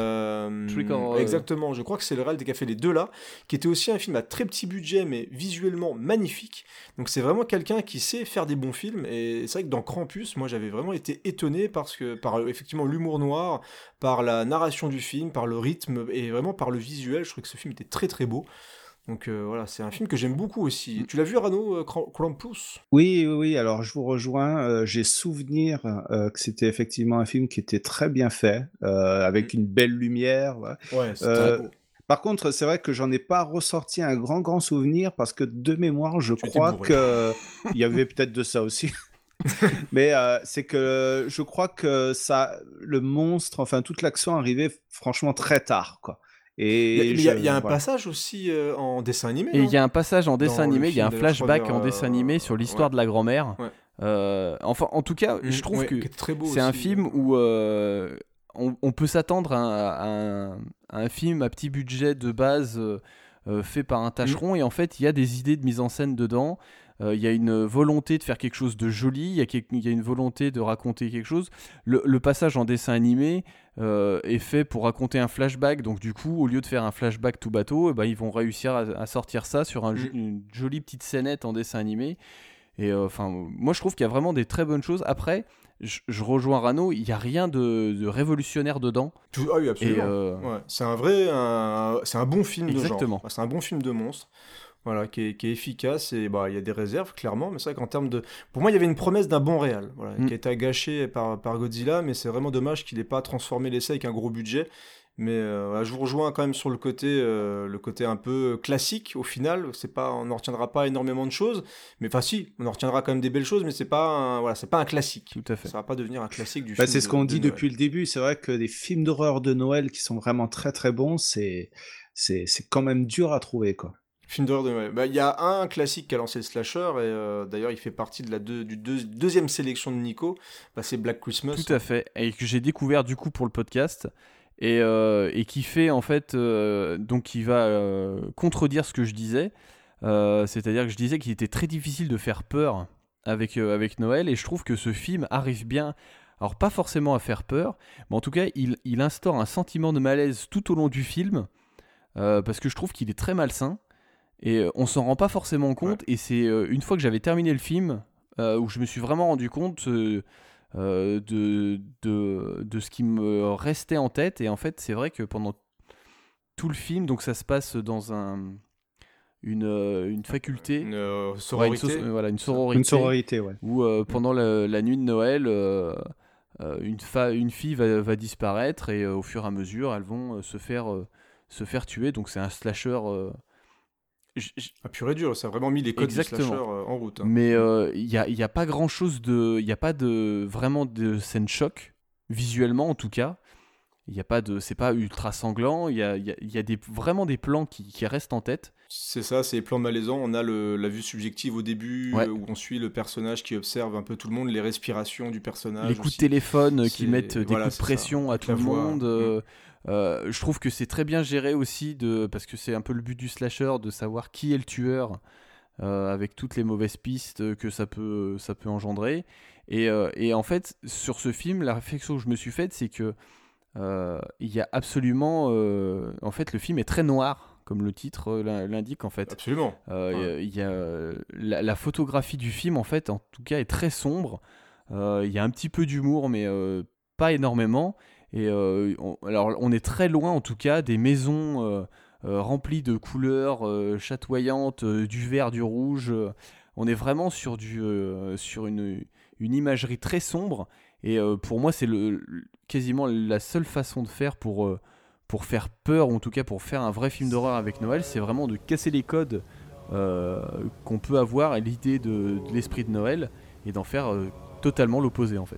Exactement. Je crois que c'est le réalisateur qui a fait les deux là, qui était aussi un film à très petit budget, mais visuellement magnifique. Donc c'est vraiment quelqu'un qui sait faire des bons films. Et c'est vrai que dans Krampus, moi j'avais vraiment été étonné par effectivement l'humour noir, par la narration du film, par le rythme et vraiment par le visuel. Je trouvais que ce film était très très beau. Donc voilà, c'est un film que j'aime beaucoup aussi. Tu l'as vu, Arnaud, Krampus ? Oui, alors je vous rejoins. J'ai souvenir que c'était effectivement un film qui était très bien fait, avec une belle lumière. Ouais, c'est très beau. Par contre, c'est vrai que j'en ai pas ressorti un grand souvenir parce que de mémoire, je crois que il y avait peut-être de ça aussi. Mais c'est que je crois que le monstre, enfin toute l'action arrivait franchement très tard, quoi. Et il y a un passage aussi en dessin animé. Et il y a un passage en dessin animé, il y a un flashback en dessin animé sur l'histoire de la grand-mère. Ouais. Enfin, en tout cas, je trouve que c'est un film où on peut s'attendre à un film à petit budget de base fait par un tâcheron, et en fait, il y a des idées de mise en scène dedans. Il y a une volonté de faire quelque chose de joli, il y a une volonté de raconter quelque chose. Le passage en dessin animé est fait pour raconter un flashback, donc du coup, au lieu de faire un flashback tout bateau, ils vont réussir à sortir ça sur une jolie petite scénette en dessin animé. Et enfin, moi je trouve qu'il y a vraiment des très bonnes choses. Après, je rejoins Rano, il n'y a rien de révolutionnaire dedans. Ah oui, absolument. Ouais, c'est c'est un bon film de genre. Exactement. C'est un bon film de monstre. Voilà, qui est efficace et il y a des réserves clairement, mais c'est vrai qu'en termes de, pour moi il y avait une promesse d'un bon réal, voilà, qui a été gâchée par Godzilla, mais c'est vraiment dommage qu'il n'ait pas transformé l'essai avec un gros budget. Mais je vous rejoins quand même sur le côté un peu classique au final. On n'en retiendra pas énormément de choses, mais enfin si, on en retiendra quand même des belles choses, mais c'est pas un classique. Tout à fait. Ça va pas devenir un classique du film. C'est ce qu'on dit depuis le début. C'est vrai que des films d'horreur de Noël qui sont vraiment très très bons, c'est quand même dur à trouver, quoi. Film d'horreur de Noël. Il y a un classique qui a lancé le slasher, et d'ailleurs il fait partie de la deuxième sélection de Nico, c'est Black Christmas. Tout à fait, et que j'ai découvert du coup pour le podcast, et qui fait en fait, donc qui va contredire ce que je disais, c'est-à-dire que je disais qu'il était très difficile de faire peur avec Noël, et je trouve que ce film arrive bien, alors pas forcément à faire peur, mais en tout cas il instaure un sentiment de malaise tout au long du film, parce que je trouve qu'il est très malsain. Et on s'en rend pas forcément compte, et c'est une fois que j'avais terminé le film où je me suis vraiment rendu compte de ce qui me restait en tête. Et en fait, c'est vrai que pendant tout le film, donc ça se passe dans une faculté, une sororité, une sororité, ouais. Où pendant la nuit de Noël, une fille va disparaître, et au fur et à mesure, elles vont se faire tuer. Donc c'est un slasher. Pur et dur, ça a vraiment mis les codes du slasher en route. Hein. Mais il y a pas grand chose il n'y a pas vraiment de scène choc, visuellement en tout cas. C'est pas ultra sanglant, il y a vraiment des plans qui restent en tête. C'est ça, c'est les plans malaisants. On a la vue subjective au début, où on suit le personnage qui observe un peu tout le monde, les respirations du personnage. Les coups de téléphone qui mettent des coups de pression à tout le monde. Je trouve que c'est très bien géré aussi, parce que c'est un peu le but du slasher, de savoir qui est le tueur, avec toutes les mauvaises pistes que ça peut engendrer. Et en fait, sur ce film, la réflexion que je me suis faite, c'est que il y a absolument... en fait, le film est très noir, comme le titre l'indique, en fait. Absolument. Il y a la photographie du film, en fait, en tout cas, est très sombre. Il y a un petit peu d'humour, mais pas énormément. Et alors on est très loin en tout cas des maisons remplies de couleurs chatoyantes, du vert, du rouge. On est vraiment sur une imagerie très sombre, et pour moi c'est quasiment la seule façon de faire pour faire peur, ou en tout cas pour faire un vrai film d'horreur avec Noël, c'est vraiment de casser les codes qu'on peut avoir, et l'idée de l'esprit de Noël, et d'en faire totalement l'opposé en fait.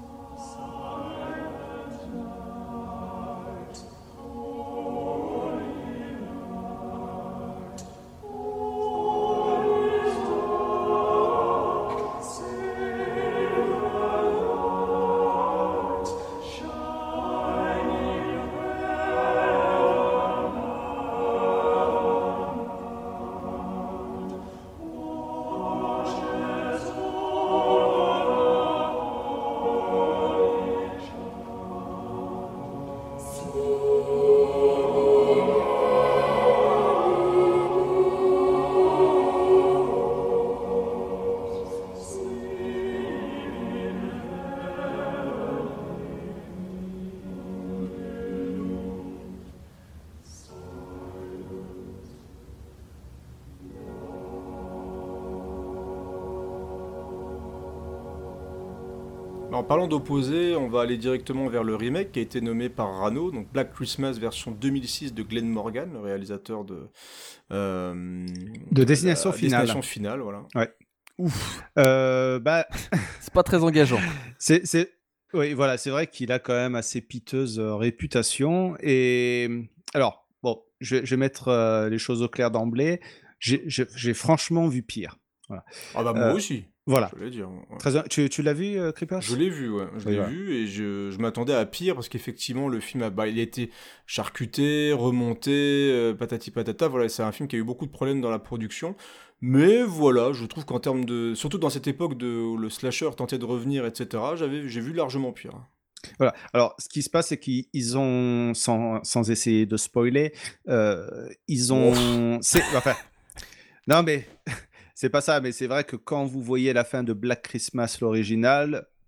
En parlant d'opposé, on va aller directement vers le remake qui a été nommé par Rano, donc Black Christmas version 2006 de Glenn Morgan, le réalisateur de Destination Finale. Destination Finale, voilà. Ouais. Ouf. C'est pas très engageant. Oui, voilà, c'est vrai qu'il a quand même assez piteuse réputation. Et alors, bon, je vais mettre les choses au clair d'emblée. J'ai franchement vu pire. Voilà. Ah bah moi aussi. Voilà. Je voulais dire. Ouais. Tu l'as vu, Creepers ? Je l'ai vu, ouais. Je l'ai vu, et je m'attendais à pire, parce qu'effectivement, le film il a été charcuté, remonté, patati patata. Voilà, c'est un film qui a eu beaucoup de problèmes dans la production. Mais voilà, je trouve qu'en termes de... Surtout dans cette époque où le slasher tentait de revenir, etc., j'ai vu largement pire. Voilà. Alors, ce qui se passe, c'est qu'ils ont, sans essayer de spoiler, ils ont... Enfin, non, mais... C'est pas ça, mais c'est vrai que quand vous voyez la fin de Black Christmas, l'original,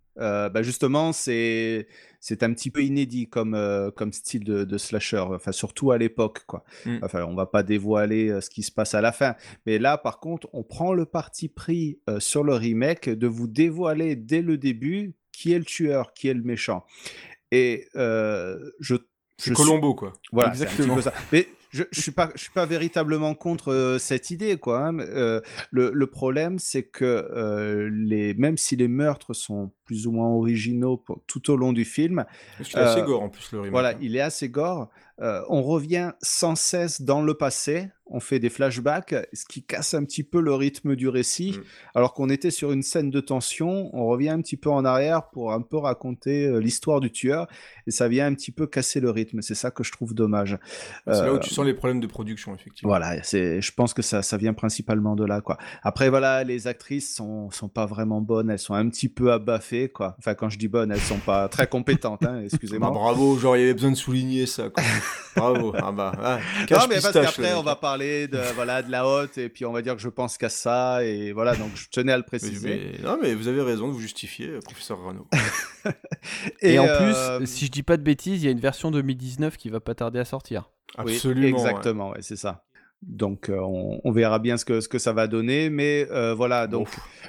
Justement, c'est un petit peu inédit comme style de slasher, enfin surtout à l'époque, quoi. Enfin, on va pas dévoiler ce qui se passe à la fin, mais là, par contre, on prend le parti pris sur le remake de vous dévoiler dès le début qui est le tueur, qui est le méchant. Et c'est Columbo, quoi. Voilà, exactement. c'est un petit peu ça. Mais je suis pas véritablement contre cette idée, quoi. Hein. Le problème, c'est que même si les meurtres sont plus ou moins originaux tout au long du film, parce qu'il est assez gore en plus le remake. Voilà, il est assez gore. On revient sans cesse dans le passé. On fait des flashbacks, ce qui casse un petit peu le rythme du récit. Alors qu'on était sur une scène de tension, on revient un petit peu en arrière pour un peu raconter l'histoire du tueur, et ça vient un petit peu casser le rythme. C'est ça que je trouve dommage. C'est là où tu sens les problèmes de production, effectivement. Voilà, je pense que ça vient principalement de là, quoi. Après, voilà, les actrices sont pas vraiment bonnes, elles sont un petit peu abaffées, quoi. Enfin, quand je dis bonnes, elles sont pas très compétentes, hein, excusez-moi. Bah, bravo, genre il y avait besoin de souligner ça, quoi. Bravo. Non, mais parce qu'après on va parler de la haute, et puis on va dire que je pense qu'à ça, et voilà, donc je tenais à le préciser. Non, mais vous avez raison de vous justifier, professeur Renaud. et en plus, si je dis pas de bêtises, il y a une version 2019 qui va pas tarder à sortir. Absolument. Oui, exactement, ouais, c'est ça. Donc on verra bien ce que ça va donner, mais voilà, donc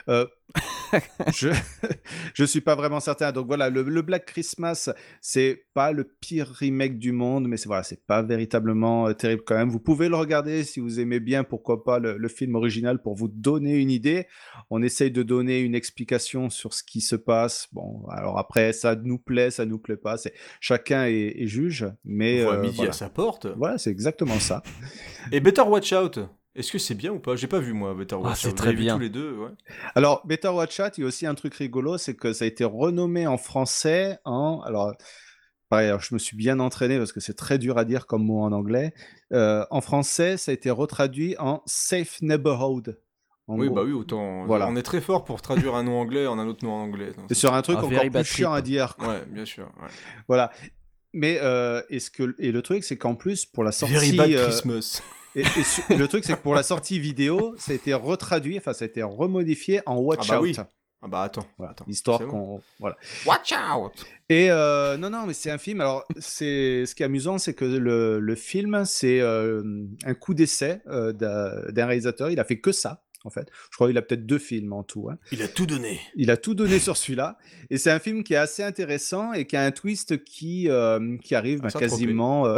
je suis pas vraiment certain. Donc voilà, le Black Christmas, c'est pas le pire remake du monde, mais c'est pas véritablement terrible quand même. Vous pouvez le regarder si vous aimez bien, pourquoi pas le film original, pour vous donner une idée. On essaye de donner une explication sur ce qui se passe. Bon, alors après, ça nous plaît pas. Chacun est juge, mais midi à sa porte. Voilà, c'est exactement ça. Et Better Watch Out, est-ce que c'est bien ou pas? J'ai pas vu moi Better Watch Out. C'est très bien. Tous les deux, ouais. Alors Better Watch Out, il y a aussi un truc rigolo, c'est que ça a été renommé en français alors je me suis bien entraîné parce que c'est très dur à dire comme mot en anglais. En français, ça a été retraduit en Safe Neighborhood. Oui, autant. Voilà. On est très fort pour traduire un nom anglais en un autre nom en anglais. C'est sur un truc encore plus chiant à dire, quoi. Ouais, bien sûr. Ouais. Voilà. Mais le truc, c'est qu'en plus, pour la sortie... Very Bad Christmas. Le truc, c'est que pour la sortie vidéo, ça a été retraduit, ça a été remodifié en Watch Out. Oui. Ah bah attends. Histoire qu'on... Voilà. Watch Out. Et non, mais c'est un film. Alors, ce qui est amusant, c'est que le film, c'est un coup d'essai d'un réalisateur. Il a fait que ça, en fait. Je crois qu'il a peut-être 2 films en tout. Hein. Il a tout donné. Il a tout donné sur celui-là. Et c'est un film qui est assez intéressant et qui a un twist qui arrive quasiment...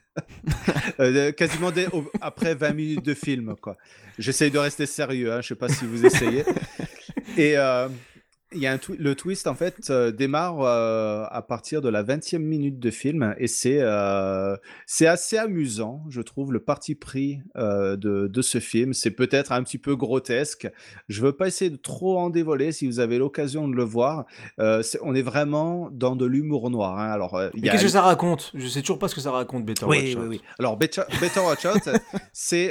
quasiment après 20 minutes de film, quoi. J'essaye de rester sérieux, hein, je sais pas si vous essayez. Et il y a le twist, en fait, démarre à partir de la 20e minute de film, et c'est assez amusant, je trouve, le parti pris de ce film. C'est peut-être un petit peu grotesque. Je veux pas essayer de trop en dévoiler si vous avez l'occasion de le voir. On est vraiment dans de l'humour noir. Hein. Alors, mais qu'est-ce que ça raconte? Je sais toujours pas ce que ça raconte, Better Watch Out. Oui. Alors, Better Watch Out, c'est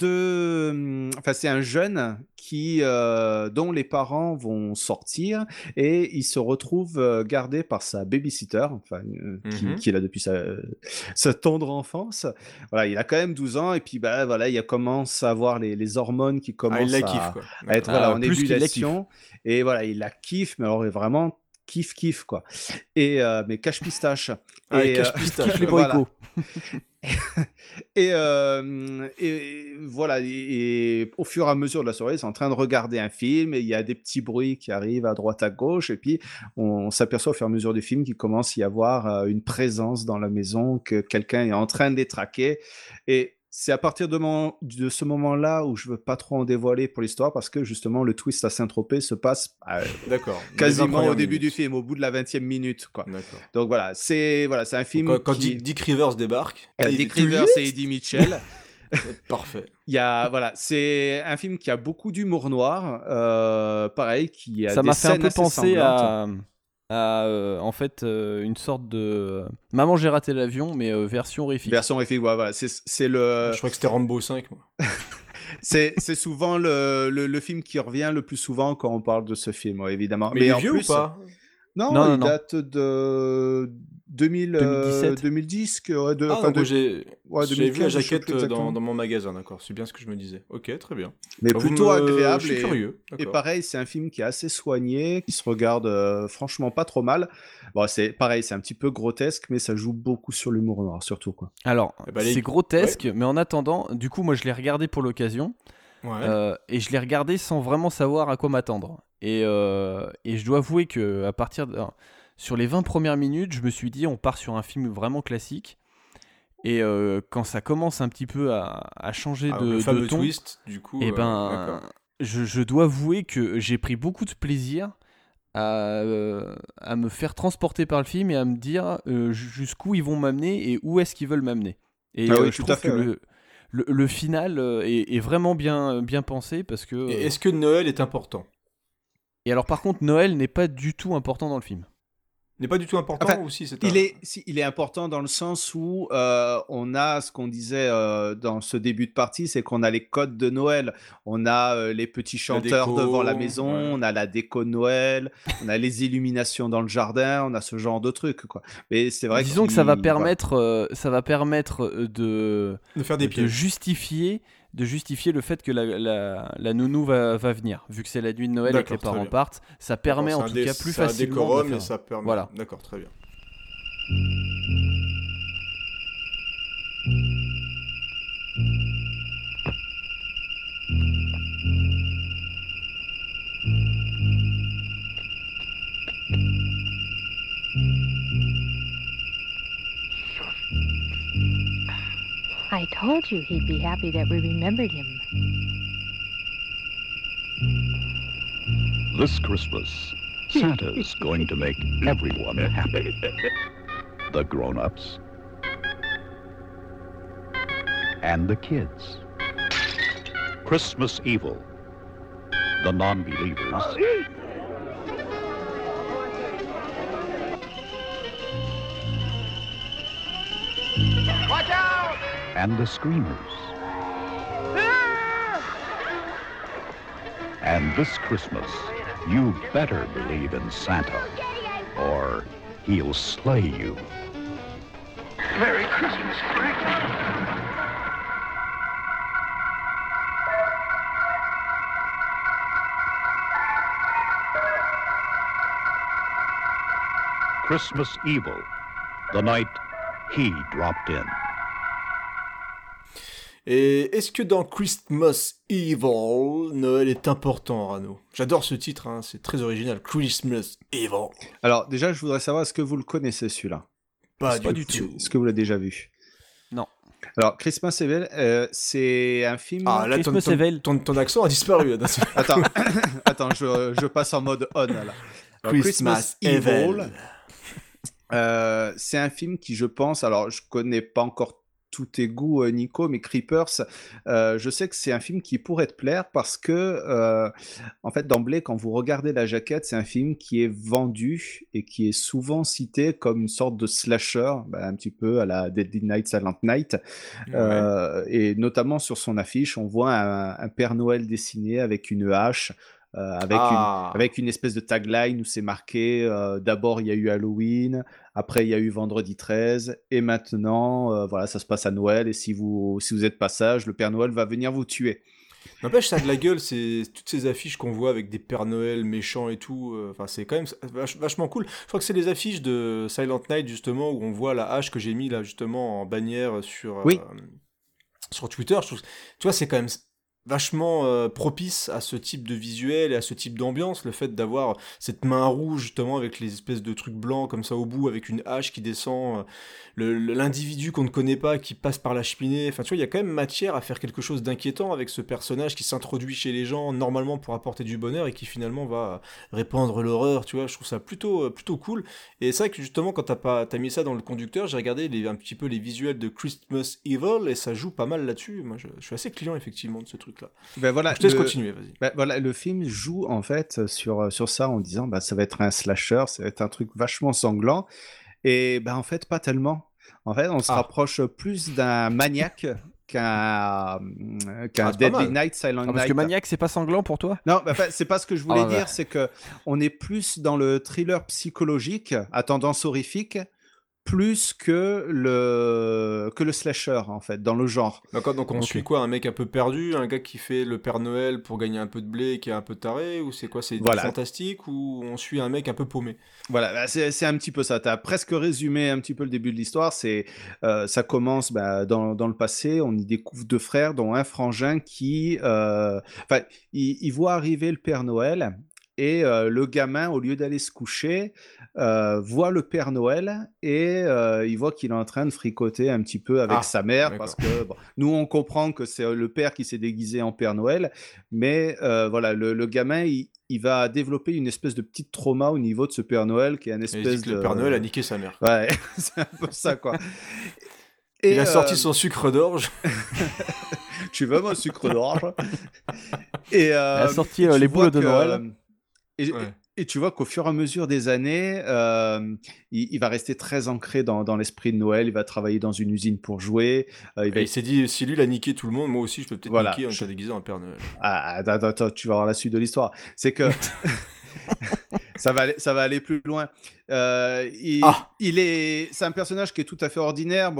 c'est un jeune dont les parents vont sortir, et il se retrouve gardé par sa babysitter, qui est là depuis sa tendre enfance. Voilà, il a quand même 12 ans, et puis il commence à avoir les hormones qui commencent à être en ébullition, et voilà, il la kiffe, mais alors vraiment kiff quoi. Et mais cache pistache. Kiffe les boycots. Et voilà, et au fur et à mesure de la soirée, ils sont en train de regarder un film, et il y a des petits bruits qui arrivent à droite à gauche, et puis on s'aperçoit au fur et à mesure du film qu'il commence à y avoir une présence dans la maison, que quelqu'un est en train de les traquer. Et c'est à partir de ce moment-là où je veux pas trop en dévoiler pour l'histoire, parce que justement le twist à Saint-Tropez se passe quasiment au début du film, au bout de la 20e minute, quoi. Donc voilà, c'est un film quand Dick Rivers débarque. Dick Rivers et Eddie Mitchell. Parfait. C'est un film qui a beaucoup d'humour noir, pareil, qui a ça des m'a fait un scènes peu assez penser sanglantes. en fait une sorte de Maman j'ai raté l'avion, mais version horrifique. Version horrifique, voilà, c'est le... Je crois que c'était Rambo 5, moi. c'est souvent le film qui revient le plus souvent quand on parle de ce film, évidemment. Mais il est vieux ou pas? Non, il date de 2017. 2010. Donc j'ai vu la 2015, je sais jaquette plus exactement. dans mon magasin, d'accord. C'est bien ce que je me disais. Ok, très bien. Mais Vous plutôt agréable. Je suis curieux. Et D'accord. pareil, c'est un film qui est assez soigné, qui se regarde franchement pas trop mal. Bon, c'est pareil, c'est un petit peu grotesque, mais ça joue beaucoup sur l'humour noir, surtout quoi. Alors, Eh ben, les- c'est grotesque, mais en attendant, du coup, moi je l'ai regardé pour l'occasion. Et je l'ai regardé sans vraiment savoir à quoi m'attendre. Et je dois avouer que à partir sur les 20 premières minutes, je me suis dit on part sur un film vraiment classique. Et quand ça commence un petit peu à changer Le de fameux ton, twist, du coup. et d'accord. je dois avouer que j'ai pris beaucoup de plaisir à me faire transporter par le film et à me dire jusqu'où ils vont m'amener et où est-ce qu'ils veulent m'amener. Et Ah oui, je tout trouve à fait, que ouais. le final est vraiment bien pensé parce que... Et est-ce que Noël est important? Et alors par contre, Noël n'est pas du tout important dans le film. N'est pas du tout important Enfin, ou si c'est il est important dans le sens où on a ce qu'on disait dans ce début de partie, c'est qu'on a les codes de Noël. On a les petits chanteurs déco, devant la maison, ouais. on a la déco de Noël, on a les illuminations dans le jardin, on a ce genre de trucs, quoi. Mais c'est vrai Disons que ça va voilà. permettre, de faire des pièges. de justifier le fait que la nounou va venir, vu que c'est la nuit de Noël et que les D'accord, très parents bien. partent, ça permet en D'accord, tout cas plus c'est un facilement décorum, de mais faire. ça permet. Voilà. D'accord, très bien. I told you he'd be happy that we remembered him. This Christmas, Santa's going to make everyone happy. The grown-ups and the kids. Christmas evil. The non-believers. Watch out! And the screamers. And this Christmas, you better believe in Santa, or he'll slay you. Merry Christmas, Frank. Christmas evil. The night he dropped in. Et est-ce que dans Christmas Evil, Noël est important, Rano? J'adore ce titre, hein, c'est très original. Christmas Evil. Alors déjà, je voudrais savoir, est-ce que vous le connaissez celui-là? Pas du tout. Est-ce que vous l'avez déjà vu? Non. Alors, Christmas Evil, c'est un film... Ah, là, ton accent a disparu. Attends, je passe en mode on, là. Alors, Christmas Evil. C'est un film qui, je pense... Alors, je connais pas encore tous tes goûts, Nico, mais Creepers, je sais que c'est un film qui pourrait te plaire parce que, en fait, d'emblée, quand vous regardez la jaquette, c'est un film qui est vendu et qui est souvent cité comme une sorte de slasher, un petit peu à la Deadly Night, Silent Night. Et notamment sur son affiche, on voit un Père Noël dessiné avec une hache. Avec une espèce de tagline où c'est marqué d'abord il y a eu Halloween, après il y a eu Vendredi 13 et maintenant voilà, ça se passe à Noël et si vous êtes pas sage, le Père Noël va venir vous tuer. N'empêche, ça a de la gueule, c'est toutes ces affiches qu'on voit avec des Pères Noël méchants et tout. Enfin, c'est quand même vachement cool. Je crois que c'est les affiches de Silent Night justement où on voit la hache que j'ai mis là justement en bannière sur Twitter. Je trouve, tu vois, c'est quand même vachement propice à ce type de visuel et à ce type d'ambiance, le fait d'avoir cette main rouge justement avec les espèces de trucs blancs comme ça au bout, avec une hache qui descend, l'individu qu'on ne connaît pas qui passe par la cheminée, enfin tu vois, il y a quand même matière à faire quelque chose d'inquiétant avec ce personnage qui s'introduit chez les gens normalement pour apporter du bonheur et qui finalement va répandre l'horreur, tu vois, je trouve ça plutôt cool. Et c'est vrai que justement quand t'as mis ça dans le conducteur, j'ai regardé un petit peu les visuels de Christmas Evil et ça joue pas mal là-dessus. Moi je suis assez client effectivement de ce truc. Ben voilà, je te laisse continuer, vas-y. Ben voilà, le film joue en fait sur ça en disant ça va être un slasher, ça va être un truc vachement sanglant. Et en fait, pas tellement. En fait, on se rapproche plus d'un maniaque qu'un pas Deadly mal. Night, Silent Parce que Night. Maniac, c'est pas sanglant pour toi? Non, bah, c'est pas ce que je voulais Ah, ouais. dire, c'est que on est plus dans le thriller psychologique à tendance horrifique, plus que le slasher en fait, dans le genre. D'accord, donc on suit quoi? Un mec un peu perdu, un gars qui fait le Père Noël pour gagner un peu de blé et qui est un peu taré, ou c'est quoi? C'est Voilà. fantastique, ou on suit un mec un peu paumé? Voilà, bah, c'est un petit peu ça. Tu as presque résumé un petit peu le début de l'histoire. Ça commence dans le passé. On y découvre deux frères, dont un frangin qui, il voit arriver le Père Noël. Et le gamin, au lieu d'aller se coucher, voit le Père Noël et il voit qu'il est en train de fricoter un petit peu avec sa mère, parce que nous, on comprend que c'est le père qui s'est déguisé en Père Noël, mais voilà, le gamin, il va développer une espèce de petit trauma au niveau de ce Père Noël, qui est un Et il espèce dit que de... le Père Noël a niqué sa mère. Ouais, c'est un peu ça, quoi. Il a sorti son sucre d'orge. Tu veux mon sucre d'orge? Et Il a sorti tu les vois boules de que, Noël. Et tu vois qu'au fur et à mesure des années, il va rester très ancré dans l'esprit de Noël. Il va travailler dans une usine pour jouer. Il s'est dit, si lui il a niqué tout le monde, moi aussi je peux peut-être Voilà. niquer en étant déguisé en Père Noël. Attends, tu vas voir la suite de l'histoire. C'est que ça va aller plus loin. C'est un personnage qui est tout à fait ordinaire,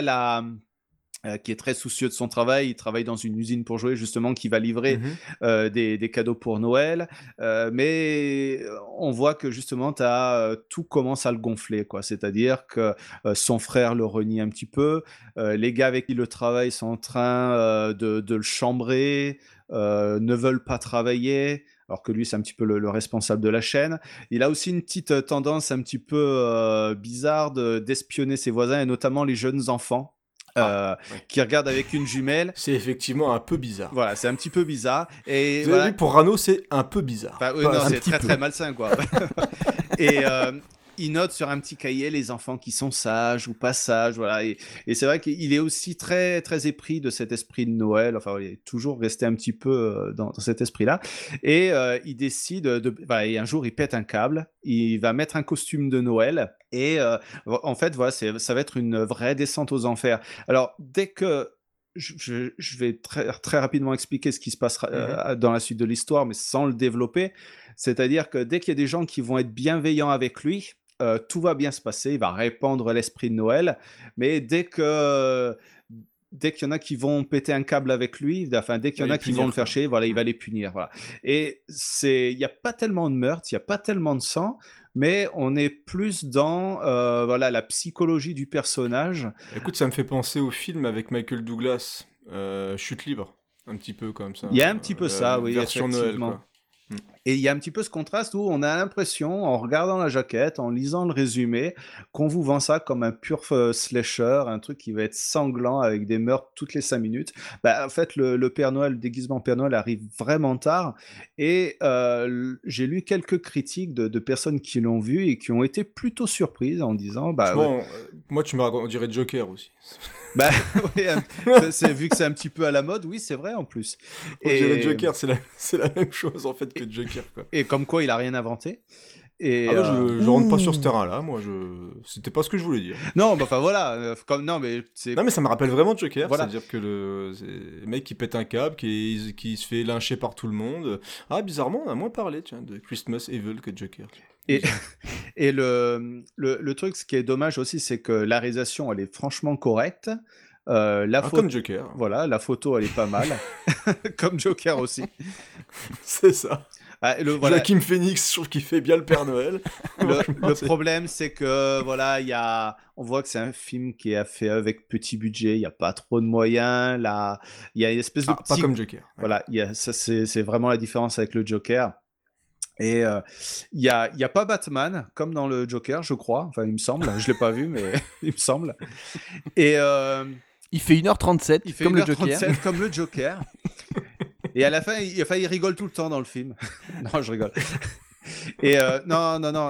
qui est très soucieux de son travail. Il travaille dans une usine pour jouer, justement, qui va livrer des cadeaux pour Noël. Mais on voit que, justement, tout commence à le gonfler, quoi. C'est-à-dire que son frère le renie un petit peu. Les gars avec qui il travaille sont en train de le chambrer, ne veulent pas travailler, alors que lui, c'est un petit peu le responsable de la chaîne. Il a aussi une petite tendance un petit peu bizarre d'espionner ses voisins, et notamment les jeunes enfants. Qui regarde avec une jumelle. C'est effectivement un peu bizarre. Voilà, c'est un petit peu bizarre. Et vous avez vu, pour Rano, c'est un peu bizarre. Oui, non, c'est très très malsain, quoi. Et il note sur un petit cahier les enfants qui sont sages ou pas sages, voilà. Et c'est vrai qu'il est aussi très très épris de cet esprit de Noël. Enfin, il est toujours resté un petit peu dans cet esprit-là. Et il décide et un jour, il pète un câble. Il va mettre un costume de Noël. Et en fait, voilà, ça va être une vraie descente aux enfers. Alors, dès que je vais très, très rapidement expliquer ce qui se passera dans la suite de l'histoire, mais sans le développer. C'est-à-dire que dès qu'il y a des gens qui vont être bienveillants avec lui, tout va bien se passer. Il va répandre l'esprit de Noël. Mais dès qu'il y en a qui vont péter un câble avec lui, enfin, dès qu'il y en a qui vont le faire chier, voilà, il va les punir. Voilà. Et il n'y a pas tellement de meurtre, il n'y a pas tellement de sang, mais on est plus dans la psychologie du personnage. Écoute, ça me fait penser au film avec Michael Douglas, Chute libre, un petit peu comme ça. Il y a un petit peu ça, oui, version Noël, effectivement. quoi. Et il y a un petit peu ce contraste où on a l'impression, en regardant la jaquette, en lisant le résumé, qu'on vous vend ça comme un pur slasher, un truc qui va être sanglant avec des meurtres toutes les 5 minutes. En fait, le Père Noël, le déguisement Père Noël arrive vraiment tard. Et j'ai lu quelques critiques de personnes qui l'ont vu et qui ont été plutôt surprises en disant... Moi, tu me racontes, on dirait Joker aussi. Oui, vu que c'est un petit peu à la mode, oui, c'est vrai en plus. On dirait Joker, c'est la même chose en fait que Joker, quoi. Et comme quoi, il a rien inventé. Et je rentre pas sur ce terrain-là, moi, c'était pas ce que je voulais dire. Non, enfin voilà, non mais ça me rappelle vraiment Joker, voilà. C'est-à-dire que le mec qui pète un câble, qui se fait lyncher par tout le monde. Ah, bizarrement, on a moins parlé, tiens, de Christmas Evil que de Joker. Et le truc, ce qui est dommage aussi, c'est que la réalisation, elle est franchement correcte. Comme Joker. Voilà, la photo, elle est pas mal. Comme Joker aussi. C'est ça. Voilà. Joaquin Phoenix, je trouve qu'il fait bien le Père Noël. Le problème, c'est que voilà, on voit que c'est un film qui est fait avec petit budget. Il n'y a pas trop de moyens. Là, il y a une espèce de petit... Pas comme Joker. Voilà, c'est vraiment la différence avec le Joker. Et il y a pas Batman comme dans le Joker, je crois. Enfin, il me semble. Je l'ai pas vu, mais il me semble. Et il fait 1h37 comme le Joker. Comme le Joker. Et à la fin, il rigole tout le temps dans le film. Non, je rigole. Et non.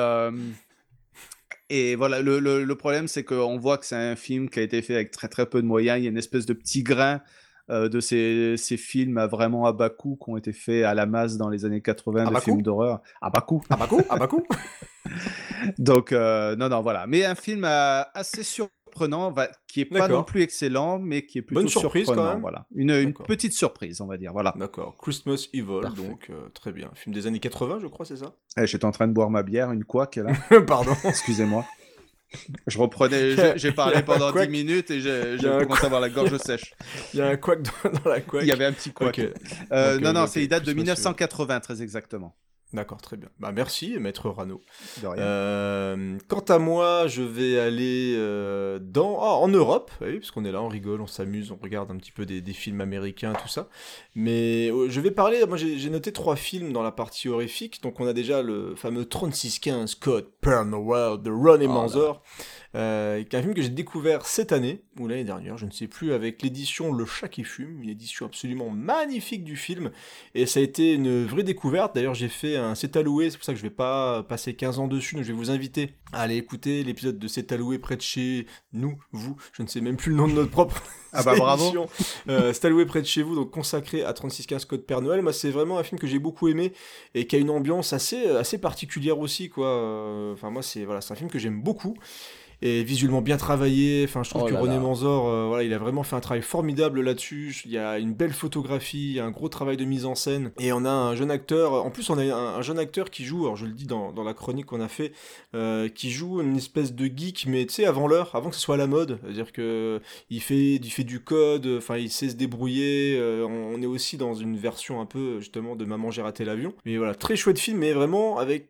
Et voilà, le problème, c'est qu'on voit que c'est un film qui a été fait avec très très peu de moyens. Il y a une espèce de petit grain de ces films vraiment à bas coût qui ont été faits à la masse dans les années 80, de films d'horreur. À bas coût. Donc, non, voilà. Mais un film assez surprenant surprenant, qui est pas non plus excellent, mais qui est plutôt bonne surprise surprenant. quand même. Voilà. Une petite surprise, on va dire. Voilà. D'accord. Christmas Evil, donc très bien. Film des années 80, je crois, c'est ça? J'étais en train de boire ma bière, une couac là. Pardon. Excusez-moi. Je reprenais, j'ai parlé pendant 10 minutes et j'ai commencé à avoir la gorge sèche. Il y a un couac dans la couac. Il y avait un petit couac. Il date de 1980 très exactement. D'accord, très bien. Bah merci, Maître Rano. De rien. Quant à moi, je vais aller en Europe, oui, parce qu'on est là, on rigole, on s'amuse, on regarde un petit peu des films américains, tout ça. Mais je vais parler, moi j'ai noté 3 films dans la partie horrifique. Donc on a déjà le fameux 3615 Code Pernowell de Ronnie Manzor, qui est un film que j'ai découvert cette année, ou l'année dernière, je ne sais plus, avec l'édition Le Chat qui fume, une édition absolument magnifique du film. Et ça a été une vraie découverte. D'ailleurs, j'ai fait un C'est alloué, c'est pour ça que je vais pas passer 15 ans dessus, donc je vais vous inviter à aller écouter l'épisode de C'est alloué près de chez nous, vous, je ne sais même plus le nom de notre propre bravo. C'est alloué près de chez vous, donc consacré à 3615 Code Père Noël. Moi, c'est vraiment un film que j'ai beaucoup aimé et qui a une ambiance assez particulière aussi, quoi. Enfin, moi, c'est un film que j'aime beaucoup. Et visuellement bien travaillé, enfin je trouve que René Manzor, il a vraiment fait un travail formidable là-dessus. Il y a une belle photographie, il y a un gros travail de mise en scène, et on a un jeune acteur, en plus on a un jeune acteur qui joue, alors je le dis dans la chronique qu'on a fait, qui joue une espèce de geek, mais tu sais avant l'heure, avant que ce soit à la mode, c'est-à-dire que il fait du code, enfin il sait se débrouiller, on est aussi dans une version un peu justement de Maman j'ai raté l'avion, mais voilà, très chouette film, mais vraiment avec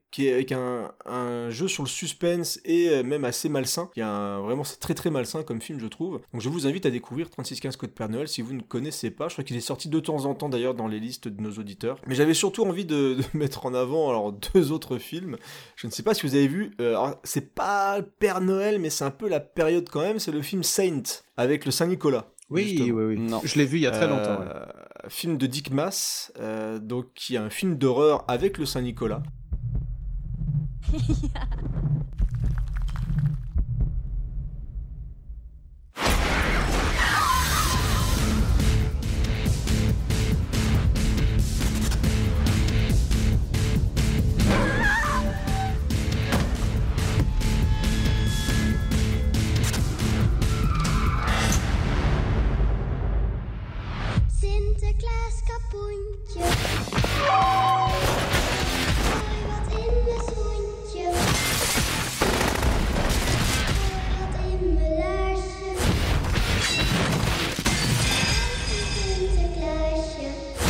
un jeu sur le suspense et même assez malsain. Vraiment c'est très très malsain comme film je trouve, donc je vous invite à découvrir 3615 Code Père Noël si vous ne connaissez pas. Je crois qu'il est sorti de temps en temps d'ailleurs dans les listes de nos auditeurs, mais j'avais surtout envie de mettre en avant 2 autres films. Je ne sais pas si vous avez vu, alors c'est pas le Père Noël mais c'est un peu la période quand même, c'est le film Saint avec le Saint-Nicolas. Oui. Non. Je l'ai vu il y a très longtemps. Film de Dick Maas, donc qui est un film d'horreur avec le Saint-Nicolas. Sinterklaas kapoentje. Wat in mijn schoentje. Wat in mijn laarsje. Sinterklaasje.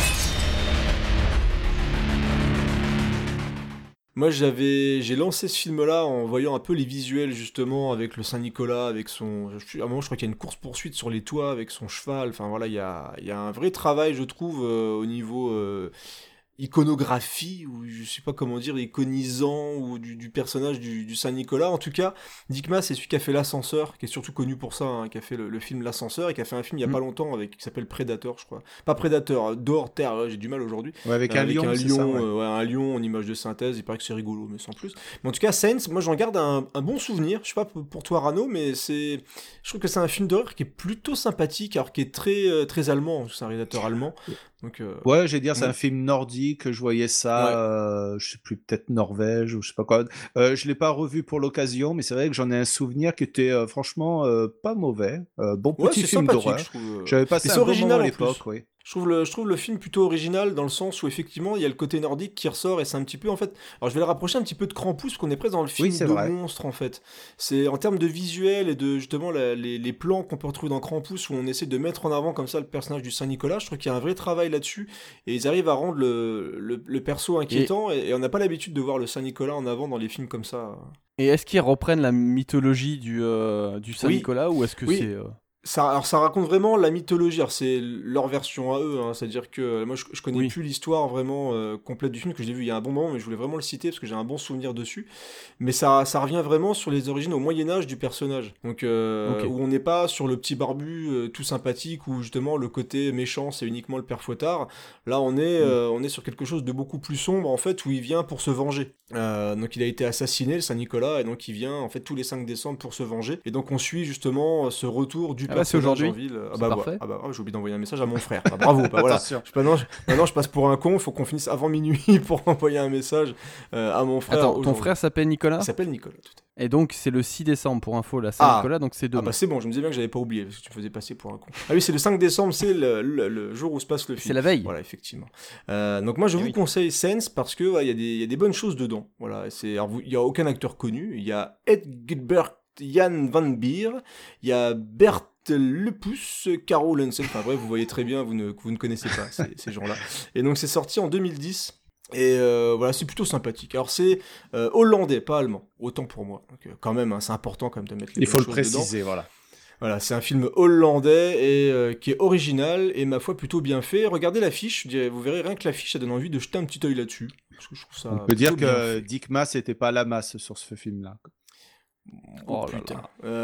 Moi j'ai lancé ce film-là en voyant un peu les visuels justement avec le Saint-Nicolas, avec à un moment je crois qu'il y a une course-poursuite sur les toits avec son cheval, enfin voilà, il y a un vrai travail je trouve au niveau iconographie, ou je sais pas comment dire, iconisant, ou du personnage du Saint-Nicolas. En tout cas, Dick Maas, c'est celui qui a fait L'Ascenseur, qui est surtout connu pour ça, qui a fait le film L'Ascenseur, et qui a fait un film il y a pas longtemps qui s'appelle Predator, je crois. Pas Predator, dehors Terre, j'ai du mal aujourd'hui. Ouais, avec un lion, c'est ça, un lion en image de synthèse, il paraît que c'est rigolo, mais sans plus. Mais en tout cas, Saints, moi j'en garde un bon souvenir, je sais pas pour toi Rano, mais je trouve que c'est un film d'horreur qui est plutôt sympathique, alors qui est très, très allemand, c'est un réalisateur allemand. Donc, ouais, j'ai dire, c'est un film nordique, je voyais ça, je sais plus, peut-être Norvège ou je sais pas quoi. Je l'ai pas revu pour l'occasion, mais c'est vrai que j'en ai un souvenir qui était franchement pas mauvais. Bon petit film d'horreur. J'avais passé un bon moment à l'époque, oui. Je trouve le film plutôt original dans le sens où effectivement il y a le côté nordique qui ressort et c'est un petit peu en fait. Alors je vais le rapprocher un petit peu de Krampus parce qu'on est presque dans le film de monstre en fait. C'est en termes de visuel et de justement les plans qu'on peut retrouver dans Krampus où on essaie de mettre en avant comme ça le personnage du Saint-Nicolas. Je trouve qu'il y a un vrai travail là-dessus et ils arrivent à rendre le perso inquiétant et on n'a pas l'habitude de voir le Saint-Nicolas en avant dans les films comme ça. Et est-ce qu'ils reprennent la mythologie du Saint-Nicolas ou est-ce que c'est... Ça raconte vraiment la mythologie, alors c'est leur version à eux, c'est-à-dire que moi je connais plus l'histoire vraiment complète du film, que je l'ai vu il y a un bon moment, mais je voulais vraiment le citer parce que j'ai un bon souvenir dessus, mais ça revient vraiment sur les origines au Moyen-Âge du personnage, donc où on n'est pas sur le petit barbu tout sympathique, où justement le côté méchant c'est uniquement le père Fouettard, là on est sur quelque chose de beaucoup plus sombre en fait, où il vient pour se venger, donc il a été assassiné le Saint-Nicolas, et donc il vient en fait tous les 5 décembre pour se venger, et donc on suit justement ce retour du Ah bah, c'est aujourd'hui. Ah C'est bah, parfait. j'ai oublié d'envoyer un message à mon frère. Bah, bravo. Bah, voilà. Maintenant, je passe pour un con. Il faut qu'on finisse avant minuit pour envoyer un message à mon frère. Attends, ton frère s'appelle Nicolas ? Il s'appelle Nicolas, tout à fait. Et donc, c'est le 6 décembre pour info, là. Saint-Nicolas, donc c'est demain. Ah bah c'est bon, je me disais bien que j'avais pas oublié, parce que tu me faisais passer pour un con. Ah oui, c'est le 5 décembre, c'est le jour où se passe le film. C'est la veille. Voilà, effectivement. Donc moi, je vous conseille Sense parce que il y a des bonnes choses dedans. Voilà, il y a aucun acteur connu. Il y a Egbert Jan van Beer, il y a Bert Lepus, Caro Lensen. Enfin bref, vous voyez très bien, vous ne connaissez pas ces gens-là. Et donc c'est sorti en 2010. Et voilà, c'est plutôt sympathique. Alors c'est hollandais, pas allemand, autant pour moi. Donc quand même, hein, c'est important quand même de mettre les Il faut le choses préciser, dedans. voilà. Voilà, c'est un film hollandais et qui est original et ma foi plutôt bien fait. Regardez l'affiche, vous verrez rien que l'affiche, ça donne envie de jeter un petit œil là-dessus. Parce que je trouve ça On peut dire plutôt bien que fait. Dick Maas n'était pas à la masse sur ce film-là. Oh putain.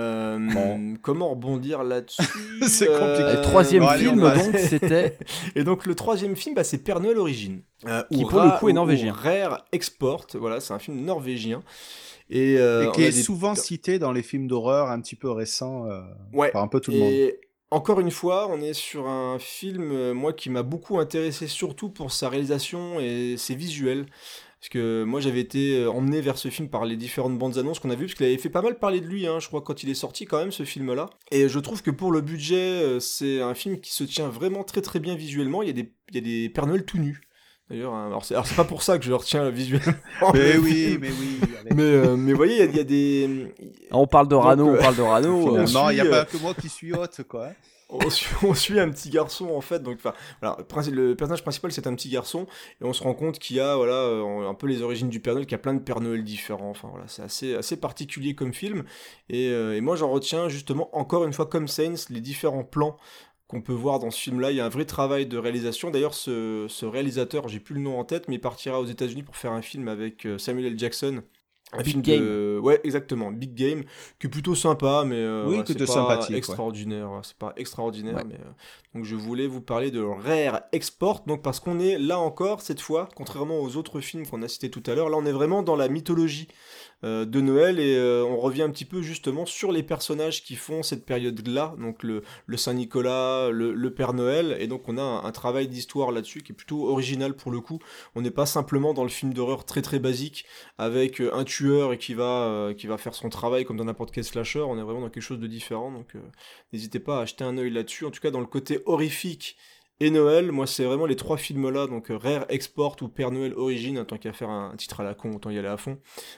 Comment rebondir là-dessus? C'est compliqué. Le troisième film, donc, c'était... Et donc, le troisième film, c'est Père Noël Origine. Qui, pour le coup, est norvégien. Rare Export. Voilà, c'est un film norvégien. Et qui est souvent cité dans les films d'horreur un petit peu récents par un peu tout le monde. Encore une fois, on est sur un film, moi, qui m'a beaucoup intéressé, surtout pour sa réalisation et ses visuels. Parce que moi, j'avais été emmené vers ce film par les différentes bandes annonces qu'on a vues, parce qu'il avait fait pas mal parler de lui, hein, je crois, quand il est sorti quand même, ce film-là. Et je trouve que pour le budget, c'est un film qui se tient vraiment très très bien visuellement. Il y a des Père Noël tout nus. D'ailleurs, hein, alors c'est pas pour ça que je le retiens visuellement. mais oui. Mais vous voyez, il y a des... On parle de Rano, Finalement, il n'y a pas que moi qui suis hôte, quoi. On suit un petit garçon en fait, donc voilà, le personnage principal c'est un petit garçon et on se rend compte qu'il y a un peu les origines du Père Noël, qu'il y a plein de Père Noël différents. Enfin voilà, c'est assez particulier comme film et moi j'en retiens justement encore une fois comme Saints les différents plans qu'on peut voir dans ce film-là. Il y a un vrai travail de réalisation. D'ailleurs, ce réalisateur, j'ai plus le nom en tête, mais il partira aux États-Unis pour faire un film avec Samuel L. Jackson. Un Big film Game. Ouais, exactement, Big Game, qui est plutôt sympa, mais oui, c'est pas sympathique, extraordinaire. Ouais. C'est pas extraordinaire, mais donc je voulais vous parler de Rare Export, donc parce qu'on est là encore cette fois, contrairement aux autres films qu'on a cités tout à l'heure, là on est vraiment dans la mythologie de Noël et on revient un petit peu justement sur les personnages qui font cette période-là, donc le Saint-Nicolas, le Père Noël, et donc on a un travail d'histoire là-dessus qui est plutôt original pour le coup. On n'est pas simplement dans le film d'horreur très très basique avec un tueur et qui va faire son travail comme dans n'importe quel slasher. On est vraiment dans quelque chose de différent, donc n'hésitez pas à jeter un œil là-dessus. En tout cas dans le côté horrifique et Noël, moi c'est vraiment les trois films-là, donc Rare Export ou Père Noël Origine, tant qu'à faire un titre à la con, autant y aller à fond.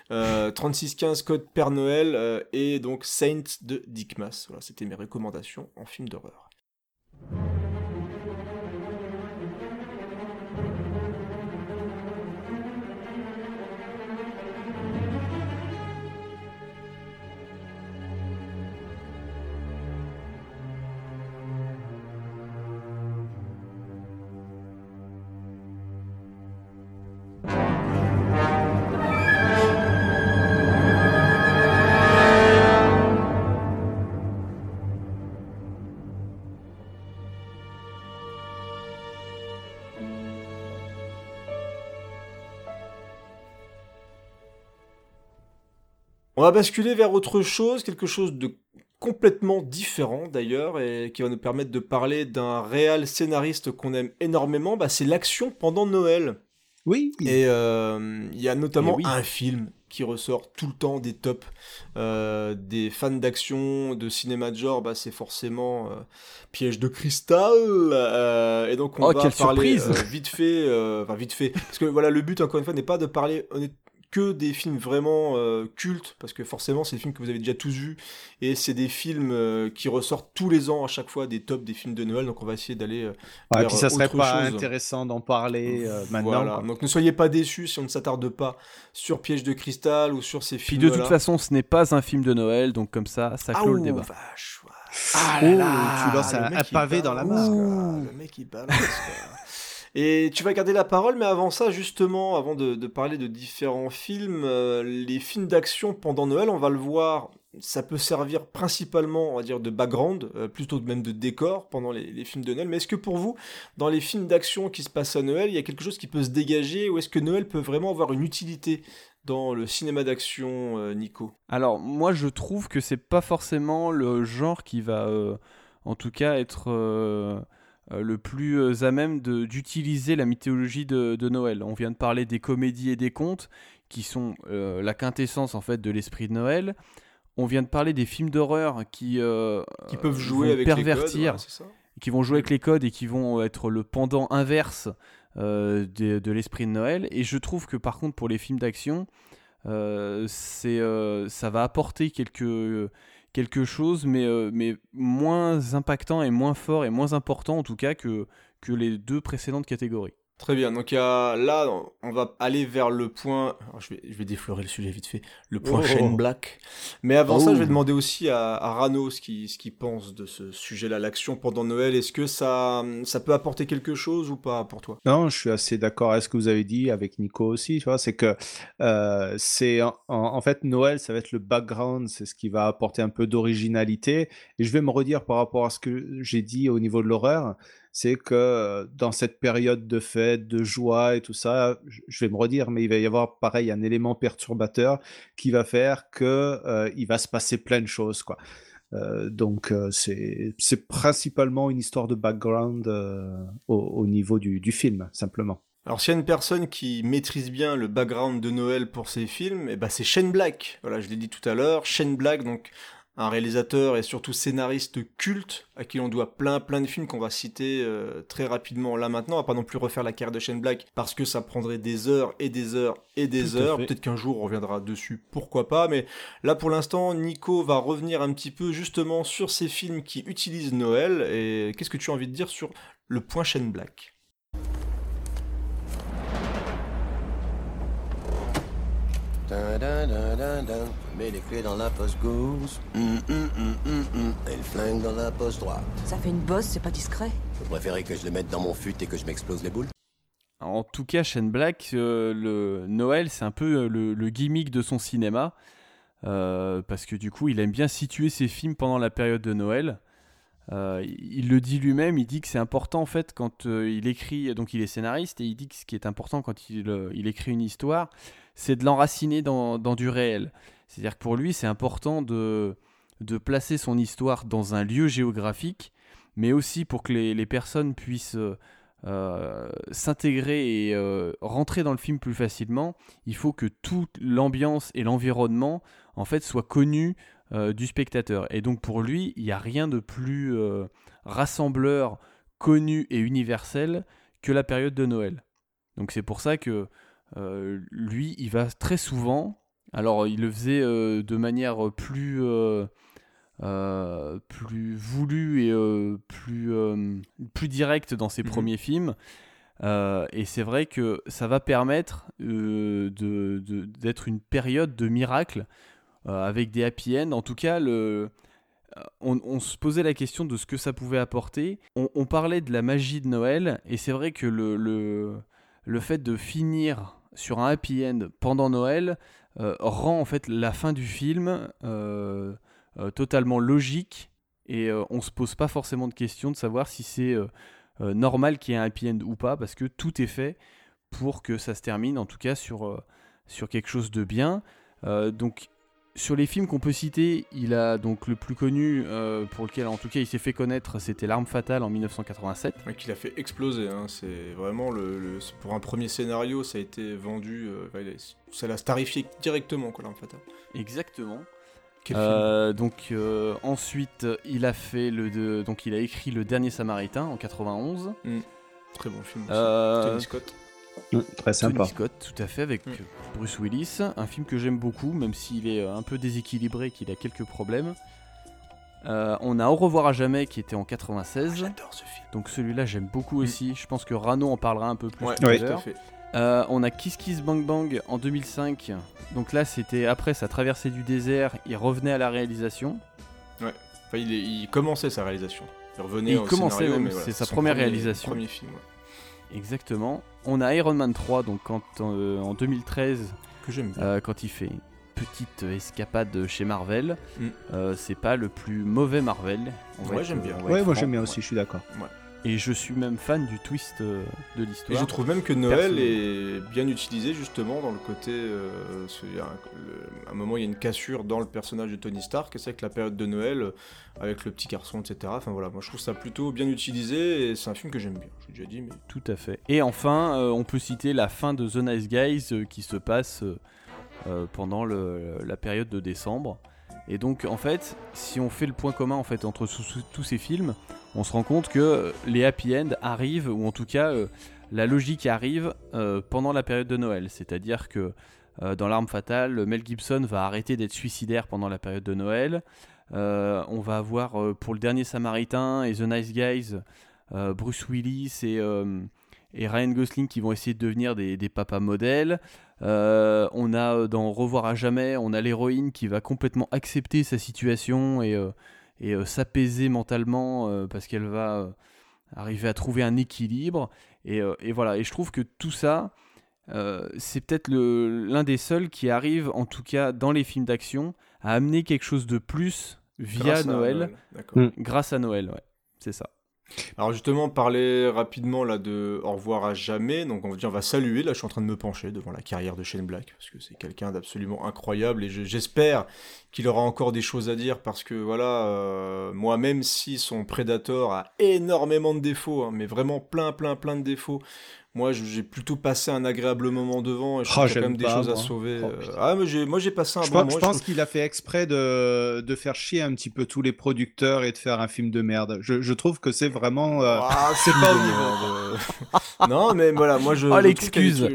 3615 Code Père Noël et donc Saint de Dick Maas. Voilà, c'était mes recommandations en film d'horreur. On va basculer vers autre chose, quelque chose de complètement différent d'ailleurs, et qui va nous permettre de parler d'un réal scénariste qu'on aime énormément, c'est l'action pendant Noël. Oui. Et il y a notamment un film qui ressort tout le temps des tops des fans d'action, de cinéma de genre, c'est forcément Piège de cristal. Et donc on va parler vite fait, parce que voilà, le but encore une fois n'est pas de parler que des films vraiment cultes, parce que forcément c'est des films que vous avez déjà tous vus, et c'est des films qui ressortent tous les ans à chaque fois des tops des films de Noël, donc on va essayer d'aller vers et puis ça serait autre pas chose. intéressant d'en parler maintenant. Voilà. Donc ne soyez pas déçus si on ne s'attarde pas sur Piège de cristal ou sur ces films-là. Puis de toute façon, ce n'est pas un film de Noël, donc comme ça clôt le débat. Vache, ouais. Tu lances un pavé dans la mare. Le mec il balance quoi. Et tu vas garder la parole, mais avant ça, justement, avant de parler de différents films, les films d'action pendant Noël, on va le voir, ça peut servir principalement, on va dire, de background, plutôt même de décor pendant les films de Noël. Mais est-ce que pour vous, dans les films d'action qui se passent à Noël, il y a quelque chose qui peut se dégager, ou est-ce que Noël peut vraiment avoir une utilité dans le cinéma d'action, Nico ? Alors, moi, je trouve que c'est pas forcément le genre qui va en tout cas être le plus à même d'utiliser la mythologie de Noël. On vient de parler des comédies et des contes, qui sont la quintessence en fait de l'esprit de Noël. On vient de parler des films d'horreur qui peuvent jouer avec pervertir, les codes, voilà, c'est ça. Qui vont jouer avec les codes et qui vont être le pendant inverse de l'esprit de Noël. Et je trouve que par contre pour les films d'action, ça va apporter quelque chose, mais moins impactant et moins fort et moins important en tout cas que les deux précédentes catégories. Très bien, donc là, on va aller vers le point... Alors, je vais déflorer le sujet vite fait. Le point Shane Black. Mais avant ça, je vais demander aussi à Rano ce qu'il pense de ce sujet-là, l'action pendant Noël. Est-ce que ça peut apporter quelque chose ou pas pour toi ? Non, je suis assez d'accord avec ce que vous avez dit, avec Nico aussi, tu vois, c'est que c'est en fait Noël, ça va être le background, c'est ce qui va apporter un peu d'originalité. Et je vais me redire par rapport à ce que j'ai dit au niveau de l'horreur, c'est que dans cette période de fête, de joie et tout ça, je vais me redire, mais il va y avoir pareil un élément perturbateur qui va faire que il va se passer plein de choses, quoi. Donc c'est principalement une histoire de background au niveau du film, simplement. Alors s'il y a une personne qui maîtrise bien le background de Noël pour ses films, et ben c'est Shane Black. Voilà, je l'ai dit tout à l'heure, Shane Black, donc un réalisateur et surtout scénariste culte à qui on doit plein de films qu'on va citer très rapidement là maintenant. On va pas non plus refaire la carrière de Shane Black parce que ça prendrait des heures et des heures et des heures. Peut-être qu'un jour on reviendra dessus, pourquoi pas. Mais là pour l'instant, Nico va revenir un petit peu justement sur ces films qui utilisent Noël. Et qu'est-ce que tu as envie de dire sur le point Shane Black ? Mets les clés dans la poche gauche. Et le flingue dans la poche droite. Ça fait une bosse, c'est pas discret. Vous préférez que je le mette dans mon fut et que je m'explose les boules ? En tout cas, Shane Black, le Noël, c'est un peu le gimmick de son cinéma. Parce que du coup, il aime bien situer ses films pendant la période de Noël. Il le dit lui-même, il dit que c'est important en fait quand il écrit, donc il est scénariste, et il dit que ce qui est important quand il écrit une histoire, c'est de l'enraciner dans du réel. C'est-à-dire que pour lui, c'est important de placer son histoire dans un lieu géographique, mais aussi pour que les personnes puissent s'intégrer et rentrer dans le film plus facilement. Il faut que toute l'ambiance et l'environnement en fait soient connus du spectateur. Et donc pour lui, il n'y a rien de plus rassembleur, connu et universel que la période de Noël. Donc c'est pour ça que lui, il va très souvent, alors il le faisait de manière plus voulue et plus directe dans ses premiers films. Et c'est vrai que ça va permettre d'être une période de miracle avec des happy end. En tout cas, on se posait la question de ce que ça pouvait apporter. On parlait de la magie de Noël, et c'est vrai que le fait de finir sur un happy end pendant Noël rend en fait la fin du film totalement logique, et on se pose pas forcément de question de savoir si c'est normal qu'il y ait un happy end ou pas, parce que tout est fait pour que ça se termine en tout cas sur quelque chose de bien. Donc sur les films qu'on peut citer, il a donc le plus connu pour lequel en tout cas il s'est fait connaître, c'était L'Arme Fatale en 1987. Ouais, qu'il a fait exploser, hein. C'est vraiment pour un premier scénario, ça a été vendu, ça l'a starifié directement, quoi, L'Arme Fatale. Exactement. Quel film. Donc ensuite il a fait donc il a écrit Le Dernier Samaritain en 91. Très bon film aussi. Tony Scott. Très sympa. Tony Scott, tout à fait, avec Bruce Willis, un film que j'aime beaucoup, même s'il est un peu déséquilibré, qu'il a quelques problèmes. On a Au revoir à jamais qui était en 96. J'adore ce film. Donc celui-là j'aime beaucoup aussi. Je pense que Rano en parlera un peu plus tout à l'heure. Tout à fait. On a Kiss Kiss Bang Bang en 2005. Donc là c'était après sa traversée du désert, il revenait à la réalisation. Ouais. Enfin il commençait sa réalisation. Il revenait au scénario, même, mais voilà, c'est sa première réalisation. Premier film. Ouais. Exactement. On a Iron Man 3 donc en 2013 que j'aime bien. Quand il fait une petite escapade chez Marvel. C'est pas le plus mauvais Marvel. Ouais, j'aime bien. Ouais, moi j'aime bien aussi, je suis d'accord. Ouais. Et je suis même fan du twist de Et l'histoire. je trouve même que Noël Perso. est bien utilisé justement dans le côté... il y a à un moment, il y a une cassure dans le personnage de Tony Stark, et c'est que la période de Noël, avec le petit garçon, etc. Enfin voilà, moi je trouve ça plutôt bien utilisé, et c'est un film que j'aime bien, j'ai déjà dit, mais... Tout à fait. Et enfin, on peut citer la fin de The Nice Guys qui se passe pendant la période de décembre. Et donc, en fait, si on fait le point commun en fait, entre tous ces films, on se rend compte que les happy end arrivent, ou en tout cas, la logique arrive pendant la période de Noël. C'est-à-dire que dans L'Arme Fatale, Mel Gibson va arrêter d'être suicidaire pendant la période de Noël. On va avoir pour Le Dernier Samaritain et The Nice Guys, Bruce Willis et Ryan Gosling qui vont essayer de devenir des papas modèles. On a dans Revoir à jamais, on a l'héroïne qui va complètement accepter sa situation et s'apaiser mentalement parce qu'elle va arriver à trouver un équilibre. Et voilà. Et je trouve que tout ça, c'est peut-être l'un des seuls qui arrive, en tout cas dans les films d'action, à amener quelque chose de plus via Grâce à Noël. D'accord. Grâce à Noël, ouais. C'est ça. Alors justement, parler rapidement là de Au revoir à jamais, donc on va saluer, là je suis en train de me pencher devant la carrière de Shane Black, parce que c'est quelqu'un d'absolument incroyable, et j'espère qu'il aura encore des choses à dire, parce que voilà, moi même si son Predator a énormément de défauts, hein, mais vraiment plein de défauts, moi j'ai plutôt passé un agréable moment devant, et je trouve qu'il y a quand même des choses à sauver. Moi j'ai passé un bon moment. Je pense qu'il a fait exprès de faire chier un petit peu tous les producteurs et de faire un film de merde. Je trouve que c'est vraiment... c'est pas au niveau. Non, mais voilà, moi je... Oh, l'excuse.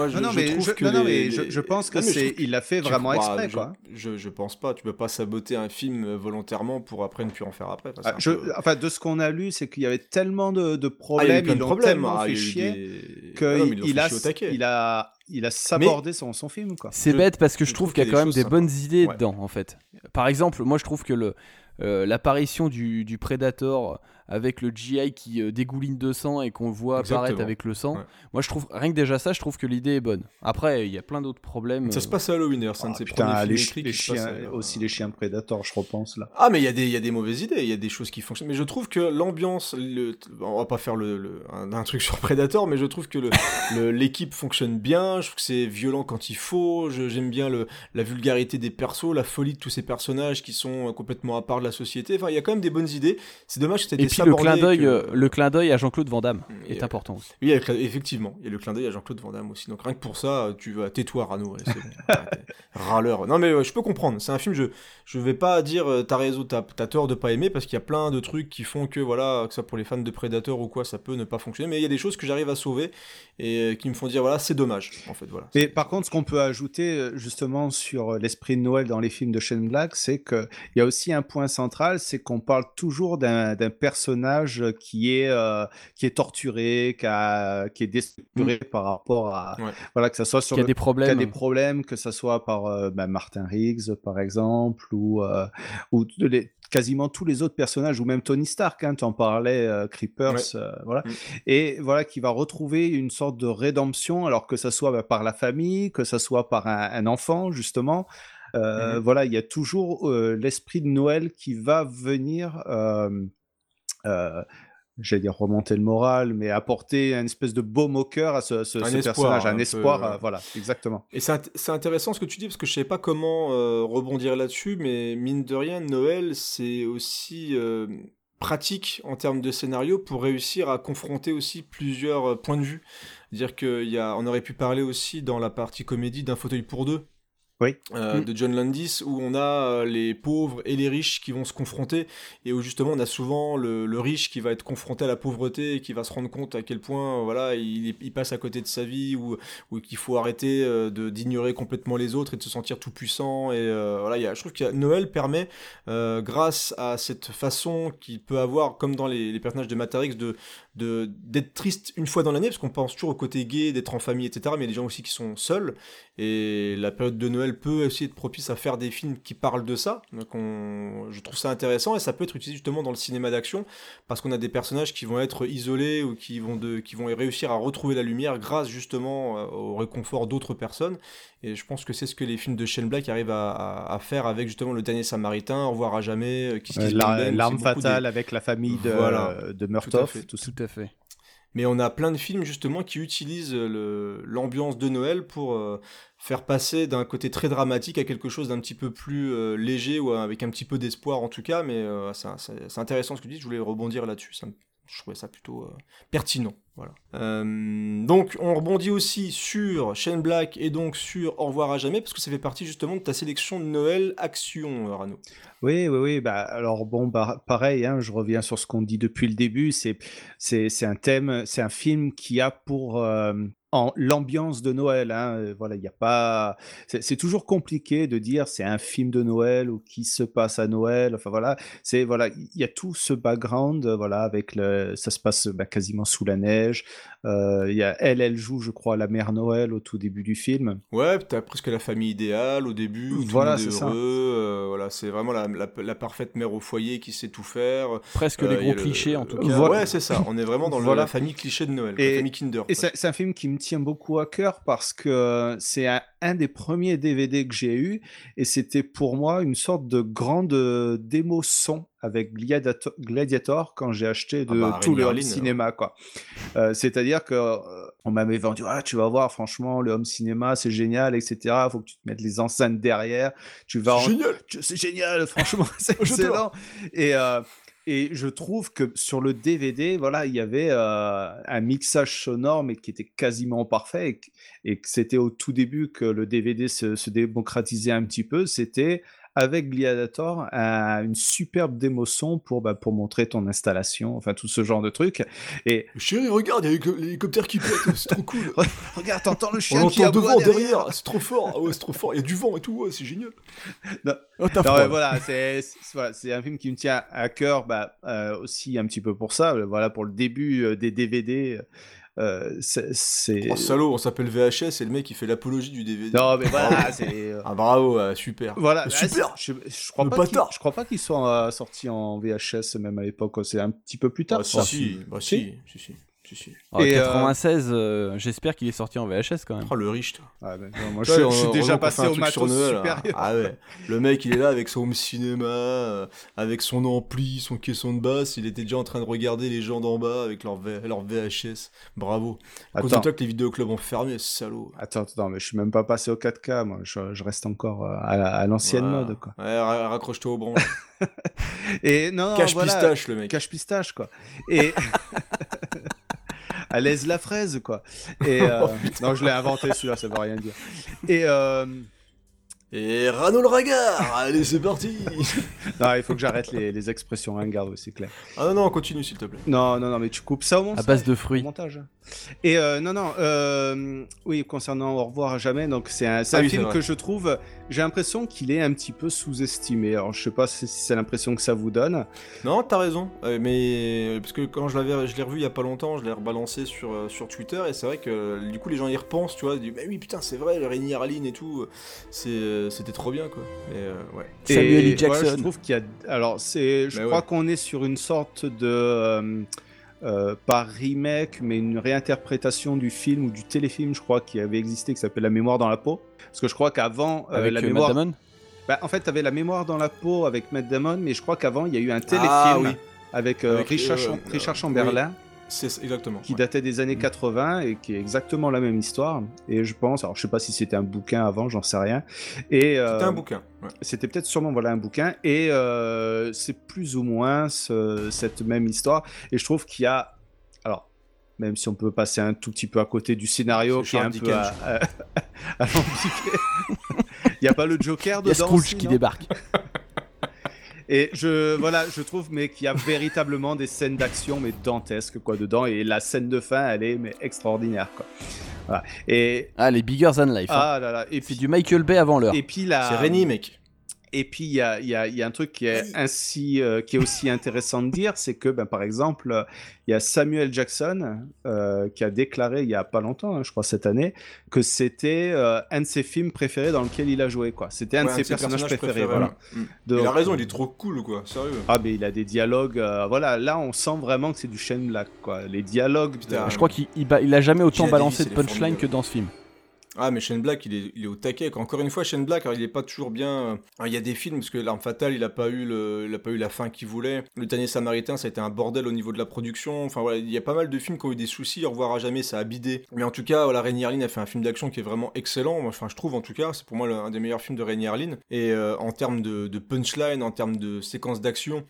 Je pense que il l'a fait vraiment exprès, quoi. Je pense pas, tu peux pas saboter un film volontairement pour après ne plus en faire après. Enfin, de ce qu'on a lu, c'est qu'il y avait tellement de problèmes, ils l'ont tellement fait chier qu'il a sabordé son film, quoi. C'est bête parce que je trouve qu'il y a quand même des bonnes idées dedans, en fait. Par exemple, moi je trouve que l'apparition du Predator avec le GI qui dégouline de sang et qu'on voit apparaître avec le sang, moi je trouve, rien que déjà ça, je trouve que l'idée est bonne. Après, il y a plein d'autres problèmes. Ça se passe à Halloween, c'est un de ces premiers films écrits qui se passe aussi les chiens Predator, je repense là. Ah, mais il y a des mauvaises idées, il y a des choses qui fonctionnent. Mais je trouve que l'ambiance, on va pas faire un truc sur Predator, mais je trouve que l'équipe fonctionne bien, je trouve que c'est violent quand il faut, j'aime bien la vulgarité des persos, la folie de tous ces personnages qui sont complètement à part de la société. Enfin, il y a quand même des bonnes idées. C'est dommage que ça ait été sabordé. Le clin d'œil à Jean-Claude Van Damme est important aussi. Oui, effectivement, il y a le clin d'œil à Jean-Claude Van Damme aussi. Donc rien que pour ça, tu vas tais-toi, Rano. Allez, c'est bon. Râleur. Non, mais je peux comprendre. C'est un film, je vais pas dire t'as raison, t'as tort de pas aimer, parce qu'il y a plein de trucs qui font que, voilà, que ça pour les fans de Predator ou quoi, ça peut ne pas fonctionner. Mais il y a des choses que j'arrive à sauver et qui me font dire, voilà, c'est dommage, en fait. Voilà. Et par contre, ce qu'on peut ajouter justement sur l'esprit de Noël dans les films de Shane Black, c'est qu'il y a aussi un point central, c'est qu'on parle toujours d'un personnage qui est torturé, qui est déstructuré par rapport à voilà, que ça soit sur qui a des problèmes, que ça soit par Martin Riggs par exemple, ou quasiment tous les autres personnages, ou même Tony Stark, hein, tu en parlais, Creepers, voilà, et voilà, qui va retrouver une sorte de rédemption, alors que ça soit par la famille, que ça soit par un enfant justement. Voilà, il y a toujours l'esprit de Noël qui va venir j'allais dire remonter le moral, mais apporter une espèce de baume au cœur à ce personnage, un espoir, voilà, exactement. Et c'est intéressant ce que tu dis, parce que je sais pas comment rebondir là-dessus, mais mine de rien, Noël, c'est aussi pratique en termes de scénario pour réussir à confronter aussi plusieurs points de vue. C'est-à-dire qu'on aurait pu parler aussi dans la partie comédie d'Un fauteuil pour deux, de John Landis, où on a les pauvres et les riches qui vont se confronter, et où justement on a souvent le riche qui va être confronté à la pauvreté et qui va se rendre compte à quel point voilà, il passe à côté de sa vie, ou qu'il faut arrêter d'ignorer complètement les autres et de se sentir tout puissant. Et voilà, je trouve que Noël permet, grâce à cette façon qu'il peut avoir, comme dans les personnages de Matt Harrix, d'être triste une fois dans l'année, parce qu'on pense toujours au côté gay, d'être en famille, etc., mais il y a des gens aussi qui sont seuls, et la période de Noël elle peut aussi être propice à faire des films qui parlent de ça. Donc je trouve ça intéressant et ça peut être utilisé justement dans le cinéma d'action parce qu'on a des personnages qui vont être isolés ou qui vont réussir à retrouver la lumière grâce justement au réconfort d'autres personnes. Et je pense que c'est ce que les films de Shane Black arrivent à faire avec justement Le Dernier Samaritain, Au revoir à jamais, Kiss Kiss Bang Bang. L'arme fatale avec la famille de Murtaugh. Tout à fait. Mais on a plein de films justement qui utilisent l'ambiance de Noël pour faire passer d'un côté très dramatique à quelque chose d'un petit peu plus léger ou avec un petit peu d'espoir en tout cas. Mais c'est intéressant ce que tu dis, je voulais rebondir là-dessus. Je trouvais ça plutôt pertinent. Voilà. Donc on rebondit aussi sur Shane Black et donc sur Au revoir à jamais parce que ça fait partie justement de ta sélection de Noël action, Rano. Oui. Bah, alors bon, pareil, hein, je reviens sur ce qu'on dit depuis le début. C'est un thème, c'est un film qui a pour l'ambiance de Noël. Hein, voilà, il y a pas. C'est toujours compliqué de dire c'est un film de Noël ou qui se passe à Noël. Enfin voilà, il y a tout ce background. Voilà, avec ça se passe quasiment sous la neige. Il y a elle joue, je crois, la mère Noël au tout début du film. Ouais, t'as presque la famille idéale au début. Où voilà, tout le monde est heureux. Voilà, c'est vraiment la parfaite mère au foyer qui sait tout faire. Presque les gros clichés en tout cas. Ouais, c'est ça. On est vraiment dans la famille cliché de Noël, la famille Kinder. Et c'est un film qui me tient beaucoup à cœur parce que c'est un des premiers DVD que j'ai eu et c'était pour moi une sorte de grande démo son avec Gladiator quand j'ai acheté tout le home cinéma quoi. C'est-à-dire que on m'avait vendu tu vas voir franchement le home cinéma c'est génial etc. Faut que tu te mettes les enceintes derrière. C'est génial franchement c'est excellent et je trouve que sur le DVD, voilà, il y avait un mixage sonore, mais qui était quasiment parfait, et que c'était au tout début que le DVD se démocratisait un petit peu. C'était avec Gladiator une superbe démo son pour montrer ton installation, enfin tout ce genre de trucs. Et chérie, regarde, il y a l'hélicoptère qui pète, c'est trop cool. Regarde, t'entends le chien on qui aboie devant, derrière. C'est trop fort. Ah ouais, c'est trop fort. Il y a du vent et tout, ouais, c'est génial. Non, voilà, c'est un film qui me tient à cœur, aussi un petit peu pour ça. Voilà, pour le début des DVD. C'est Oh salaud, on s'appelle VHS et le mec il fait l'apologie du DVD. Non mais voilà, c'est ah bravo, super. Voilà, super. Je crois pas qu'ils soient sortis en VHS même à l'époque, c'est un petit peu plus tard. Si. 96, j'espère qu'il est sorti en VHS quand même. Oh le riche toi. Moi je suis déjà passé au matos supérieur. Ah ouais. Le mec il est là avec son home cinéma, avec son ampli, son caisson de basse, il était déjà en train de regarder les gens d'en bas avec leur VHS. Bravo. Content-toi que les vidéoclubs ont fermé, salaud. Attends, mais je suis même pas passé au 4K, moi je reste encore à l'ancienne mode quoi. Ouais, raccroche-toi aux branches. Et non, cache pistache le mec. Cache pistache quoi. Et à l'aise la fraise quoi. Et non, je l'ai inventé celui-là, ça veut rien dire. Et Rano le regard. Allez, c'est parti. Non, il faut que j'arrête les expressions ringardes, oui, c'est clair. Ah non, continue s'il te plaît. Non, mais tu coupes ça au montage. À base de fruits. Montage. Et oui, concernant Au revoir à jamais, donc c'est un film que je trouve, j'ai l'impression qu'il est un petit peu sous-estimé. Alors je sais pas si c'est l'impression que ça vous donne. Non, t'as raison. Mais parce que quand je l'ai revu il y a pas longtemps, je l'ai rebalancé sur Twitter et c'est vrai que du coup les gens y repensent, tu vois, ils disent mais oui putain c'est vrai, le Rémi Harlin et tout, c'était trop bien quoi. Et, ouais. Samuel L. Jackson. Ouais, je trouve qu'il y a, alors je crois qu'on est sur une sorte de pas remake, mais une réinterprétation du film ou du téléfilm, je crois, qui avait existé, qui s'appelle La mémoire dans la peau. Parce que je crois qu'avant, avec la mémoire... Matt Damon. En fait, t'avais La mémoire dans la peau avec Matt Damon, mais je crois qu'avant, il y a eu un téléfilm avec Richard Chamberlain. Oui. C'est exactement. Qui datait des années 80 et qui est exactement la même histoire. Et je pense, alors je sais pas si c'était un bouquin avant, j'en sais rien. Et c'était un bouquin. Ouais. C'était peut-être sûrement un bouquin. Et c'est plus ou moins cette même histoire. Et je trouve qu'il y a, alors même si on peut passer un tout petit peu à côté du scénario qui est un peu à l'ampliqué. Il y a pas le Joker dedans. Il y a Scrooge qui débarque. Et je trouve qu'il y a véritablement des scènes d'action mais dantesques quoi dedans, et la scène de fin elle est extraordinaire quoi. Voilà. Et les Bigger Than Life. Ah là là. Et puis du Michael Bay avant l'heure. Et puis c'est Rémi mec. Et puis il y a un truc qui est qui est aussi intéressant de dire, c'est que par exemple il y a Samuel Jackson qui a déclaré il y a pas longtemps, hein, je crois cette année, que c'était un de ses films préférés dans lequel il a joué, quoi. C'était un de ses personnages préférés, voilà. Donc, il a raison, il est trop cool, quoi. Sérieux. Ah mais il a des dialogues, voilà, là on sent vraiment que c'est du Shane Black, quoi. Les dialogues. Je crois qu'il a jamais autant balancé de punchline que dans ce film. Ah, mais Shane Black, il est au taquet. Encore une fois, Shane Black, alors, il est pas toujours bien. Alors, il y a des films, parce que L'Arme Fatale, il a pas eu la fin qu'il voulait. Le Dernier Samaritain, ça a été un bordel au niveau de la production. Enfin, voilà, il y a pas mal de films qui ont eu des soucis. Au revoir à jamais, ça a bidé. Mais en tout cas, voilà, Renny Harlin a fait un film d'action qui est vraiment excellent. Enfin, je trouve, en tout cas, c'est pour moi un des meilleurs films de Renny Harlin. Et en termes de punchline, en termes de séquences d'action,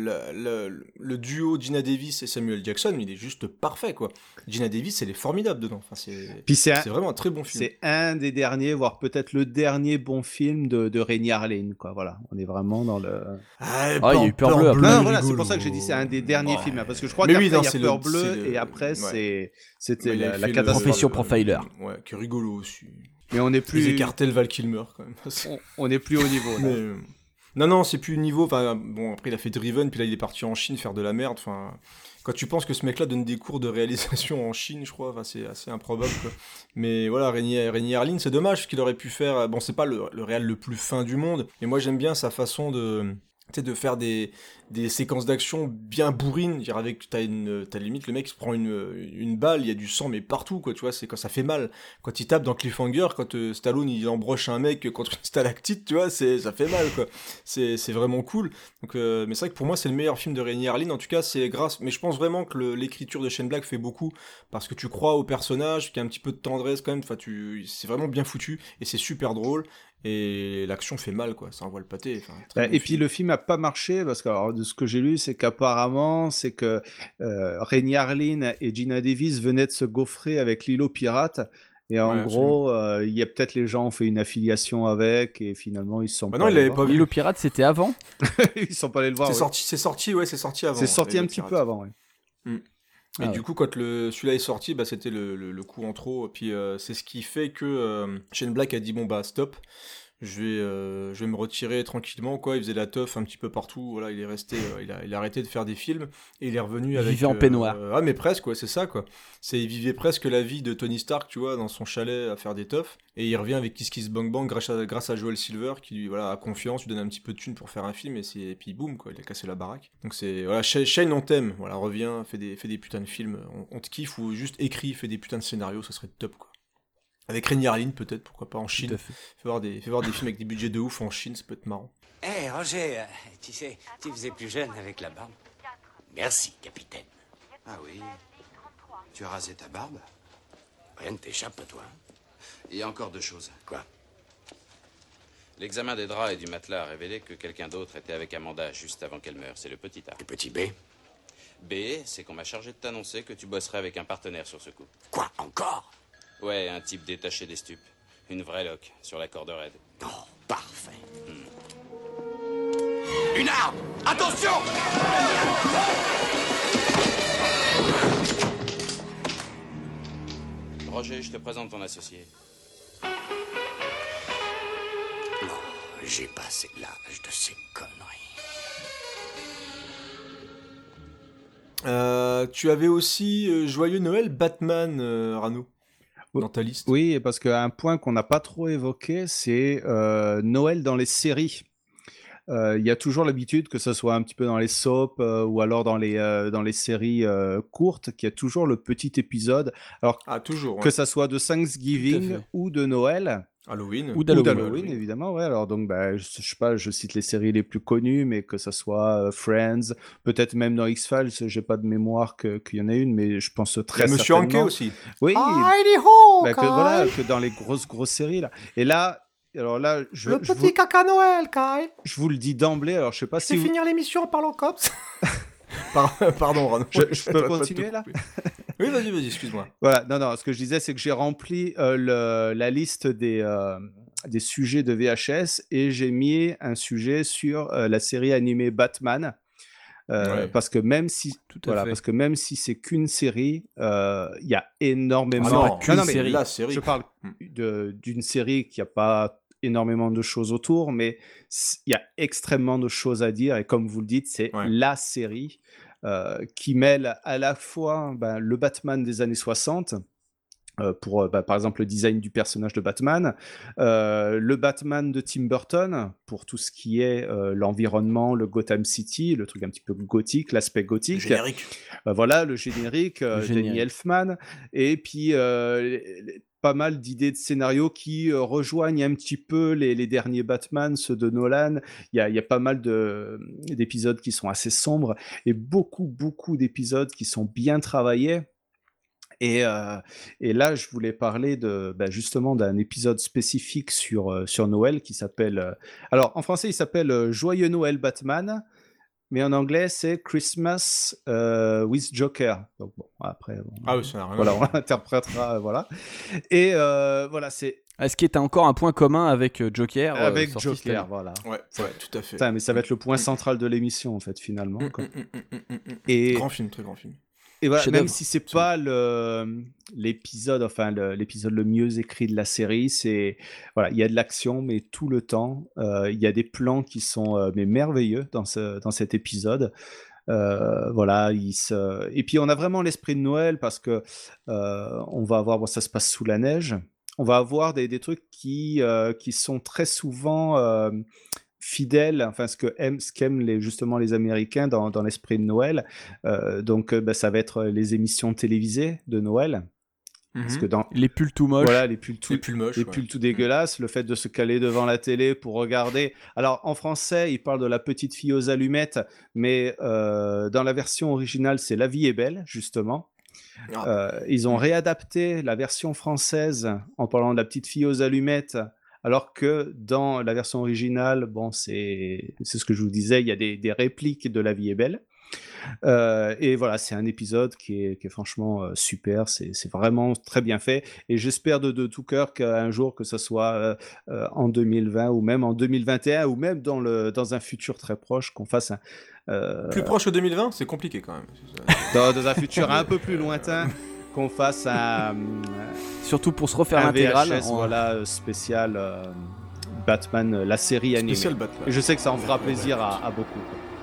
le duo Gina Davis et Samuel Jackson, il est juste parfait, quoi. Gina Davis, elle est formidable dedans. Enfin, c'est vraiment un très bon film. C'est un des derniers, voire peut-être le dernier bon film de Renny Harlin, quoi. Voilà, on est vraiment dans le. Il y a eu Peur Bleue. Non, voilà, c'est pour ça que j'ai dit c'est un des derniers films, hein, parce que je crois qu'après il y a Peur Bleue et après c'était la catastrophe. Profession Profiler. Ouais, qui est rigolo aussi. Mais on est plus. Ils écartaient le Val Kilmer quand même. On est plus au niveau. Là. Non, c'est plus niveau. Enfin, bon, après il a fait Driven, puis là il est parti en Chine faire de la merde. Enfin. Quand tu penses que ce mec-là donne des cours de réalisation en Chine, je crois, enfin, c'est assez improbable, quoi. Mais voilà, Renny Harlin, c'est dommage, parce qu'il aurait pu faire... Bon, c'est pas le réal le plus fin du monde, mais moi j'aime bien sa façon de faire des séquences d'action bien bourrines, dire avec t'as limite le mec se prend une balle, il y a du sang mais partout, quoi, tu vois, c'est quand ça fait mal, quand il tape dans Cliffhanger, quand Stallone il embroche un mec contre une stalactite, tu vois, ça fait mal, quoi. C'est vraiment cool. Donc mais c'est vrai que pour moi c'est le meilleur film de Renny Harlin, en tout cas c'est grâce, mais je pense vraiment que l'écriture de Shane Black fait beaucoup, parce que tu crois au personnage, qu'il y a un petit peu de tendresse quand même, enfin c'est vraiment bien foutu et c'est super drôle. Et l'action fait mal, quoi, ça envoie le pâté. Et puis le film a pas marché parce que alors, de ce que j'ai lu, c'est qu'apparemment c'est que Renny Harlin et Gina Davis venaient de se gaufrer avec Lilo Pirate. Et en gros, il y a peut-être les gens ont fait une affiliation avec et finalement ils se sont pas. Non, il l'avait pas vu. Lilo Pirate, c'était avant. Ils sont pas allés le voir. C'est sorti avant. C'est sorti un petit peu avant, ouais. Et du coup, quand celui-là est sorti, c'était le coup en trop. Et puis c'est ce qui fait que Shane Black a dit bon stop, je vais me retirer tranquillement, quoi. Il faisait la teuf un petit peu partout. Voilà, il est resté, il a arrêté de faire des films et il est revenu avec. Il vivait en peignoir. Mais presque, ouais, c'est ça, quoi. Il vivait presque la vie de Tony Stark, tu vois, dans son chalet à faire des teufs. Et il revient avec Kiss Kiss Bang Bang grâce à Joel Silver qui lui a confiance, lui donne un petit peu de thunes pour faire un film et puis boum, quoi, il a cassé la baraque. Donc c'est voilà, Shane on t'aime, voilà, reviens, fais des putains de films, on te kiffe, ou juste écris, fais des putains de scénarios, ça serait top, quoi. Avec Renny Harlin peut-être, pourquoi pas en Chine. Fais voir des films avec des budgets de ouf en Chine, ça peut être marrant. Hé Roger, tu sais, tu faisais plus jeune avec la barbe. Merci, capitaine. Ah oui. Tu as rasé ta barbe? Rien ne t'échappe, toi. Il y a encore deux choses. Quoi? L'examen des draps et du matelas a révélé que quelqu'un d'autre était avec Amanda juste avant qu'elle meure. C'est le petit A. Le petit B? B, c'est qu'on m'a chargé de t'annoncer que tu bosserais avec un partenaire sur ce coup. Quoi, encore? Ouais, un type détaché des stupes. Une vraie loque, sur la corde raide. Oh, parfait. Une arme! Attention! Roger, je te présente ton associé. Non, j'ai passé l'âge de ces conneries. Tu avais aussi Joyeux Noël Batman, Rano, dans ta liste. Oui, parce qu'un point qu'on n'a pas trop évoqué, c'est Noël dans les séries. Il y a toujours l'habitude, que ce soit un petit peu dans les soaps ou alors dans les séries courtes, qu'il y a toujours le petit épisode. Alors, toujours, ouais. Que ça soit de Thanksgiving ou de Noël. Halloween. Ou d'Halloween, évidemment, ouais. Alors, donc, je sais pas, je cite les séries les plus connues, mais que ça soit Friends, peut-être même dans X-Files, j'ai pas de mémoire qu'il y en ait une, mais je pense très certainement. Monsieur Hanké aussi. Oui. Heidi-ho, que dans les grosses séries, là. Et là, alors là, petit caca Noël, Kai. Je vous le dis d'emblée, alors je sais pas si vous... finir l'émission en parlant cops. Pardon, Rano. Je peux continuer là? Oui, vas-y, excuse-moi. Voilà, non, ce que je disais, c'est que j'ai rempli la liste des sujets de VHS et j'ai mis un sujet sur la série animée Batman. Parce que même si c'est qu'une série, il y a énormément. La série. Je parle d'une série qui a pas énormément de choses autour, mais il y a extrêmement de choses à dire. Et comme vous le dites, c'est la série qui mêle à la fois le Batman des années 60, pour par exemple le design du personnage de Batman, le Batman de Tim Burton pour tout ce qui est l'environnement, le Gotham City, le truc un petit peu gothique, l'aspect gothique. Le générique. Voilà, le générique, Danny Elfman, et puis pas mal d'idées de scénarios qui rejoignent un petit peu les derniers Batman, ceux de Nolan. Il y a pas mal d'épisodes qui sont assez sombres et beaucoup d'épisodes qui sont bien travaillés. Et là, je voulais parler justement d'un épisode spécifique sur Noël qui s'appelle... alors, en français, il s'appelle Joyeux Noël Batman, mais en anglais, c'est Christmas with Joker. Donc bon, après... Ah oui, ça n'a rien voilà, on l'interprétera, voilà. Et voilà, c'est... Est-ce qu'il y a encore un point commun avec Joker avec Joker, voilà. Ouais, tout à fait. Putain, mais ça va être le point central de l'émission, en fait, finalement. Et... Grand film, très grand film. Et voilà, même si c'est pas l'épisode le mieux écrit de la série, c'est voilà, il y a de l'action, mais tout le temps, il y a des plans qui sont mais merveilleux dans cet épisode. Voilà, et puis on a vraiment l'esprit de Noël parce que on va avoir, ça se passe sous la neige. On va avoir des trucs qui sont très souvent fidèles, enfin ce qu'aiment justement les Américains dans l'esprit de Noël. Donc ça va être les émissions télévisées de Noël. Parce que les pulls tout moches. Voilà, les pulls moches, les pulls tout dégueulasses, le fait de se caler devant la télé pour regarder. Alors en français, il parle de la petite fille aux allumettes, mais dans la version originale, c'est La vie est belle, justement. Ils ont réadapté la version française en parlant de la petite fille aux allumettes, alors que dans la version originale, bon, c'est ce que je vous disais, il y a des répliques de La vie est belle. Et voilà, c'est un épisode qui est franchement super, c'est vraiment très bien fait, et j'espère de tout cœur qu'un jour, que ce soit en 2020 ou même en 2021 ou même dans un futur très proche, qu'on fasse plus proche de 2020, c'est compliqué quand même. Dans un futur un peu plus lointain, qu'on fasse surtout pour se refaire l'intégrale, voilà, spécial Batman, la série animée. Spécial Batman. Et je sais que ça en fera plaisir à beaucoup.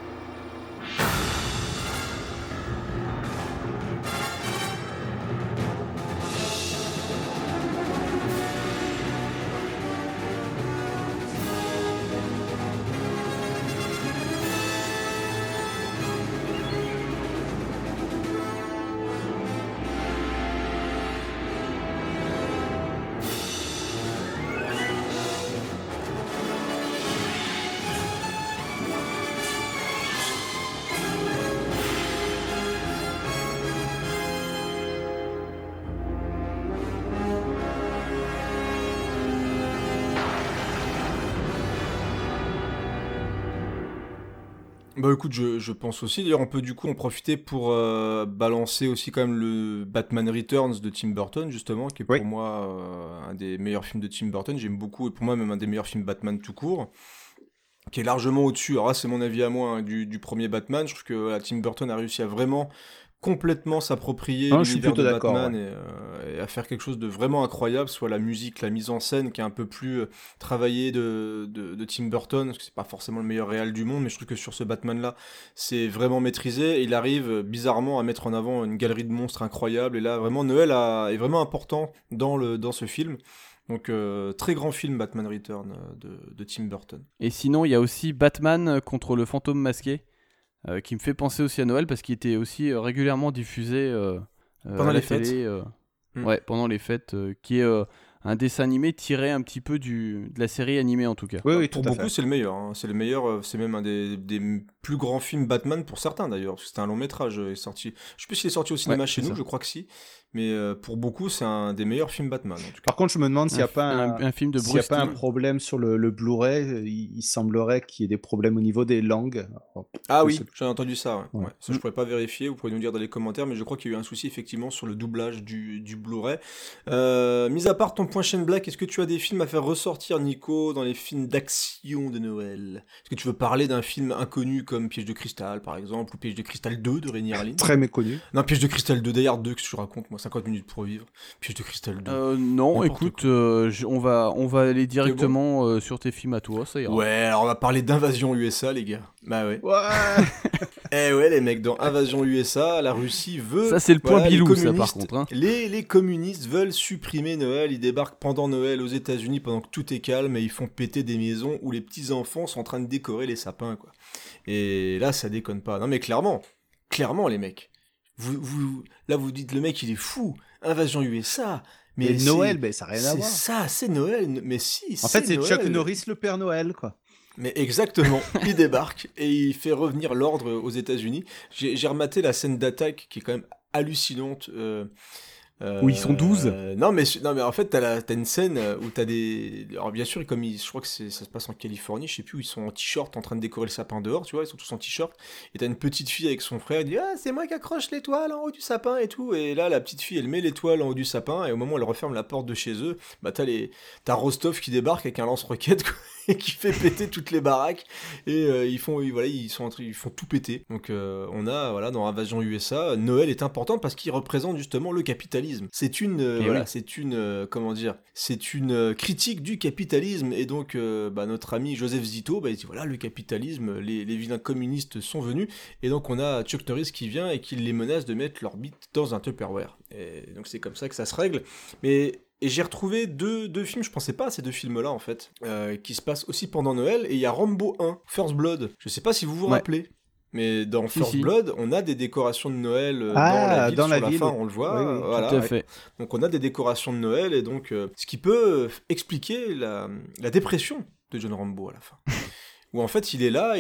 Bah écoute, je pense aussi. D'ailleurs, on peut du coup en profiter pour balancer aussi quand même le Batman Returns de Tim Burton, justement, qui est pour moi un des meilleurs films de Tim Burton. J'aime beaucoup, et pour moi même un des meilleurs films Batman tout court, qui est largement au-dessus. Alors là, c'est mon avis à moi, hein, du premier Batman. Je trouve que Tim Burton a réussi à vraiment complètement s'approprier l'univers de Batman et à faire quelque chose de vraiment incroyable, soit la musique, la mise en scène qui est un peu plus travaillée de Tim Burton, parce que c'est pas forcément le meilleur réal du monde, mais je trouve que sur ce Batman-là, c'est vraiment maîtrisé, et il arrive bizarrement à mettre en avant une galerie de monstres incroyable, et là, vraiment, Noël est vraiment important dans ce film. Donc, très grand film, Batman Return de Tim Burton. Et sinon, il y a aussi Batman contre le fantôme masqué, qui me fait penser aussi à Noël, parce qu'il était aussi régulièrement diffusé pendant les fêtes. Ouais, pendant les fêtes, qui est un dessin animé tiré un petit peu de la série animée en tout cas. Oui, pour beaucoup, c'est le meilleur. Hein. C'est le meilleur. C'est même un des plus grands films Batman pour certains d'ailleurs, parce que c'était un long métrage. Il est sorti. Je sais plus s'il est sorti au cinéma chez nous. Je crois que si. Mais pour beaucoup, c'est un des meilleurs films Batman. En tout cas. Par contre, je me demande s'il n'y a pas un film de s'il y a pas un problème sur le Blu-ray. Il semblerait qu'il y ait des problèmes au niveau des langues. Ah oui, j'ai entendu ça. Ouais. Ça, je pourrais pas vérifier. Vous pourrez nous dire dans les commentaires, mais je crois qu'il y a eu un souci effectivement sur le doublage du Blu-ray. Mis à part ton point Shane Black, est-ce que tu as des films à faire ressortir, Nico, dans les films d'action de Noël ? Est-ce que tu veux parler d'un film inconnu comme comme Piège de cristal, par exemple, ou Piège de cristal 2 de Rémi Harlin. Très méconnu. Non, Piège de cristal 2, d'ailleurs 2, que je raconte, moi, 50 minutes pour vivre. Piège de cristal 2. Non, écoute, on va aller directement sur tes films à toi, ça ira. Ouais, alors on va parler d'Invasion USA, les gars. Bah ouais. Ouais. Eh ouais, les mecs, dans Invasion USA, la Russie veut... Ça, c'est le point Bilou, ça, par contre. Hein. Les communistes veulent supprimer Noël, ils débarquent pendant Noël aux États-Unis pendant que tout est calme et ils font péter des maisons où les petits-enfants sont en train de décorer les sapins, quoi. Et là, ça déconne pas. Non mais clairement, les mecs, vous dites le mec il est fou, Invasion USA, mais Noël, ça n'a rien à voir. C'est ça, c'est Noël, mais si, en fait, c'est Noël. Chuck Norris le Père Noël, quoi. Mais exactement, il débarque et il fait revenir l'ordre aux États-Unis. J'ai rematé la scène d'attaque qui est quand même hallucinante. Où ils sont 12 non mais en fait t'as une scène où t'as des... Alors bien sûr, comme je crois que ça se passe en Californie, je sais plus, où ils sont en t-shirt en train de décorer le sapin dehors, tu vois, ils sont tous en t-shirt, et t'as une petite fille avec son frère, elle dit « Ah, c'est moi qui accroche l'étoile en haut du sapin et tout », et là la petite fille elle met l'étoile en haut du sapin, et au moment où elle referme la porte de chez eux, bah t'as Rostov qui débarque avec un lance-roquette, quoi, et qui fait péter toutes les baraques, et ils font tout péter. Donc on a, voilà, dans Invasion USA, Noël est important parce qu'il représente justement le capitalisme. C'est une c'est une critique du capitalisme, et donc notre ami Joseph Zito, il dit voilà, le capitalisme, les vilains communistes sont venus, et donc on a Chuck Norris qui vient et qui les menace de mettre leur bite dans un Tupperware. Et donc c'est comme ça que ça se règle. Et j'ai retrouvé deux films, je pensais pas à ces deux films-là en fait, qui se passent aussi pendant Noël, et il y a Rambo 1, First Blood, je sais pas si vous vous rappelez, mais dans First Blood, on a des décorations de Noël dans la ville, sur la fin, on le voit, oui, voilà, tout à fait. Donc on a des décorations de Noël, et donc ce qui peut expliquer la dépression de John Rambo à la fin. Où en fait il est là,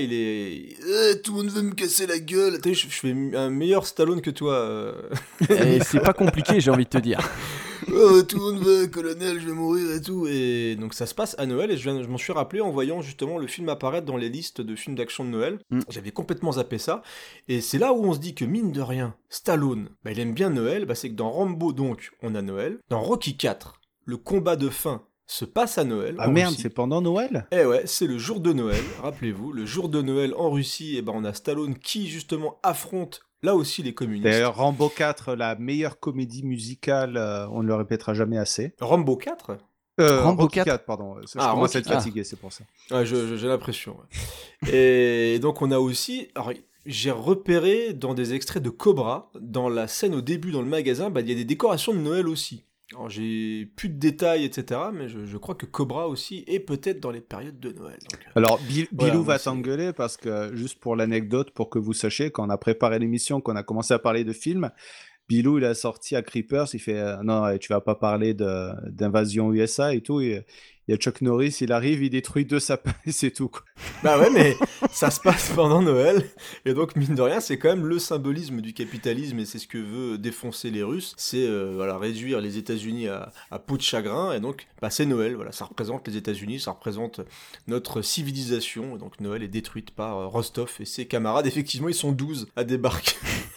tout le monde veut me casser la gueule. Je fais un meilleur Stallone que toi. Et c'est pas compliqué, j'ai envie de te dire. Oh, tout le monde veut, colonel, je vais mourir et tout. Et donc ça se passe à Noël, et je m'en suis rappelé en voyant justement le film apparaître dans les listes de films d'action de Noël. J'avais complètement zappé ça, et c'est là où on se dit que mine de rien, Stallone, il aime bien Noël. C'est que dans Rambo, donc, on a Noël. Dans Rocky 4, le combat de fin se passe à Noël. Ah merde, Russie. C'est pendant Noël ? Eh ouais, c'est le jour de Noël, rappelez-vous, le jour de Noël en Russie, et on a Stallone qui justement affronte là aussi les communistes. D'ailleurs, Rambo 4, la meilleure comédie musicale, on ne le répétera jamais assez. Rambo 4 Rambo 4, pardon. Je commence à être fatigué, c'est pour ça. Ah, j'ai l'impression. Ouais. Et donc on a aussi... Alors, j'ai repéré dans des extraits de Cobra, dans la scène au début dans le magasin, il y a des décorations de Noël aussi. Alors j'ai plus de détails, etc., mais je crois que Cobra aussi est peut-être dans les périodes de Noël. Donc, alors Bilou va t'engueuler parce que, juste pour l'anecdote, pour que vous sachiez, quand on a préparé l'émission, qu'on a commencé à parler de films, Bilou il a sorti à Creepers, il fait non, tu vas pas parler d'invasion USA et tout, et il y a Chuck Norris, il arrive, il détruit 2 sapins et c'est tout, quoi. Bah ouais, mais ça se passe pendant Noël, et donc mine de rien, c'est quand même le symbolisme du capitalisme, et c'est ce que veut défoncer les Russes, c'est réduire les États-Unis à peau de chagrin, et donc c'est Noël, voilà, ça représente les États-Unis, ça représente notre civilisation, et donc Noël est détruite par Rostov et ses camarades. Effectivement, ils sont 12 à débarquer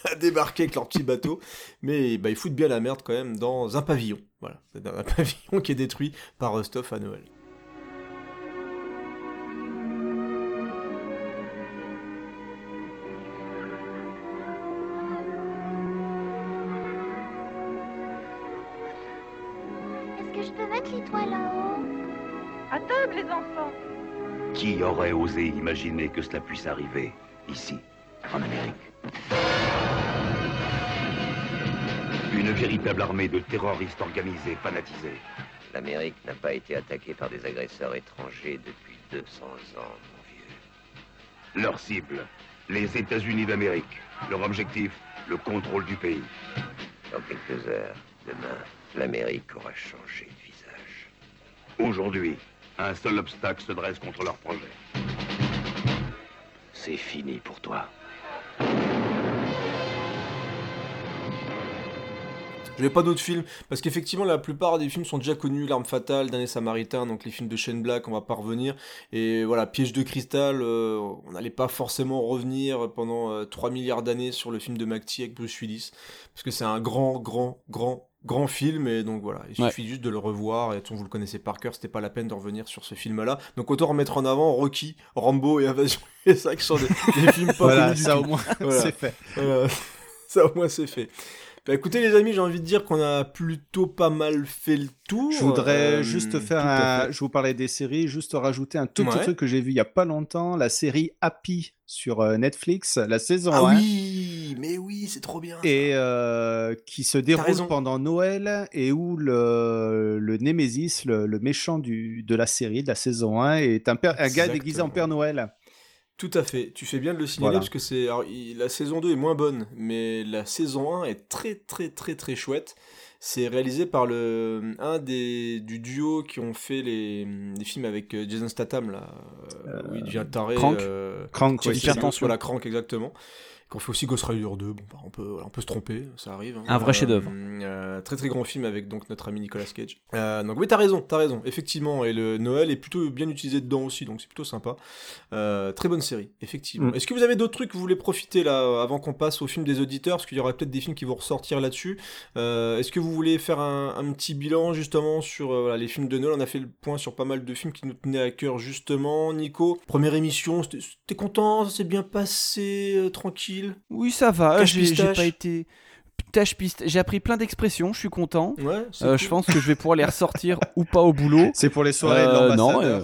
avec leur petit bateau, mais ils foutent bien la merde quand même dans un pavillon. Voilà, c'est un pavillon qui est détruit par Rostov à Noël. Est-ce que je peux mettre l'étoile là-haut? À table, les enfants. Qui aurait osé imaginer que cela puisse arriver ici, en Amérique? Une véritable armée de terroristes organisés, fanatisés. L'Amérique n'a pas été attaquée par des agresseurs étrangers depuis 200 ans, mon vieux. Leur cible, les États-Unis d'Amérique. Leur objectif, le contrôle du pays. Dans quelques heures, demain, l'Amérique aura changé de visage. Aujourd'hui, un seul obstacle se dresse contre leur projet. C'est fini pour toi. J'avais pas d'autres films, parce qu'effectivement la plupart des films sont déjà connus, L'Arme Fatale, Dernier Samaritain, donc les films de Shane Black, on va pas revenir, et voilà, Piège de Cristal, on n'allait pas forcément revenir pendant 3 milliards d'années sur le film de McTee avec Bruce Willis, parce que c'est un grand film, et donc voilà, il suffit juste de le revoir, et vous le connaissez par cœur, c'était pas la peine de revenir sur ce film-là, donc autant remettre en avant Rocky, Rambo et Invasion USA, qui sont des films pas connus du tout. Au moins, c'est fait. Ça au moins c'est fait. Bah écoutez les amis, j'ai envie de dire qu'on a plutôt pas mal fait le tour. Je voudrais juste faire je vous parlais des séries, juste rajouter un tout petit truc que j'ai vu il y a pas longtemps, la série Happy sur Netflix, la saison 1. Ah oui, mais oui, c'est trop bien. Et qui se déroule pendant Noël et où le Némésis, le méchant de la série, de la saison 1, est un gars déguisé en Père Noël. Tout à fait, tu fais bien de le signaler parce que la saison 2 est moins bonne, mais la saison 1 est très chouette. C'est réalisé par du duo qui ont fait les films avec Jason Statham, là, où il devient taré. Crank, sur la Crank, exactement. Qu'on fait aussi Ghost Rider 2, bon, bah, on peut se tromper, ça arrive. Hein. Un vrai chef-d'œuvre. Très grand film avec donc notre ami Nicolas Cage. Donc oui, t'as raison, effectivement, et le Noël est plutôt bien utilisé dedans aussi, donc c'est plutôt sympa. Très bonne série, effectivement. Est-ce que vous avez d'autres trucs que vous voulez profiter là, avant qu'on passe au film des auditeurs, parce qu'il y aura peut-être des films qui vont ressortir là-dessus. Est-ce que vous voulez faire un petit bilan justement sur les films de Noël? On a fait le point sur pas mal de films qui nous tenaient à cœur justement. Nico, première émission, t'es content, ça s'est bien passé, tranquille? Oui, ça va. J'ai pas été tâche-piste. J'ai appris plein d'expressions. Je suis content. Ouais, cool. Je pense que je vais pouvoir les ressortir ou pas au boulot. C'est pour les soirées de l'ambassadeur.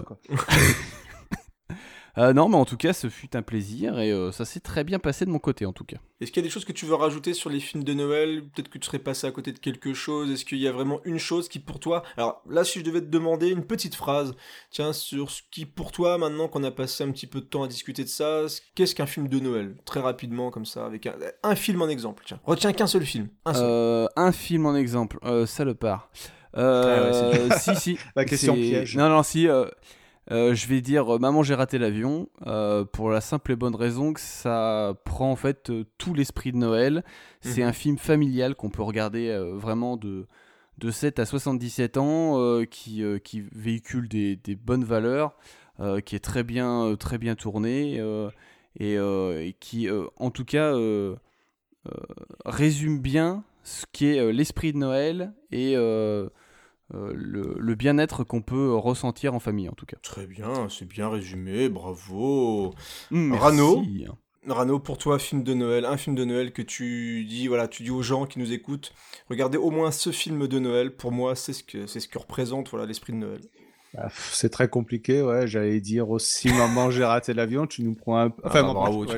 Non, mais en tout cas, ce fut un plaisir et ça s'est très bien passé de mon côté, en tout cas. Est-ce qu'il y a des choses que tu veux rajouter sur les films de Noël? Peut-être que tu serais passé à côté de quelque chose. Est-ce qu'il y a vraiment une chose qui, pour toi... Alors là, si je devais te demander une petite phrase, tiens, sur ce qui, pour toi, maintenant qu'on a passé un petit peu de temps à discuter de ça, qu'est-ce qu'un film de Noël? Très rapidement, comme ça, avec un film en exemple. Tiens, retiens qu'un seul film. Un film en exemple. Salopard. Si. La question piège. Non, si... je vais dire Maman j'ai raté l'avion pour la simple et bonne raison que ça prend en fait tout l'esprit de Noël. C'est un film familial qu'on peut regarder vraiment de 7 à 77 ans qui véhicule des bonnes valeurs, qui est très bien tourné et qui en tout cas résume bien ce qu'est l'esprit de Noël et le bien-être qu'on peut ressentir en famille en tout cas. Très bien, c'est bien résumé, bravo. Merci. Rano, pour toi, un film de Noël que tu dis aux gens qui nous écoutent, regardez au moins ce film de Noël. Pour moi, c'est ce que représente l'esprit de Noël. C'est très compliqué, ouais. J'allais dire aussi Maman j'ai raté l'avion. Tu nous prends un. Enfin, bravo.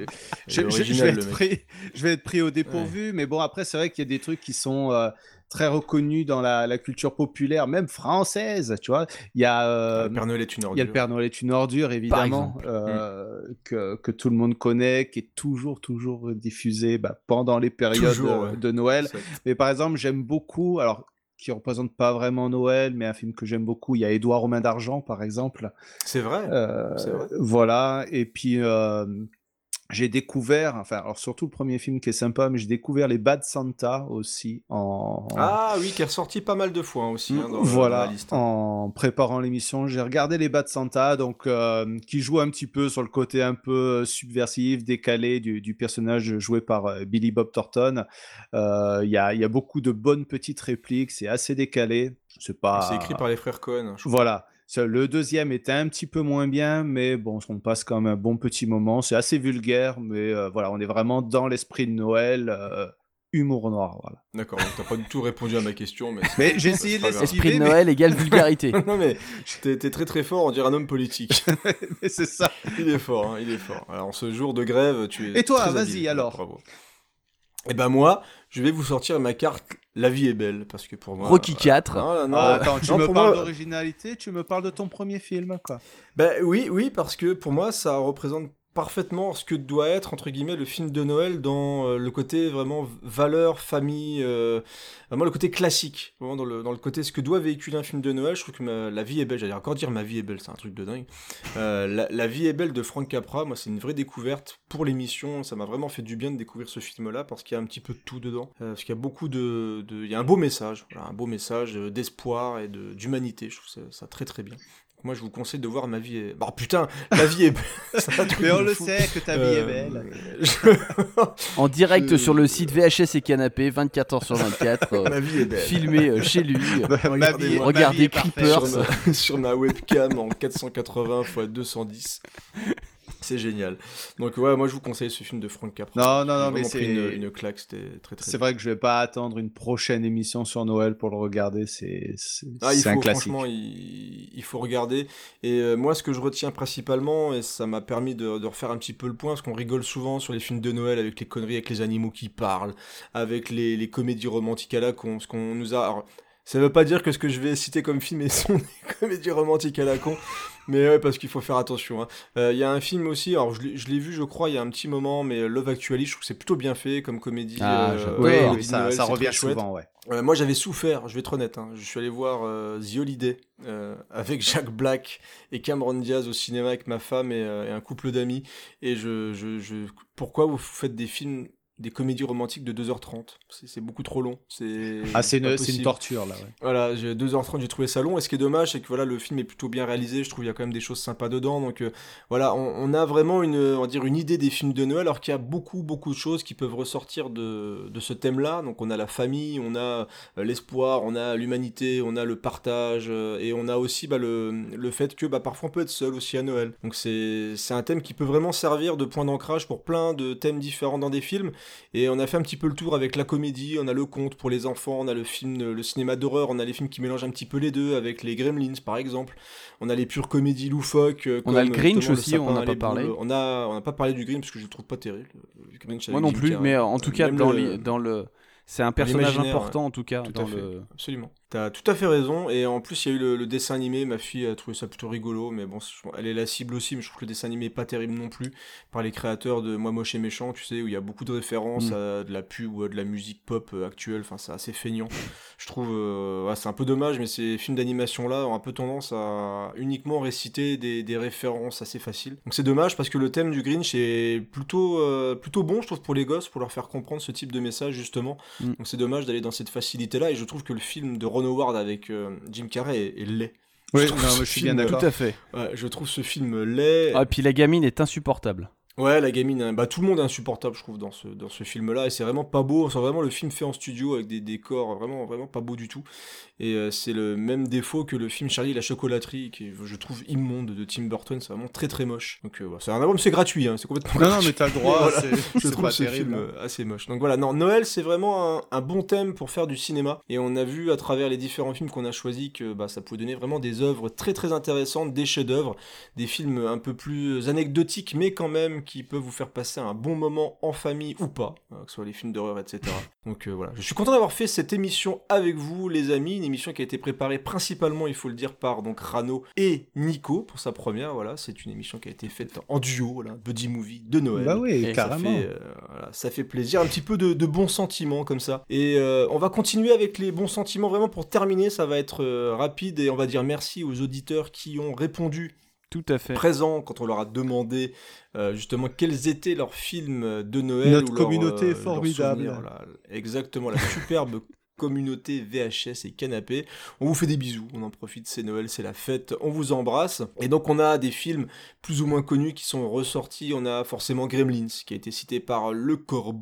Je vais être pris au dépourvu, mais bon après c'est vrai qu'il y a des trucs qui sont très reconnus dans la culture populaire, même française. Tu vois, il y a Le Père Noël est une ordure. Il y a Le Père Noël est une ordure, évidemment, que tout le monde connaît, qui est toujours diffusé pendant les périodes de Noël. Mais par exemple, j'aime beaucoup. Alors, qui représente pas vraiment Noël, mais un film que j'aime beaucoup. Il y a Édouard aux mains d'argent, par exemple. C'est vrai. Voilà. Et puis, j'ai découvert, alors surtout le premier film qui est sympa, mais j'ai découvert les Bad Santa aussi. Ah oui, qui est ressorti pas mal de fois aussi dans la liste. En préparant l'émission, j'ai regardé les Bad Santa, donc qui joue un petit peu sur le côté un peu subversif, décalé du personnage joué par Billy Bob Thornton. Il y a beaucoup de bonnes petites répliques, c'est assez décalé. C'est écrit par les frères Cohen. Voilà. Le deuxième était un petit peu moins bien, mais bon, on passe quand même un bon petit moment. C'est assez vulgaire, mais voilà, on est vraiment dans l'esprit de Noël, humour noir. Voilà. D'accord, donc t'as pas du tout répondu à ma question, mais j'ai essayé de l'esquiver. Esprit de Noël égale vulgarité. Non mais t'es très fort, on dirait un homme politique. Mais c'est ça. Il est fort. Alors en ce jour de grève, tu es. Et toi, très vas-y habile. alors. Bravo. Et ben moi, je vais vous sortir ma carte La vie est belle, parce que pour moi... Rocky 4. Attends, tu me parles d'originalité, tu me parles de ton premier film, quoi. Ben oui, parce que pour moi, ça représente parfaitement ce que doit être, entre guillemets, le film de Noël dans le côté vraiment valeur, famille, vraiment le côté classique, vraiment dans le côté ce que doit véhiculer un film de Noël. Je trouve que La vie est belle, j'allais encore dire Ma vie est belle, c'est un truc de dingue. La vie est belle de Frank Capra, moi c'est une vraie découverte pour l'émission, ça m'a vraiment fait du bien de découvrir ce film-là, parce qu'il y a un petit peu de tout dedans, parce qu'il y a beaucoup il y a un beau message, voilà, un beau message d'espoir et d'humanité, je trouve ça très très bien. Moi, je vous conseille de voir Ma vie est... Bah putain, La vie est belle. Mais on le sait que ta vie est belle. En direct sur le site VHS et Canapé, 24h sur 24. Ma vie est belle. Filmé chez lui. Regardez Creepers. Sur ma webcam en 480 x 210. C'est génial. Donc ouais, moi je vous conseille ce film de Frank Capra. Non, mais c'est une claque, c'était très très. C'est vrai que je vais pas attendre une prochaine émission sur Noël pour le regarder. C'est un classique. Franchement, il faut regarder. Et moi, ce que je retiens principalement, et ça m'a permis de refaire un petit peu le point, parce qu'on rigole souvent sur les films de Noël avec les conneries, avec les animaux qui parlent, avec les comédies romantiques à la con, ce qu'on nous a. Alors, ça veut pas dire que ce que je vais citer comme film sont des comédies romantiques à la con, mais ouais, parce qu'il faut faire attention. Il y a un film aussi, alors je l'ai vu, je crois, il y a un petit moment, mais Love Actually, je trouve que c'est plutôt bien fait comme comédie. Oui, ça revient souvent, ouais. Moi, j'avais souffert, je vais être honnête. Je suis allé voir The Holiday avec Jack Black et Cameron Diaz au cinéma avec ma femme et un couple d'amis. Et pourquoi vous faites des comédies romantiques de 2h30? C'est beaucoup trop long. C'est une torture, là. Ouais. Voilà, 2h30, j'ai trouvé ça long. Et ce qui est dommage, c'est que voilà, le film est plutôt bien réalisé. Je trouve qu'il y a quand même des choses sympas dedans. Donc voilà, on a vraiment une idée des films de Noël, alors qu'il y a beaucoup de choses qui peuvent ressortir de ce thème-là. Donc on a la famille, on a l'espoir, on a l'humanité, on a le partage, et on a aussi le fait que parfois on peut être seul aussi à Noël. Donc c'est un thème qui peut vraiment servir de point d'ancrage pour plein de thèmes différents dans des films. Et on a fait un petit peu le tour avec la comédie, on a le conte pour les enfants, on a le cinéma d'horreur, on a les films qui mélangent un petit peu les deux avec les Gremlins par exemple, on a les pures comédies loufoques. On a le Grinch aussi, on n'a pas parlé. On n'a pas parlé du Grinch parce que je le trouve pas terrible. Moi non plus, mais en tout cas dans le... C'est un personnage important en tout cas. Absolument. T'as tout à fait raison, et en plus il y a eu le dessin animé, ma fille a trouvé ça plutôt rigolo, mais bon, elle est la cible aussi, mais je trouve que le dessin animé est pas terrible non plus, par les créateurs de Moi Moche et Méchant, tu sais, où il y a beaucoup de références à de la pub ou à de la musique pop actuelle, enfin c'est assez feignant. Je trouve, c'est un peu dommage, mais ces films d'animation là ont un peu tendance à uniquement réciter des références assez faciles. Donc c'est dommage, parce que le thème du Grinch est plutôt bon, je trouve, pour les gosses, pour leur faire comprendre ce type de message justement. Donc c'est dommage d'aller dans cette facilité là, et je trouve que le film de Ron Howard avec Jim Carrey est laid. Oui, je suis bien d'accord. Tout à fait. Ouais, je trouve ce film laid. Ah, et puis la gamine est insupportable. Ouais, la gamine, tout le monde est insupportable, je trouve, dans ce film-là, et c'est vraiment pas beau. C'est vraiment le film fait en studio avec des décors vraiment, vraiment pas beaux du tout. Et c'est le même défaut que le film Charlie et la chocolaterie, qui je trouve immonde, de Tim Burton. C'est vraiment très très moche. Donc c'est un album, c'est gratuit, c'est complètement gratuit. Non, mais t'as le droit. Voilà, je trouve pas ce terrible, film assez moche. Donc voilà, non, Noël, c'est vraiment un bon thème pour faire du cinéma. Et on a vu à travers les différents films qu'on a choisis que ça pouvait donner vraiment des œuvres très très intéressantes, des chefs-d'œuvre, des films un peu plus anecdotiques, mais quand même qui peuvent vous faire passer un bon moment en famille ou pas, que ce soit les films d'horreur, etc. Donc voilà, je suis content d'avoir fait cette émission avec vous, les amis, une émission qui a été préparée principalement, il faut le dire, par donc Rano et Nico pour sa première. Voilà, c'est une émission qui a été faite en duo, voilà, buddy movie de Noël. Bah oui, et carrément. Ça fait plaisir, un petit peu de bons sentiments comme ça. Et on va continuer avec les bons sentiments vraiment pour terminer. Ça va être rapide, et on va dire merci aux auditeurs qui ont répondu. Tout à fait. Présent quand on leur a demandé justement quels étaient leurs films de Noël. Notre communauté est formidable. Voilà, exactement, la superbe communauté VHS et Canapé. On vous fait des bisous, on en profite, c'est Noël, c'est la fête, on vous embrasse. Et donc on a des films plus ou moins connus qui sont ressortis. On a forcément Gremlins, qui a été cité par Le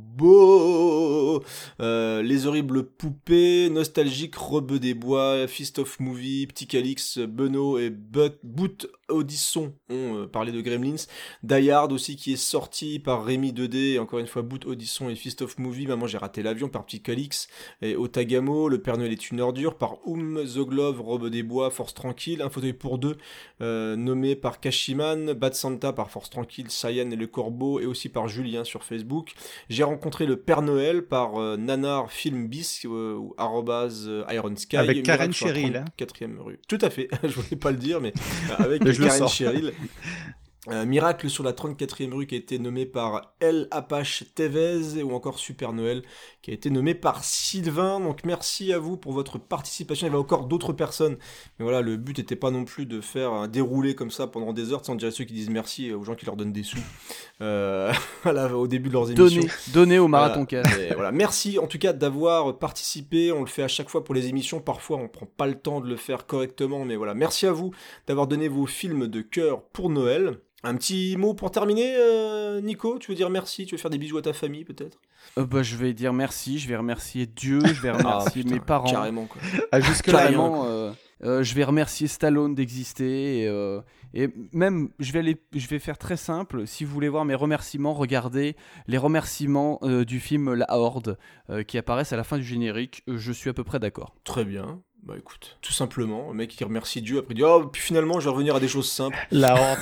Corbeau, Les Horribles Poupées, Nostalgique, Rebeu des Bois, Fist of Movie, Petit Calix, Benoît et Boot Audisson ont parlé de Gremlins. Die Hard aussi, qui est sorti par Rémi 2D, et encore une fois Boot Audisson et Fist of Movie. Maman j'ai raté l'avion par Petit Calix, et Otagamo, Le Père Noël est une ordure par The Glove, Robe des Bois, Force Tranquille, Un fauteuil pour deux, nommé par Kashiman, Bad Santa par Force Tranquille, Cyan et Le Corbeau, et aussi par Julien sur Facebook. J'ai rencontré Le Père Noël par Nanar Film Bis, ou @Iron Sky. Avec Karen Cheryl. 4e rue. Tout à fait, je voulais pas le dire, mais avec Karen Cheryl. Miracle sur la 34e rue qui a été nommé par El Apache Tevez ou encore Super Noël qui a été nommé par Sylvain. Donc merci à vous pour votre participation. Il y avait encore d'autres personnes, mais voilà, le but n'était pas non plus de faire un déroulé comme ça pendant des heures, sans dire ceux qui disent merci aux gens qui leur donnent des sous voilà, au début de leurs émissions. Donnez au Marathon Cast. Voilà, merci en tout cas d'avoir participé. On le fait à chaque fois pour les émissions. Parfois on prend pas le temps de le faire correctement, mais voilà, merci à vous d'avoir donné vos films de cœur pour Noël. Un petit mot pour terminer, Nico, tu veux dire merci, tu veux faire des bisous à ta famille peut-être ? Je vais dire merci, je vais remercier Dieu, je vais remercier mes parents. Carrément quoi. Jusque-là, carrément, je vais remercier Stallone d'exister et même je vais faire très simple. Si vous voulez voir mes remerciements, regardez les remerciements du film La Horde qui apparaissent à la fin du générique. Je suis à peu près d'accord. Très bien. Bah écoute, tout simplement, un mec qui remercie Dieu, après il dit « Oh, puis finalement, je vais revenir à des choses simples. » La Horde.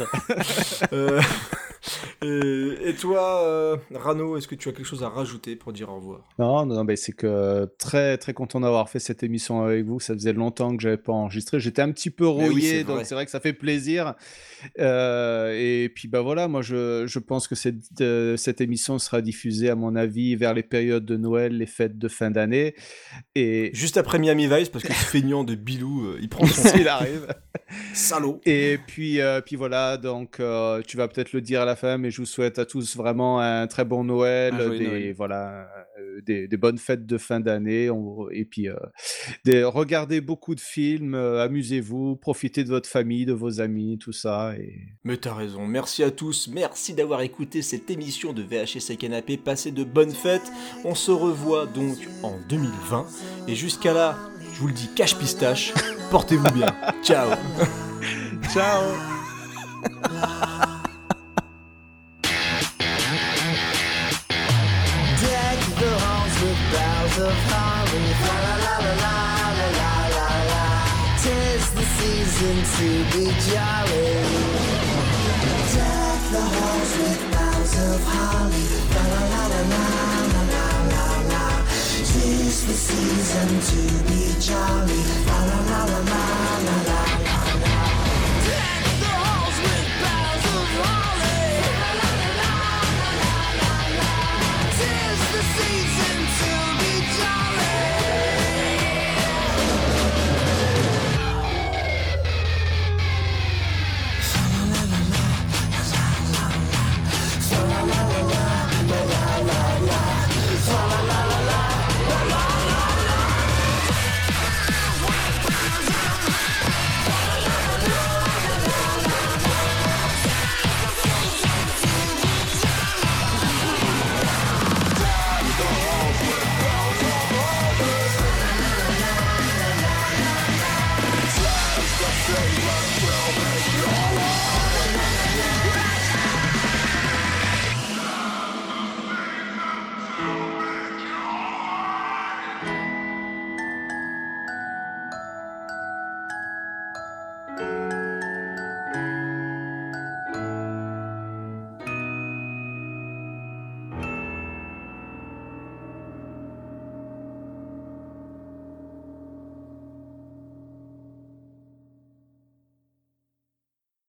Et toi, Rano, est-ce que tu as quelque chose à rajouter pour dire au revoir ? Non, mais c'est que très très content d'avoir fait cette émission avec vous. Ça faisait longtemps que j'avais pas enregistré. J'étais un petit peu rouillé, donc c'est vrai que ça fait plaisir. Et puis bah voilà, moi je pense que cette émission sera diffusée à mon avis vers les périodes de Noël, les fêtes de fin d'année. Et juste après Miami Vice, parce que ce feignant de Bilou, il prend son il arrive. Salaud. Et puis voilà, donc tu vas peut-être le dire à la fin, mais je vous souhaite à tous vraiment un très bon Noël, des bonnes fêtes de fin d'année, et puis regardez beaucoup de films, amusez-vous, profitez de votre famille, de vos amis, tout ça. Mais t'as raison, merci à tous, merci d'avoir écouté cette émission de VHS et Canapé, passez de bonnes fêtes, on se revoit donc en 2020, et jusqu'à là, je vous le dis, cache pistache, portez-vous bien, ciao. Ciao. Deck the halls with boughs of holly, la la la la la la la la. 'Tis the season to be jolly. Deck the halls with boughs of holly, la la la la la la la la. 'Tis the season to be jolly, la la la la la.